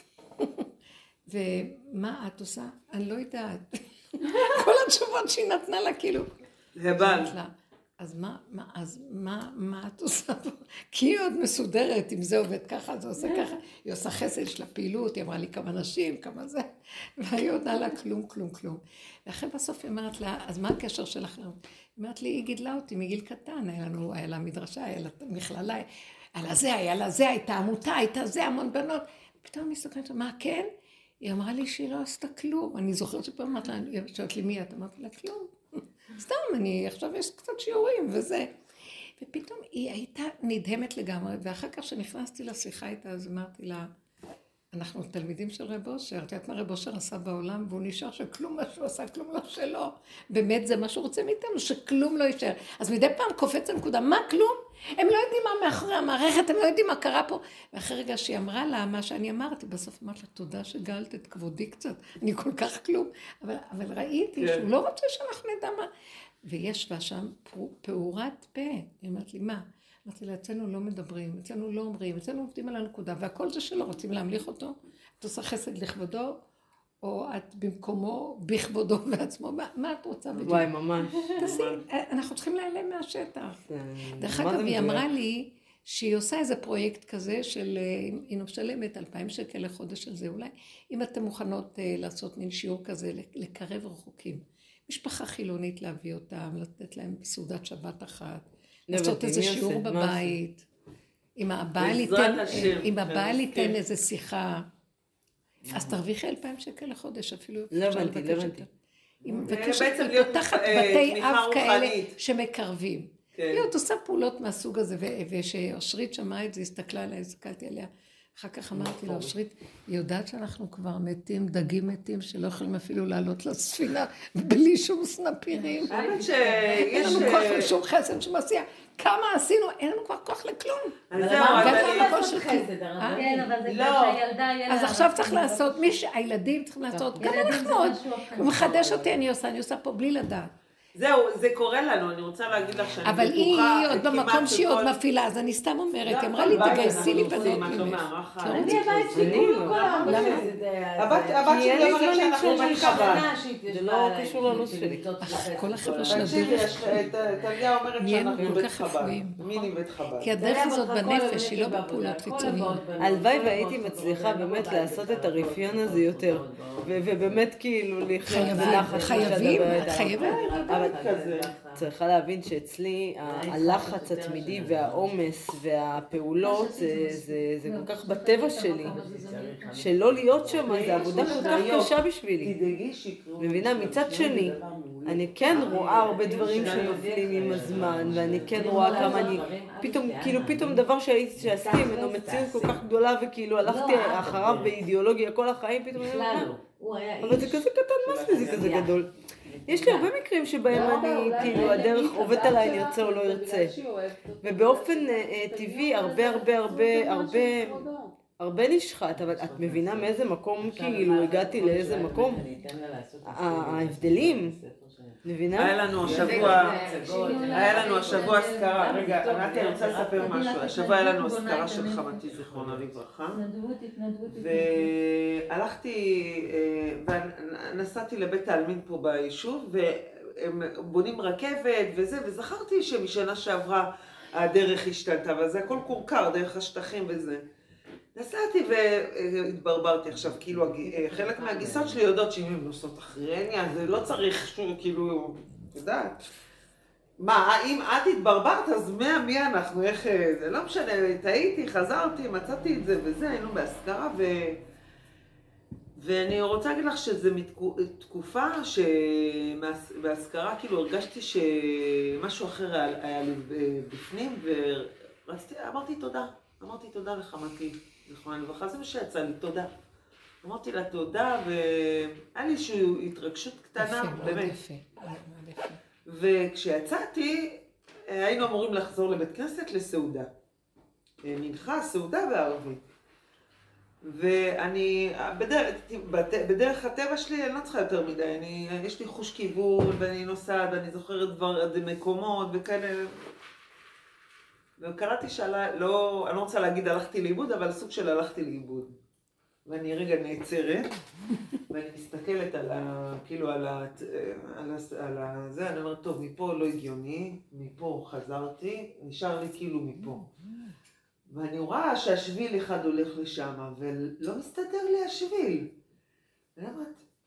ומה את עושה? אני לא יודעת. כל התשובות שהיא נתנה לה, כאילו. זה בעל. אז מה, מה, אז מה, מה את עושה פה? כי היא עוד מסודרת, אם זה עובד ככה, זה עושה ככה. היא עושה חסד של הפעילות, היא אמרה לי כמה נשים, כמה זה, והיא עונה לה כלום, כלום, כלום. ואחרי בסוף היא אמרת לה, אז מה הקשר שלך? היא אמרת לי, היא גידלה אותי מגיל קטן, היה לנו, היה לה מדרשה, היה לה מכללה, היה לה זה, היה לה זה, הייתה עמותה, הייתה זה, המון בנות. פתאום אני סוכנת, מה כן? היא אמרה לי שהיא לא עשתה כלום. אני זוכרת שפעם אמרת לה, היא שואלת לי מי את? אמרתי לה, כלום. סתם, אני עכשיו יש קצת שיעורים וזה. ופתאום היא הייתה נדהמת לגמרי, ואחר כך שנכנסתי לשיחה איתה, אז אמרתי לה, אנחנו תלמידים של רב אושר, את יודעת מה רב אושר עשה בעולם, והוא נשאר שכלום מה שהוא עשה, כלום לא שלו. באמת זה מה שהוא רוצה מאיתנו, שכלום לא יישאר. אז מדי פעם קופץ הנקודה, מה כלום? הם לא יודעים מה מאחורי המערכת, הם לא יודעים מה קרה פה. ואחרי רגע שהיא אמרה לה מה שאני אמרתי, בסוף אמרת לה, תודה שגלת את כבודי קצת, אני כל כך כלום. אבל, אבל ראיתי כן. שהוא לא רוצה שאנחנו נדע מה. ויש בה שם פעורת פה. היא אמרת לי, מה? אמרתי לה, אצלנו לא מדברים, אצלנו לא אומרים, אצלנו עובדים על הנקודה, והכל זה שלא רוצים להמליך אותו. את עושה חסד לכבודו, או את במקומו, בכבודו בעצמו. מה, מה את רוצה בדיוק? וואי, ממש. תעשי, אנחנו צריכים להיעלם מהשטח. דרך אגב, היא אמרה לי שהיא עושה איזה פרויקט כזה של, היא משלמת אלפיים שקל לחודש על זה אולי, אם אתן מוכנות לעשות מין שיעור כזה, לקרב רחוקים. משפחה חילונית להביא אותם, לתת להם סעודת שבת אחת. לעשות איזה שיעור בבית, אם הבעל ייתן איזה שיחה, אז תרוויחי אלפיים שקל לחודש, אפילו לא הבנתי, לא הבנתי. היא מבקשת לפתחת בתי אב כאלה שמקרבים. היא עוד עושה פעולות מהסוג הזה, ושאושרית שמעה את זה, הסתכלה עליה, הסתכלתי עליה, אחר כך אמרתי לה, אושרית, היא יודעת שאנחנו כבר מתים, דגים מתים, שלא יכולים אפילו לעלות לספינה, בלי שום סנפירים. האמת שיש... אין לנו כוח לשום חסד שמסיע. כמה עשינו, אין לנו כבר כוח לכלום. אז זהו, אבל לא לעשות חסד, כן, אבל זה כבר שהילדה... אז עכשיו צריך לעשות, הילדים צריכים לעשות, גם אנחנו עוד. הוא מחדש אותי, אני עושה, אני עושה פה בלי לדעת. זהו, זה קורה לנו, אני רוצה להגיד לך שאני בטוחה... אבל היא עוד במקום שהיא עוד מפעילה, אז אני סתם אומרת, היא אמרה לי, תגייסי לי בנות ממך. אני הבית שלי, כאילו כל העם. הבת שלי אומרת שאנחנו בכוונה. זה לא קשור לנוס שלי. כל החבר'ה של הדרך. תליה אומרת שאנחנו בית חב"ד. רפואיים. מיני בית חב"ד. כי הדרך הזאת בנפש, היא לא בפעולות חיצוניות. הלוואי והייתי מצליחה באמת לעשות את הרפיון הזה יותר. ובאמת כאילו חייבים, חייבים, חייבים. אבל צריכה להבין שאצלי הלחץ התמידי והעומס והפעולות זה כל כך בטבע שלי, שלא להיות שם זה עבודה כל כך קשה בשבילי. מבינה, מצד שני, אני כן רואה הרבה דברים שנופלים עם הזמן, ואני כן רואה כמה אני, פתאום, כאילו פתאום דבר שעשיתי ממנו מציאות כל כך גדולה, וכאילו הלכתי אחריו באידיאולוגיה כל החיים, פתאום אני אומרת, אבל זה כזה קטן, מה זה כזה גדול? יש לי הרבה מקרים שבהם אני, כאילו, הדרך עובדת עליי, נרצה או לא ירצה. ובאופן טבעי, הרבה הרבה הרבה הרבה הרבה נשחט, אבל את מבינה מאיזה מקום, כאילו, הגעתי לאיזה מקום? ההבדלים, מבינה? היה לנו השבוע, היה לנו השבוע אזכרה, רגע, נתי, אני רוצה לספר משהו, השבוע היה לנו אזכרה של חמתי זיכרונה לברכה, והלכתי, ונסעתי לבית העלמין פה ביישוב, והם בונים רכבת וזה, וזכרתי שמשנה שעברה הדרך השתנתה, אבל זה הכל קורקר, דרך השטחים וזה. נסעתי והתברברתי עכשיו, כאילו חלק מהגיסות שלי יודעות שאם הן נוסעות אחריני, אז לא צריך שהוא כאילו, יודעת. מה, אם את התברברת, אז מה, מי אנחנו, איך, זה לא משנה, טעיתי, חזרתי, מצאתי את זה וזה, היינו בהזכרה ו... ואני רוצה להגיד לך שזה מתקופה שבהזכרה כאילו הרגשתי שמשהו אחר היה לי בפנים, ורציתי, אמרתי תודה, אמרתי תודה לחמתי. זכרונה לברכה, זה מה שיצא לי, תודה. אמרתי לה תודה, והיה לי איזושהי התרגשות קטנה, באמת. יפה, מאוד יפה. וכשיצאתי, היינו אמורים לחזור לבית כנסת לסעודה. מנחה, סעודה בערבית. ואני, בדרך, בדרך הטבע שלי, אני לא צריכה יותר מדי. אני, יש לי חוש כיוון, ואני נוסעת, ואני זוכרת דבר, מקומות וכאלה. וקראתי שעלה, לא, אני לא רוצה להגיד הלכתי לאיבוד, אבל סוג של הלכתי לאיבוד. ואני רגע נעצרת, ואני מסתכלת על ה... כאילו על ה... על ה... על ה... זה, אני אומרת, טוב, מפה לא הגיוני, מפה חזרתי, נשאר לי כאילו מפה. ואני רואה שהשביל אחד הולך לשם, ולא מסתדר לי השביל. ואני אומרת,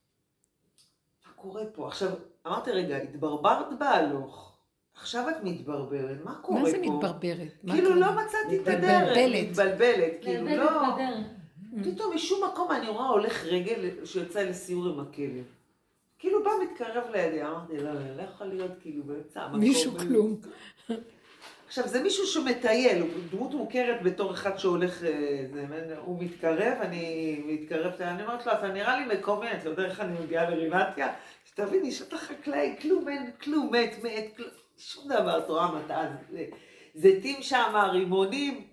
מה קורה פה? עכשיו, אמרתי, רגע, התברברת בהלוך. עכשיו את מתברברת, מה קורה פה? מה זה מתברברת? כאילו לא מצאתי את הדרך, מתבלבלת, כאילו לא... בדרך. פתאום משום מקום אני רואה הולך רגל שיוצא לסיור עם הכלב. כאילו בא מתקרב לידי, אמרתי, לא, לא יכול להיות כאילו באמצע המקום. מישהו כלום. עכשיו זה מישהו שמטייל, הוא דמות מוכרת בתור אחד שהולך, זה, הוא מתקרב, אני מתקרבת, אני אומרת לו, אתה נראה לי מקומי, אתה יודע איך אני מגיעה לריבטיה? שתביני, שאתה חקלאי, כלום, אין כלום, מת, מת, כלום. שום דבר, תורה מטעה, זיתים שם, רימונים.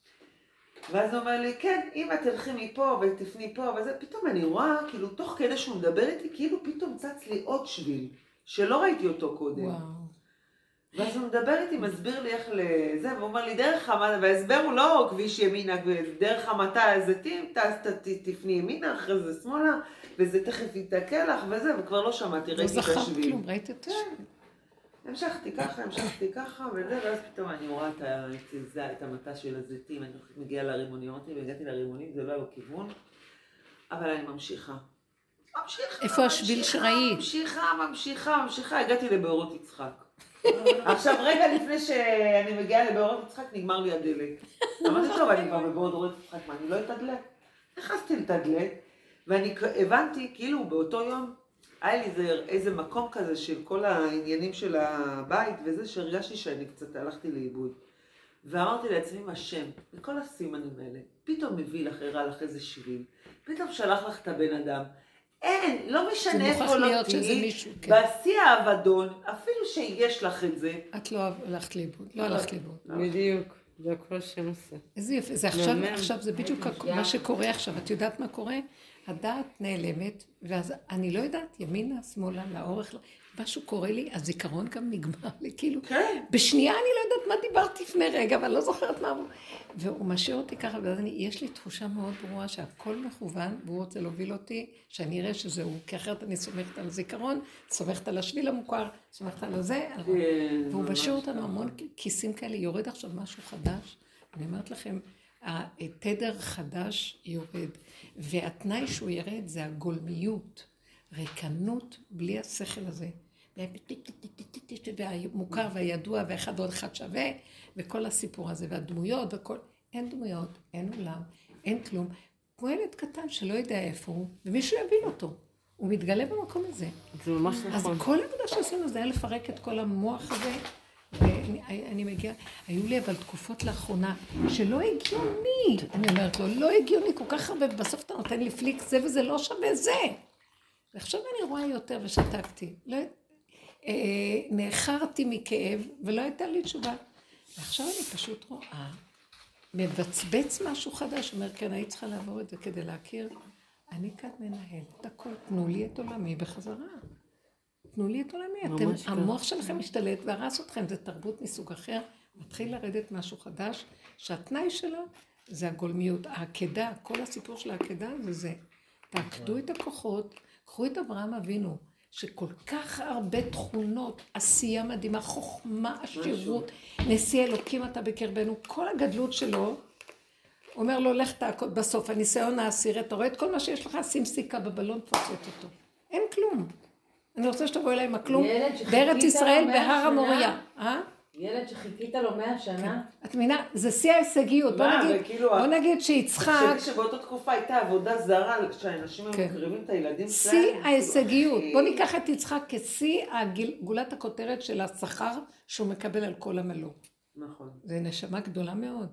ואז הוא אומר לי, כן, אם את תלכי מפה ותפני פה וזה, פתאום אני רואה, כאילו, תוך כדי שהוא מדבר איתי, כאילו פתאום צץ לי עוד שביל, שלא ראיתי אותו קודם. וואו. ואז הוא מדבר איתי, מסביר לי איך לזה, והוא אומר לי, דרך המטה, וההסבר הוא לא כביש ימינה, דרך המטה הזיתים, תפני ימינה, אחרי זה שמאלה, וזה תכף יתקל לך וזה, וכבר לא שמעתי, ראיתי את השביל. לא זכרת כלום, ראית את השביל. המשכתי ככה, המשכתי ככה, וזה, ואז פתאום אני רואה את, את, את המטה של הזיתים, אני מגיעה לרימונים, אמרתי, והגעתי לרימונים, זה לא היה כיוון, אבל אני ממשיכה. ממשיכה, איפה השביל שראית? ממשיכה, ממשיכה, ממשיכה, הגעתי לבארות יצחק. עכשיו, רגע לפני שאני מגיעה לבארות יצחק, נגמר לי הדלק. אמרתי, טוב, אני כבר בבארות יצחק, מה, אני לא אתדלק? נכנסתי לתדלק, ואני הבנתי, כאילו, באותו יום, היה לי איזה, איזה מקום כזה של כל העניינים של הבית, וזה שהרגשתי שאני קצת הלכתי לאיבוד. ואמרתי לעצמי, השם, בכל הסימנים האלה, פתאום מביא לך, הראה לך איזה שביל, פתאום שלח לך את הבן אדם. אין, לא משנה איפה לא תהיי, בשיא האבדון, אפילו שיש לך את זה. את לא הלכת לאיבוד, לא הלכת לאיבוד. בדיוק, זה הכל שם עושה. איזה יפה, זה עכשיו, עכשיו זה בדיוק מה שקורה עכשיו, את יודעת מה קורה? הדעת נעלמת, ואז אני לא יודעת, ימינה, שמאלה, לאורך, משהו קורה לי, הזיכרון גם נגמר לי, כאילו, בשנייה אני לא יודעת מה דיברתי לפני רגע, אבל לא זוכרת מה, והוא משאיר אותי ככה, ואז אני, יש לי תחושה מאוד ברורה שהכל מכוון, והוא רוצה להוביל אותי, שאני אראה שזה הוא, כי אחרת אני סומכת על הזיכרון, סומכת על השביל המוכר, סומכת על הזה, והוא משאיר אותנו המון כיסים כאלה, יורד עכשיו משהו חדש, אני אומרת לכם, התדר חדש יורד, והתנאי שהוא ירד זה הגולמיות, ריקנות בלי השכל הזה, והמוכר והידוע ואחד עוד אחד שווה, וכל הסיפור הזה, והדמויות וכל, אין דמויות, אין עולם, אין כלום, כמו ילד קטן שלא יודע איפה הוא, ומישהו יבין אותו, הוא מתגלה במקום הזה. זה ממש נכון. אז כל העבודה שעשינו זה היה לפרק את כל המוח הזה, ואני מגיעה, היו לי אבל תקופות לאחרונה שלא הגיוני, אני אומרת לו, לא הגיוני כל כך הרבה, ובסוף אתה נותן לי פליק זה וזה לא שווה זה. ועכשיו אני רואה יותר ושתקתי, לא, אה, נאחרתי מכאב ולא הייתה לי תשובה. ועכשיו אני פשוט רואה, מבצבץ משהו חדש, אומר כן, היית צריכה לעבור את זה כדי להכיר, אני כאן מנהל את הכל, תנו לי את עולמי בחזרה. תנו לי את עולמי, אתם, המוח שלכם משתלט והרס אתכם, זה תרבות מסוג אחר, מתחיל לרדת משהו חדש, שהתנאי שלו זה הגולמיות, העקדה, כל הסיפור של העקדה זה זה. תעקדו את הכוחות, קחו את אברהם אבינו, שכל כך הרבה תכונות, עשייה מדהימה, חוכמה, עשירות, נשיא אלוקים אתה בקרבנו, כל הגדלות שלו, אומר לו, לך תעקוד בסוף, הניסיון העשירי, אתה רואה את כל מה שיש לך, שים סיכה בבלון, תפוצץ אותו. אין כלום. אני רוצה שתבוא אליי עם הכלום, בארץ ישראל, בהר המוריה. ילד שחיכית לו מאה שנה? את מבינה, זה שיא ההישגיות. בוא נגיד שיצחק... תחשבי שבאותה תקופה הייתה עבודה זרה, שהאנשים מקריבים את הילדים שלהם. שיא ההישגיות. בוא ניקח את יצחק כשיא גולת הכותרת של השכר שהוא מקבל על כל עמלו. נכון. זה נשמה גדולה מאוד.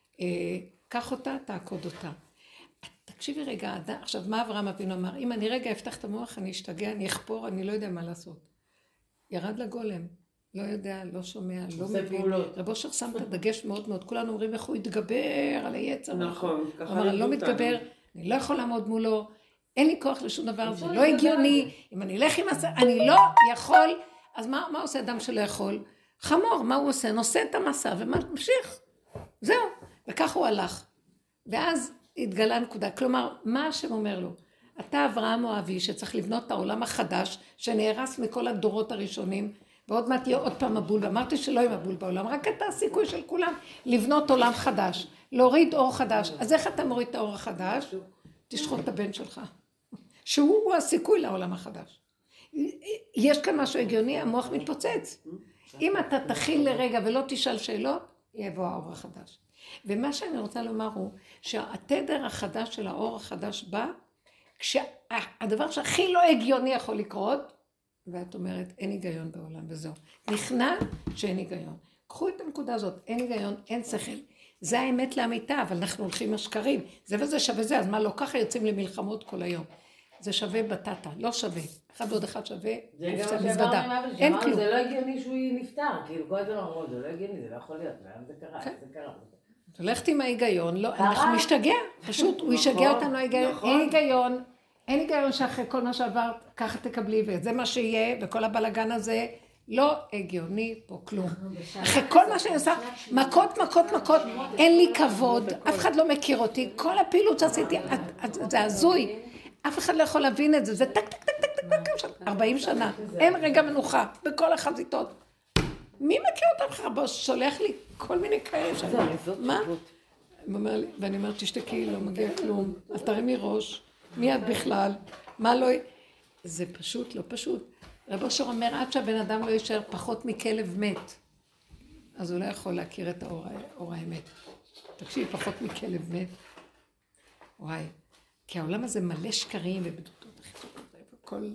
קח אותה, תעקוד אותה. תקשיבי רגע, עכשיו מה אברהם אבינו אמר? אם אני רגע אפתח את המוח, אני אשתגע, אני אחפור, אני לא יודע מה לעשות. ירד לגולם, לא יודע, לא שומע, לא מבין. רב אושר שם את הדגש מאוד מאוד, כולנו אומרים איך הוא יתגבר על היצר. נכון, ככה. הוא אמר, אני לא מתגבר, אני לא יכול לעמוד מולו, אין לי כוח לשום דבר, זה לא הגיוני, אם אני אלך עם מסע, אני לא יכול, אז מה, מה עושה אדם שלא יכול? חמור, מה הוא עושה? נושא את המסע וממשיך. זהו, וכך הוא הלך. ואז התגלה נקודה, כלומר, מה השם אומר לו? אתה אברהם או אבי שצריך לבנות את העולם החדש, שנהרס מכל הדורות הראשונים, ועוד מעט יהיה עוד פעם מבול, ואמרתי שלא יהיה מבול בעולם, רק אתה הסיכוי של כולם לבנות עולם חדש, להוריד אור חדש. אז איך אתה מוריד את האור החדש? תשחוט את הבן שלך, שהוא הסיכוי לעולם החדש. יש כאן משהו הגיוני, המוח מתפוצץ. אם אתה תכיל לרגע ולא תשאל שאלות, יבוא האור החדש. ומה שאני רוצה לומר הוא שהתדר החדש של האור החדש בא, כשהדבר שהכי לא הגיוני יכול לקרות, ואת אומרת אין היגיון בעולם וזהו. נכנע שאין היגיון. קחו את הנקודה הזאת, אין היגיון, אין שכל. זה האמת לאמיתה, אבל אנחנו הולכים עם השקרים. זה וזה שווה זה, אז מה לא ככה יוצאים למלחמות כל היום. זה שווה בטטה, לא שווה. אחד ועוד אחד שווה, קופצה מזוודה. אין כלום. זה לא הגיוני שהוא נפטר, כאילו כל הזמן אמרו, זה לא הגיוני, זה לא יכול להיות, זה קרה, זה קרה. הולכת עם ההיגיון, לא, אנחנו משתגע, פשוט הוא ישגע אותנו ההיגיון, אין היגיון, אין היגיון שאחרי כל מה שעברת, ככה תקבלי, וזה מה שיהיה, וכל הבלגן הזה, לא הגיוני פה כלום. אחרי כל מה שאני עושה, מכות, מכות, מכות, אין לי כבוד, אף אחד לא מכיר אותי, כל הפעילות שעשיתי, זה הזוי, אף אחד לא יכול להבין את זה, זה טק, טק, טק, טק, טק, טק, ארבעים שנה, אין רגע מנוחה, בכל החזיתות. מי מכיר אותם חרבו? שולח לי כל מיני כאלה שם. מה? ואני אומרת, תשתקי, לא מגיע כלום, אל תרימי ראש, מי את בכלל? מה לא... זה פשוט, לא פשוט. רב אושר אומר, עד שהבן אדם לא יישאר פחות מכלב מת, אז הוא לא יכול להכיר את האור האמת. תקשיב, פחות מכלב מת. וואי, כי העולם הזה מלא שקרים ובדותות וכל...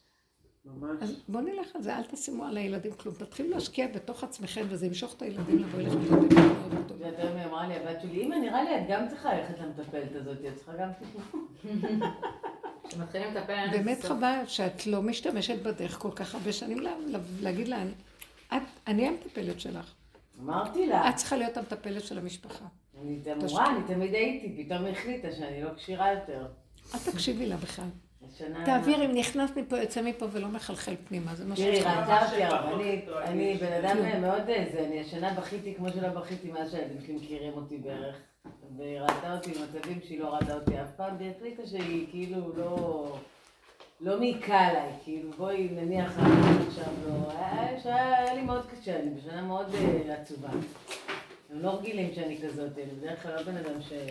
אז בואו נלך על זה, אל תשימו על הילדים כלום, תתחילו להשקיע בתוך עצמכם וזה ימשוך את הילדים לבוא אליכם לילדים מאוד מאוד טוב. יותר מי אמרה לי, הבת שלי, אמא נראה לי את גם צריכה ללכת למטפלת הזאת, את צריכה גם תקום. שמתחילים לטפל... באמת חבל שאת לא משתמשת בדרך כל כך הרבה שנים להגיד לה, אני המטפלת שלך. אמרתי לה. את צריכה להיות המטפלת של המשפחה. אני אמורה, אני תמיד הייתי, פתאום החליטה שאני לא קשירה יותר. אל תקשיבי לה בכלל. תעביר אם נכנס מפה, יוצא מפה ולא מחלחל פנימה, זה מה שאני... תראי, ראתה אותי הרבנית, אני בן אדם מאוד זה, אני השנה בכיתי כמו שלא בכיתי מאז שהילדים שלי מכירים אותי בערך, והיא ראתה אותי במצבים שהיא לא ראתה אותי אף פעם, והיא החליטה שהיא כאילו לא... לא מעיקה עליי, כאילו בואי נניח עכשיו לא... היה לי מאוד קשה, אני בשנה מאוד עצובה. הם לא רגילים שאני כזאת, אני בדרך כלל לא בן אדם ש...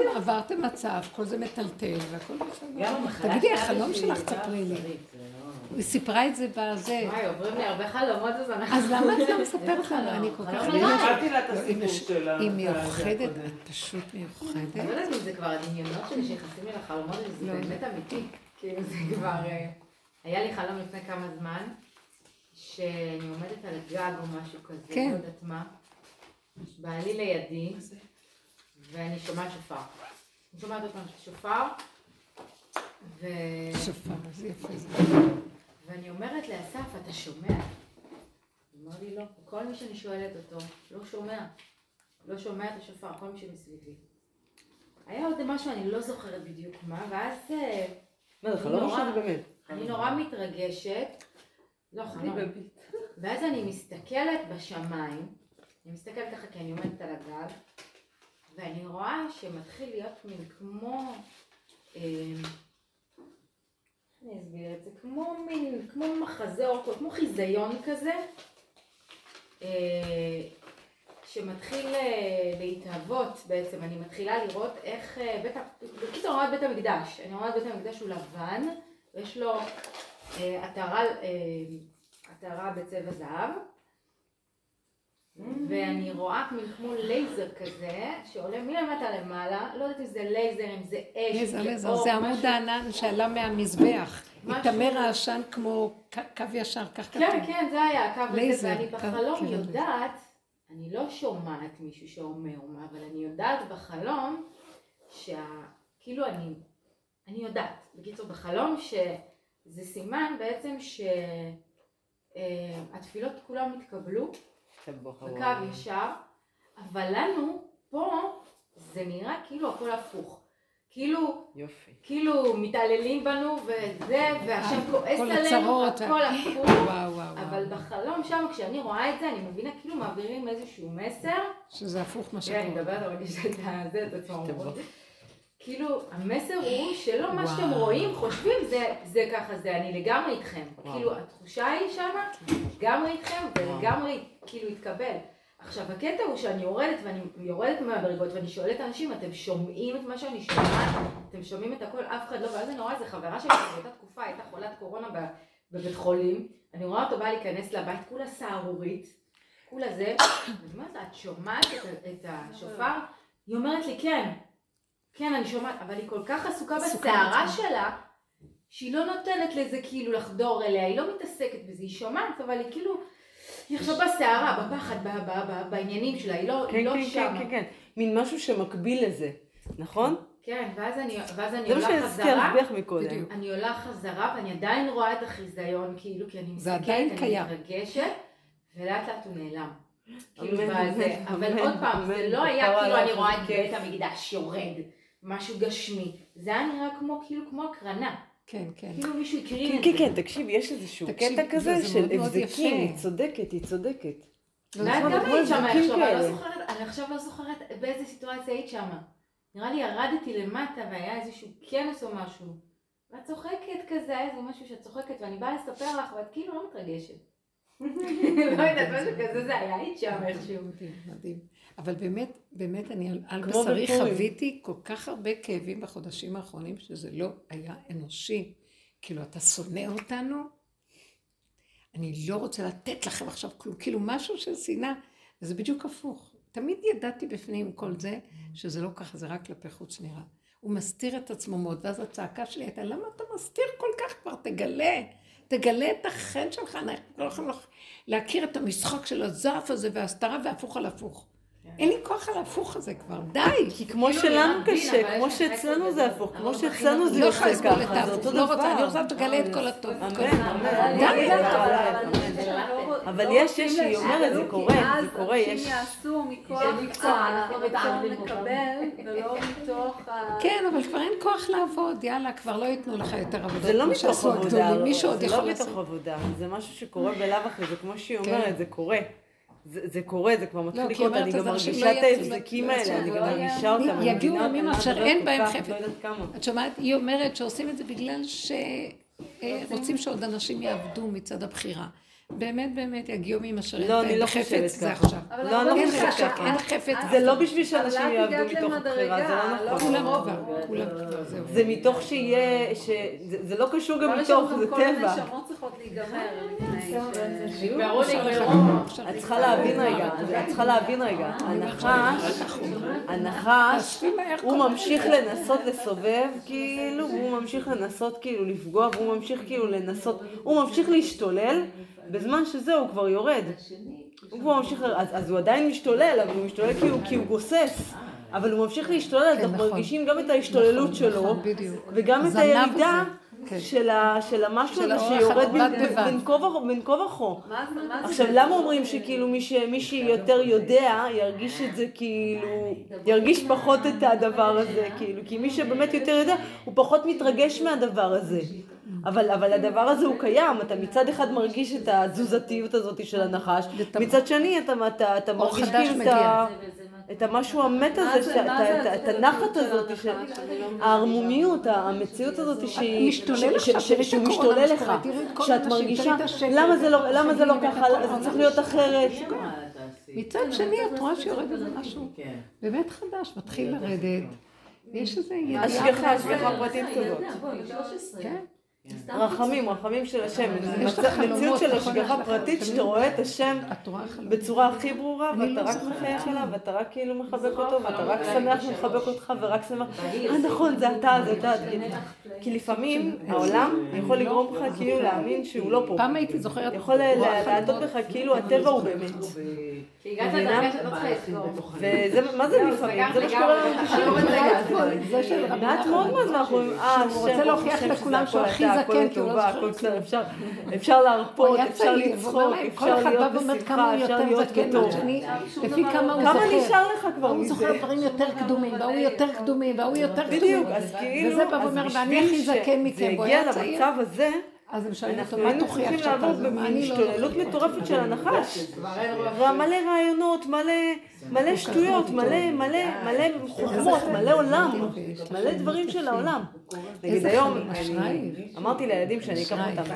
עברתם מצב, כל זה מטלטל והכל בסדר. תגידי, החלום שלך תספרי לי. היא סיפרה את זה בזה. וואי, עוברים לי הרבה חלומות, אז אנחנו... אז למה את לא מספרת לנו? אני כל כך... שמעתי לה את הסיפור שלה. היא מיוחדת, את פשוט מיוחדת. אני לא יודעת אם זה כבר הדמיונות שלי שנכנסים לי לחלומות, זה באמת אמיתי. כאילו זה כבר... היה לי חלום לפני כמה זמן, שאני עומדת על גג או משהו כזה, לא יודעת מה. בעלי לידי, ואני שומעת שופר. אני שומעת עוד פעם שופר, ו... שופר, זה יפה זה. ואני אומרת לאסף, אתה שומע? הוא אומר לי לא, כל מי שאני שואלת אותו, לא שומע. לא שומע את השופר, כל מי שמסביבי. היה עוד משהו, אני לא זוכרת בדיוק מה, ואז... מה זה, חלום עכשיו באמת? אני נורא מתרגשת. לא, חלום. ואז אני מסתכלת בשמיים, אני מסתכלת ככה כי אני עומדת על הגג, ואני רואה שמתחיל להיות מין כמו... אני אסביר את זה, כמו מין, כמו מחזה אורקות, כמו חיזיון כזה, שמתחיל להתהוות בעצם. אני מתחילה לראות איך בית, בקיצור, אני רואה את בית המקדש. אני רואה את בית המקדש הוא לבן, ויש לו עטרה, עטרה בצבע זהב, ואני רואה כמו לייזר כזה, שעולה מלמטה למעלה, לא יודעת אם זה לייזר, אם זה אש, לייזר, לייזר, זה עמוד הענן שעלה מהמזבח. התאמר העשן כמו קו ישר, כך כתוב. כן, כן, זה היה הקו הזה, ואני בחלום יודעת, אני לא שומעת מישהו שאומר מה, אבל אני יודעת בחלום, שכאילו אני, אני יודעת, בקיצור בחלום, שזה סימן בעצם שהתפילות כולם התקבלו, בקו ישר, אבל לנו פה זה נראה כאילו הכל הפוך. כאילו, יופי. כאילו מתעללים בנו וזה, והשם כועס עלינו, הכל הפוך. וואו, וואו. אבל בחלום שם, כשאני רואה את זה, אני מבינה כאילו מעבירים איזשהו מסר. שזה הפוך מה שקורה. אני מדברת על רגישת את זה, את עצמו. כאילו, המסר הוא שלא מה שאתם רואים, חושבים, זה ככה, זה אני לגמרי איתכם. כאילו, התחושה היא שמה, לגמרי איתכם, ולגמרי כאילו התקבל. עכשיו, הקטע הוא שאני יורדת, ואני יורדת מהברגות, ואני שואלת אנשים, אתם שומעים את מה שאני שומעת? אתם שומעים את הכל? אף אחד לא, ואז אני רואה איזה חברה שלי, באותה תקופה, הייתה חולת קורונה בבית חולים, אני רואה אותו בא להיכנס לבית, כולה סערורית, כולה זה, ואני אומרת לה, את שומעת את השופר? היא אומרת לי, כן, כן, אני שומעת, אבל היא כל כך עסוקה בסערה שלה, שהיא לא נותנת לזה כאילו לחדור אליה, היא לא מתעסקת בזה, היא שומעת, אבל היא כאילו... היא עכשיו בסערה, בפחד, בעניינים שלה, היא לא שם. כן, כן, כן, מין משהו שמקביל לזה, נכון? כן, ואז אני עולה חזרה. זה מה שהזכרת מקודם. אני עולה חזרה, ואני עדיין רואה את החיזיון, כאילו, כי אני מסתכלת, אני מתרגשת, ולאט לאט הוא נעלם. אבל עוד פעם, זה לא היה כאילו אני רואה את בית המקדש יורד, משהו גשמי. זה היה נראה כאילו כמו הקרנה. כן, כן. כאילו מישהו הקרין את זה. זה. כן, כן, תקשיב, יש איזשהו קטע כזה של הבזקים, היא צודקת, היא צודקת. ואת גם היית שם עכשיו, אני עכשיו לא זוכרת באיזה סיטואציה היית שם. נראה לי ירדתי למטה והיה איזשהו כנס או משהו. ואת צוחקת כזה, איזה משהו שאת צוחקת, ואני באה לספר לך, ואת כאילו לא מתרגשת. לא יודעת, משהו כזה, זה היה היית שם איכשהו. מדהים, מדהים. אבל באמת, באמת אני על בשרי חוויתי כל כך הרבה כאבים בחודשים האחרונים, שזה לא היה אנושי. כאילו, אתה שונא אותנו, אני לא רוצה לתת לכם עכשיו כלום, כאילו משהו של שנאה, וזה בדיוק הפוך. תמיד ידעתי בפנים כל זה, שזה לא ככה, זה רק כלפי חוץ נראה. הוא מסתיר את עצמו מאוד, ואז הצעקה שלי הייתה, למה אתה מסתיר כל כך כבר? תגלה, תגלה את החן שלך, אנחנו לא יכולים להכיר את המשחק של הזעף הזה, וההסתרה והפוך על הפוך. אין לי כוח על הפוך הזה כבר, די. כי כמו שלנו קשה, כמו שאצלנו זה הפוך, כמו שאצלנו זה יוצא ככה, זה אותו דבר. אני רוצה שתגלה את כל הטוב. אבל יש, יש, היא אומרת, זה קורה, זה קורה, יש. אנשים יעשו מכוח הרצון לקבל, ולא מתוך ה... כן, אבל כבר אין כוח לעבוד, יאללה, כבר לא ייתנו לך יותר עבודה. זה לא מתוך עבודה, זה לא מתוך עבודה, זה משהו שקורה בלאו הכי, זה כמו שהיא אומרת, זה קורה. זה קורה, זה כבר מתחיל לקרות, אני גם מרגישה את ההבזקים האלה, אני גם מרגישה אותם. יגיעו ימים אשר אין בהם חפץ. את שומעת, היא אומרת שעושים את זה בגלל שרוצים שעוד אנשים יעבדו מצד הבחירה. באמת באמת יגיעו ממשרים. לא, אני לא חושבת זה ככה. עכשיו. לא, אני לא אין חושבת חשק, ככה. אין חפץ. זה לא בשביל שאנשים אבל את יעבדו הגעת מתוך בחירה, זה למדרגה, לא לא נכון. כולם כבר, כולם כבר, זהו. זה מתוך שיהיה, ש- זה זה לא קשור גם אבל יש מתוך, שם זה גם כל טבע. הנשמות צריכות להיגמר לפני ש... נגמרו, נגמרו. את צריכה להבין רגע, את צריכה להבין רגע, הנחש, הנחש, הוא ממשיך לנסות לסובב כאילו, והוא ממשיך לנסות כאילו לפגוע, והוא ממשיך כאילו לנסות, הוא ממשיך להשתולל, בזמן שזה הוא כבר יורד. הוא כבר ממשיך, אז, אז הוא עדיין משתולל, אבל הוא משתולל כי הוא, כי הוא גוסס. אבל הוא ממשיך להשתולל, אז אנחנו מרגישים גם את ההשתוללות שלו, וגם את הירידה של המשהו הזה שיורד בין כה וכה. עכשיו, למה אומרים שכאילו מי שיותר יודע, ירגיש את זה כאילו, ירגיש פחות את הדבר הזה, כאילו, כי מי שבאמת יותר יודע, הוא פחות מתרגש מהדבר הזה. אבל, אבל הדבר הזה הוא קיים, אתה מצד אחד מרגיש את התזוזתיות הזאת של הנחש, מצד שני אתה, אתה, אתה מרגיש כאילו את ה... את המשהו המת הזה, את הנחת הזאת, הערמומיות, המציאות הזאת שהוא משתולל לך, שאת מרגישה, למה זה לא ככה, זה צריך להיות אחרת. מצד שני את רואה שיורד איזה משהו באמת חדש, מתחיל לרדת, ויש איזה ידיעה. השגחה, השגחה פרטית כזאת. רחמים, רחמים של השם, מציאות של השגחה פרטית שאתה רואה את השם בצורה הכי ברורה ואתה רק מחייך אליו ואתה רק כאילו מחבק אותו ואתה רק שמח מחבק אותך ורק שמח, אה נכון זה אתה, זה אתה, כי לפעמים העולם יכול לגרום לך כאילו להאמין שהוא לא פה, פעם הייתי זוכרת, יכול להטות בך כאילו הטבע הוא באמת. כי הגעת לדרגה שאתה צריכה לזכור. וזה, מה זה לפעמים? זה מה שקורה לנו תשעים. מעט מאוד מהזמן אנחנו אומרים, אה, הוא רוצה להוכיח לכולם שהוא הכי זקן, כי הוא לא זוכר כלום. אפשר להרפות, אפשר לצחוק, אפשר להיות בשמחה, אפשר להיות בטוב. לפי כמה הוא כמה זוכר. נשאר לך כבר הוא מזה? זוכר דברים יותר קדומים, והוא יותר קדומים, והוא יותר קדומים. בדיוק, אז כאילו, וזה בא ואומר, ואני הכי זקן מכם, זה והוא הגיע היה צעיר. למצב הזה, אז הם שואלים אותו, אנחנו מה היינו תוכיח צריכים שאתה לעבור זה? מה אני לא בהשתוללות מטורפת של הנחש. ומלא רעיונות, מלא מלא שטויות, מלא מלא מלא חוכמות, מלא עולם, מלא דברים של העולם. נגיד היום, אמרתי לילדים שאני אקח אותם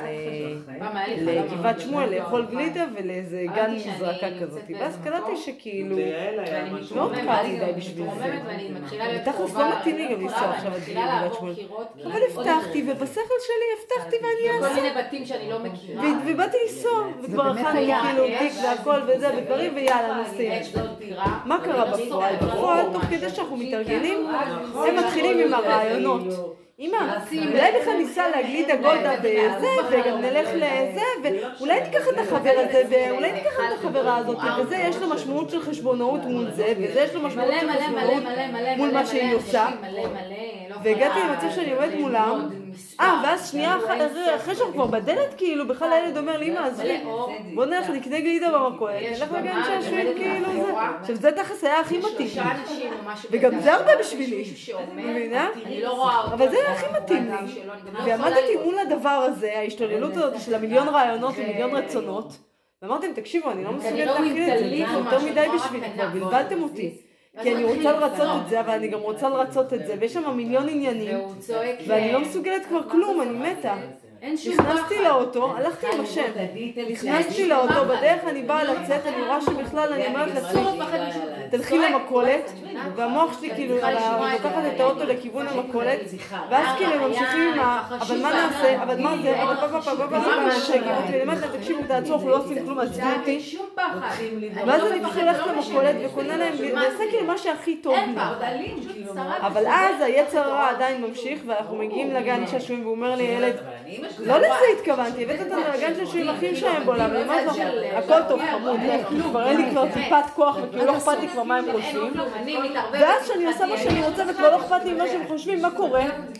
לגבעת שמואל לאכול גלידה ולאיזה גן מזרקה כזאת. ואז קלטתי שכאילו, מאוד קל לי די בשביל זה. בתכלס לא מתאים לי גם לנסוע עכשיו עד גבעת שמואל. אבל הבטחתי, ובשכל שלי הבטחתי ואני אעשה. כל מיני בתים שאני לא מכירה. ובאתי לנסוע, וכבר אכלתי כאילו תיק והכל וזה ודברים ויאללה נוסעים. מה קרה בפועל? בפועל, תוך כדי שאנחנו מתארגנים, הם מתחילים עם הרעיונות. אמא, אולי בכלל ניסע להגלידה גולדה בזה, וגם נלך לזה, ואולי ניקח את החבר הזה, ואולי ניקח את החברה הזאת, וזה יש לו משמעות של חשבונאות מול זה, וזה יש לו משמעות של חשבונאות מול מה שהיא עושה. והגעתי למצב שאני עומדת מולם, אה, ואז שנייה אחרי שאנחנו כבר בדלת, כאילו, בכלל הילד אומר לי, אמא, עזבי, בוא נלך נקנה גלידה במכולת, נלך לגן שעשועים, כאילו זה. עכשיו, זה תכף היה הכי מתאים לי. וגם זה הרבה בשבילי, מבינה? אבל זה היה הכי מתאים לי. ועמדתי מול הדבר הזה, ההשתוללות הזאת של המיליון רעיונות ומיליון רצונות, ואמרתי להם, תקשיבו, אני לא מסוגלת להכיל את זה, זה יותר מדי בשבילי, כבר בלבלתם אותי. כי אני רוצה לרצות את זה, אבל אני גם רוצה לרצות את זה, ויש שם מיליון עניינים, ואני לא מסוגלת כבר כלום, אני מתה. נכנסתי לאוטו, הלכתי עם השם, נכנסתי לאוטו, בדרך אני באה לצאת, אני רואה שבכלל אני אומרת לצאת, תלכי למכולת, והמוח שלי כאילו, לוקחת את האוטו לכיוון המכולת, ואז כאילו הם ממשיכים עם ה... אבל מה נעשה, אבל מה זה, אבל פאפה פאפה פאפה, משגעים אותי, אני אומרת לה, תקשיבו, תעצור, אנחנו לא עושים כלום, עזבו אותי, ואז אני פשוט הולכת למכולת וקונה להם, ועושה כאילו מה שהכי טוב לי. אבל אז היצר הרע עדיין ממשיך, ואנחנו מגיעים לגן שעשועים, והוא אומר לי, ילד, לא לזה התכוונתי, הבאת אותנו לגן שעשועים הכי שהם בעולם, אני אומרת לך, הכל טוב, חמוד, כבר אין לי כבר טיפת כוח, וכאילו לא אכפת לי כבר מה הם חושבים, ואז כשאני עושה מה שאני רוצה וכבר לא אכפת לי מה שהם חושבים, מה קורה?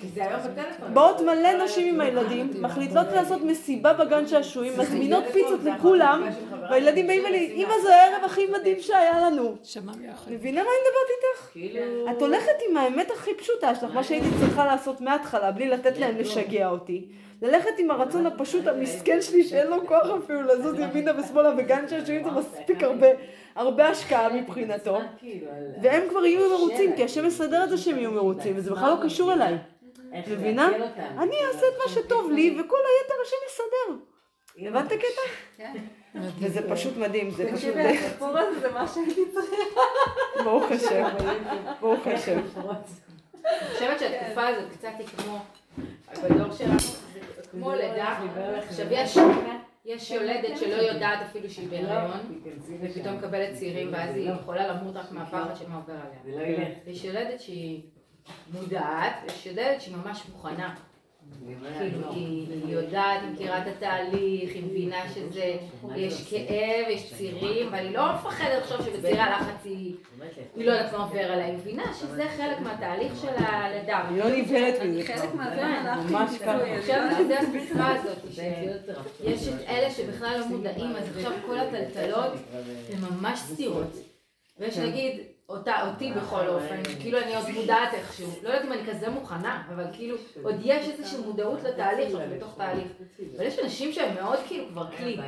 באות מלא נשים עם הילדים, מחליטות לעשות מסיבה בגן שעשועים, מזמינות פיצות לכולם, והילדים באים אלי, אמא זה הערב הכי מדהים שהיה לנו. מבינה מה אני מדברת איתך? את הולכת עם האמת הכי פשוטה שלך, מה שהייתי צריכה לעשות מההתחלה, בלי לתת להם לשגע אותי. ללכת עם הרצון הפשוט המסכן שלי שאין לו כוח אפילו לזוז ימינה ושמאלה בגן שעשועים זה מספיק הרבה, הרבה השקעה מבחינתו. והם כבר יהיו מרוצים, כי השם מסדר את זה שהם יהיו מרוצים, וזה בכלל לא קשור אליי. מבינה? אני אעשה את מה שטוב לי, וכל היתר השם יסדר. הבנת הקטע? כן. וזה פשוט מדהים, זה פשוט... תקשיבי, הסיפור הזה זה מה שהייתי צריכה. ברוך השם, ברוך השם. אני חושבת שהתקופה הזאת קצת היא כמו, בדור שלנו, זה כמו לידה. עכשיו יש, יש יולדת שלא יודעת אפילו שהיא בהיריון, ופתאום מקבלת צעירים, ואז היא יכולה למות רק מהפחד שמה עובר עליה. יש יולדת שהיא מודעת, ויש יולדת שהיא ממש מוכנה. כאילו, היא יודעת, היא מכירה את התהליך, היא מבינה שזה, יש כאב, יש צירים, אבל היא לא מפחדת לחשוב שבצירי הלחץ היא לא יודעת מה עובר עליה, היא מבינה שזה חלק מהתהליך של הלידה. היא לא נבהלת מזה. חלק מהזמן הלכתי ממש ככה. אני חושבת שזה התקופה הזאת, שיש את אלה שבכלל לא מודעים, אז עכשיו כל הטלטלות הן ממש סתירות. ויש להגיד, אותי בכל אופן, כאילו אני עוד מודעת איכשהו, לא יודעת אם אני כזה מוכנה, אבל כאילו עוד יש איזושהי מודעות לתהליך, בתוך תהליך. אבל יש אנשים שהם מאוד כאילו כבר כלי.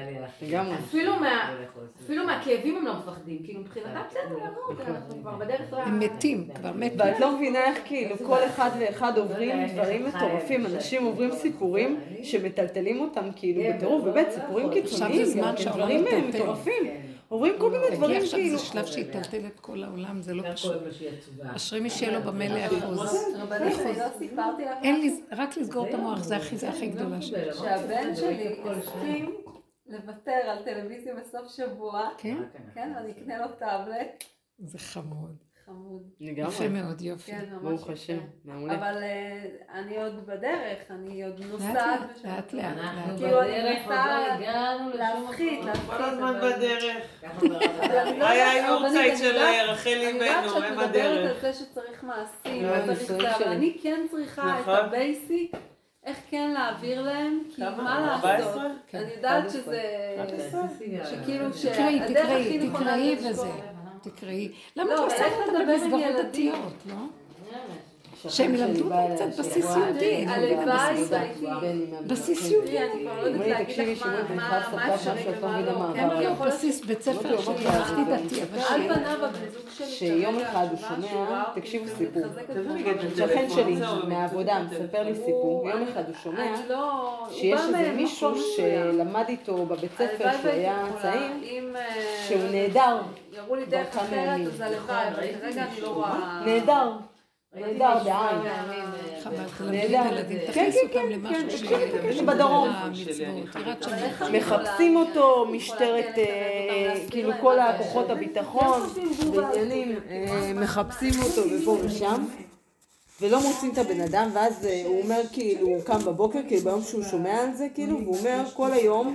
אפילו מהכאבים הם לא מפחדים, כאילו מבחינתם בסדר, אנחנו כבר בדרך כלל. הם מתים, כבר מתים. ואת לא מבינה איך כאילו כל אחד ואחד עוברים דברים מטורפים, אנשים עוברים סיפורים שמטלטלים אותם כאילו בטירוף, באמת סיפורים קיצוניים, גם דברים מטורפים. עוברים כל מיני דברים כאילו. עכשיו זה שלב שיטלטל את כל העולם, זה לא פשוט. אשרי מי שיהיה לו במה לאחוז. רבנית, אני לא סיפרתי לך. אין לי, רק לסגור את המוח, זה האחיזה הכי גדולה שלי. שהבן שלי הסכים לוותר על טלוויזיה בסוף שבוע. כן? כן, ואני אקנה לו טאבלט. זה חמוד. חמוד. יפה מאוד, יופי. כן, ממש ברוך יפה. השם, מעולה. אבל אני עוד בדרך, אני עוד נוסעת. לאט לאט. כאילו אני מנסה להפחית, להפחית. כל הזמן בדרך. היה יורצייט של רחל אימנו, הם אני יודעת שאת מדברת הדרך. על זה שצריך מעשים, לא, וצריך הניסיון זה, אבל שלי. אני כן צריכה את נכון. הבייסיק, איך כן להעביר להם, כי כמה? מה ארבע לעשות? עשרה? אני יודעת שזה... שכאילו תקראי, שהדרך הכי תקראי, נכונה תקראי זה וזה. לשקול. תקראי. למה לא, את לא אבל איך שמה אותם לדבר עם במסגרות ילדים? דתיות, לא? שהם ילמדו אותם קצת בסיס יהודי. הלוואי והייתי... בסיס יהודי. אני כבר לא יודעת להגיד לך מה מה אפשרי ומה לא. הם כאילו בסיס בית ספר של ממלכתי דתי, אבל על שיהיה. פניו הבן זוג שלי שיום כרגע אחד הוא התשובה שומע, שהוא תקשיבו כאילו סיפור. מחזק את שכן שלי זהו, מהעבודה מתכתב. מספר לי סיפור, יום אחד הוא שומע אני לא... הוא שיש בא איזה ממקום מישהו מסוים. שלמד איתו בבית ספר הלוואי שהוא והייתי היה יכולה, צעיר, אם, אה, שהוא נהדר, יראו לי דרך באותם אחרת, ימים. אז הלוואי, אבל כרגע אני לא רואה... נהדר, נהדר בעין. חבל, תלמדי נהדר. ילדים, כן, תכניסו כן, אותם כן, למשהו כן, שיהיה תקשיבי, קשור בדרום. למצוות, יראת אבל שמיים. איך אני יכולה- מחפשים אותו, אני משטרת, יכולה כן לקרב אה, אותם, להסביר כאילו להם כל מה זה. הכוחות הביטחון, איך עושים בובה? בעניינים, אה, מחפשים אותו ופה ושם, ולא מוצאים את הבן אדם, ואז אה, הוא אומר כאילו, הוא קם בבוקר, כאילו ביום שהוא שומע על זה, כאילו, והוא אומר כל היום,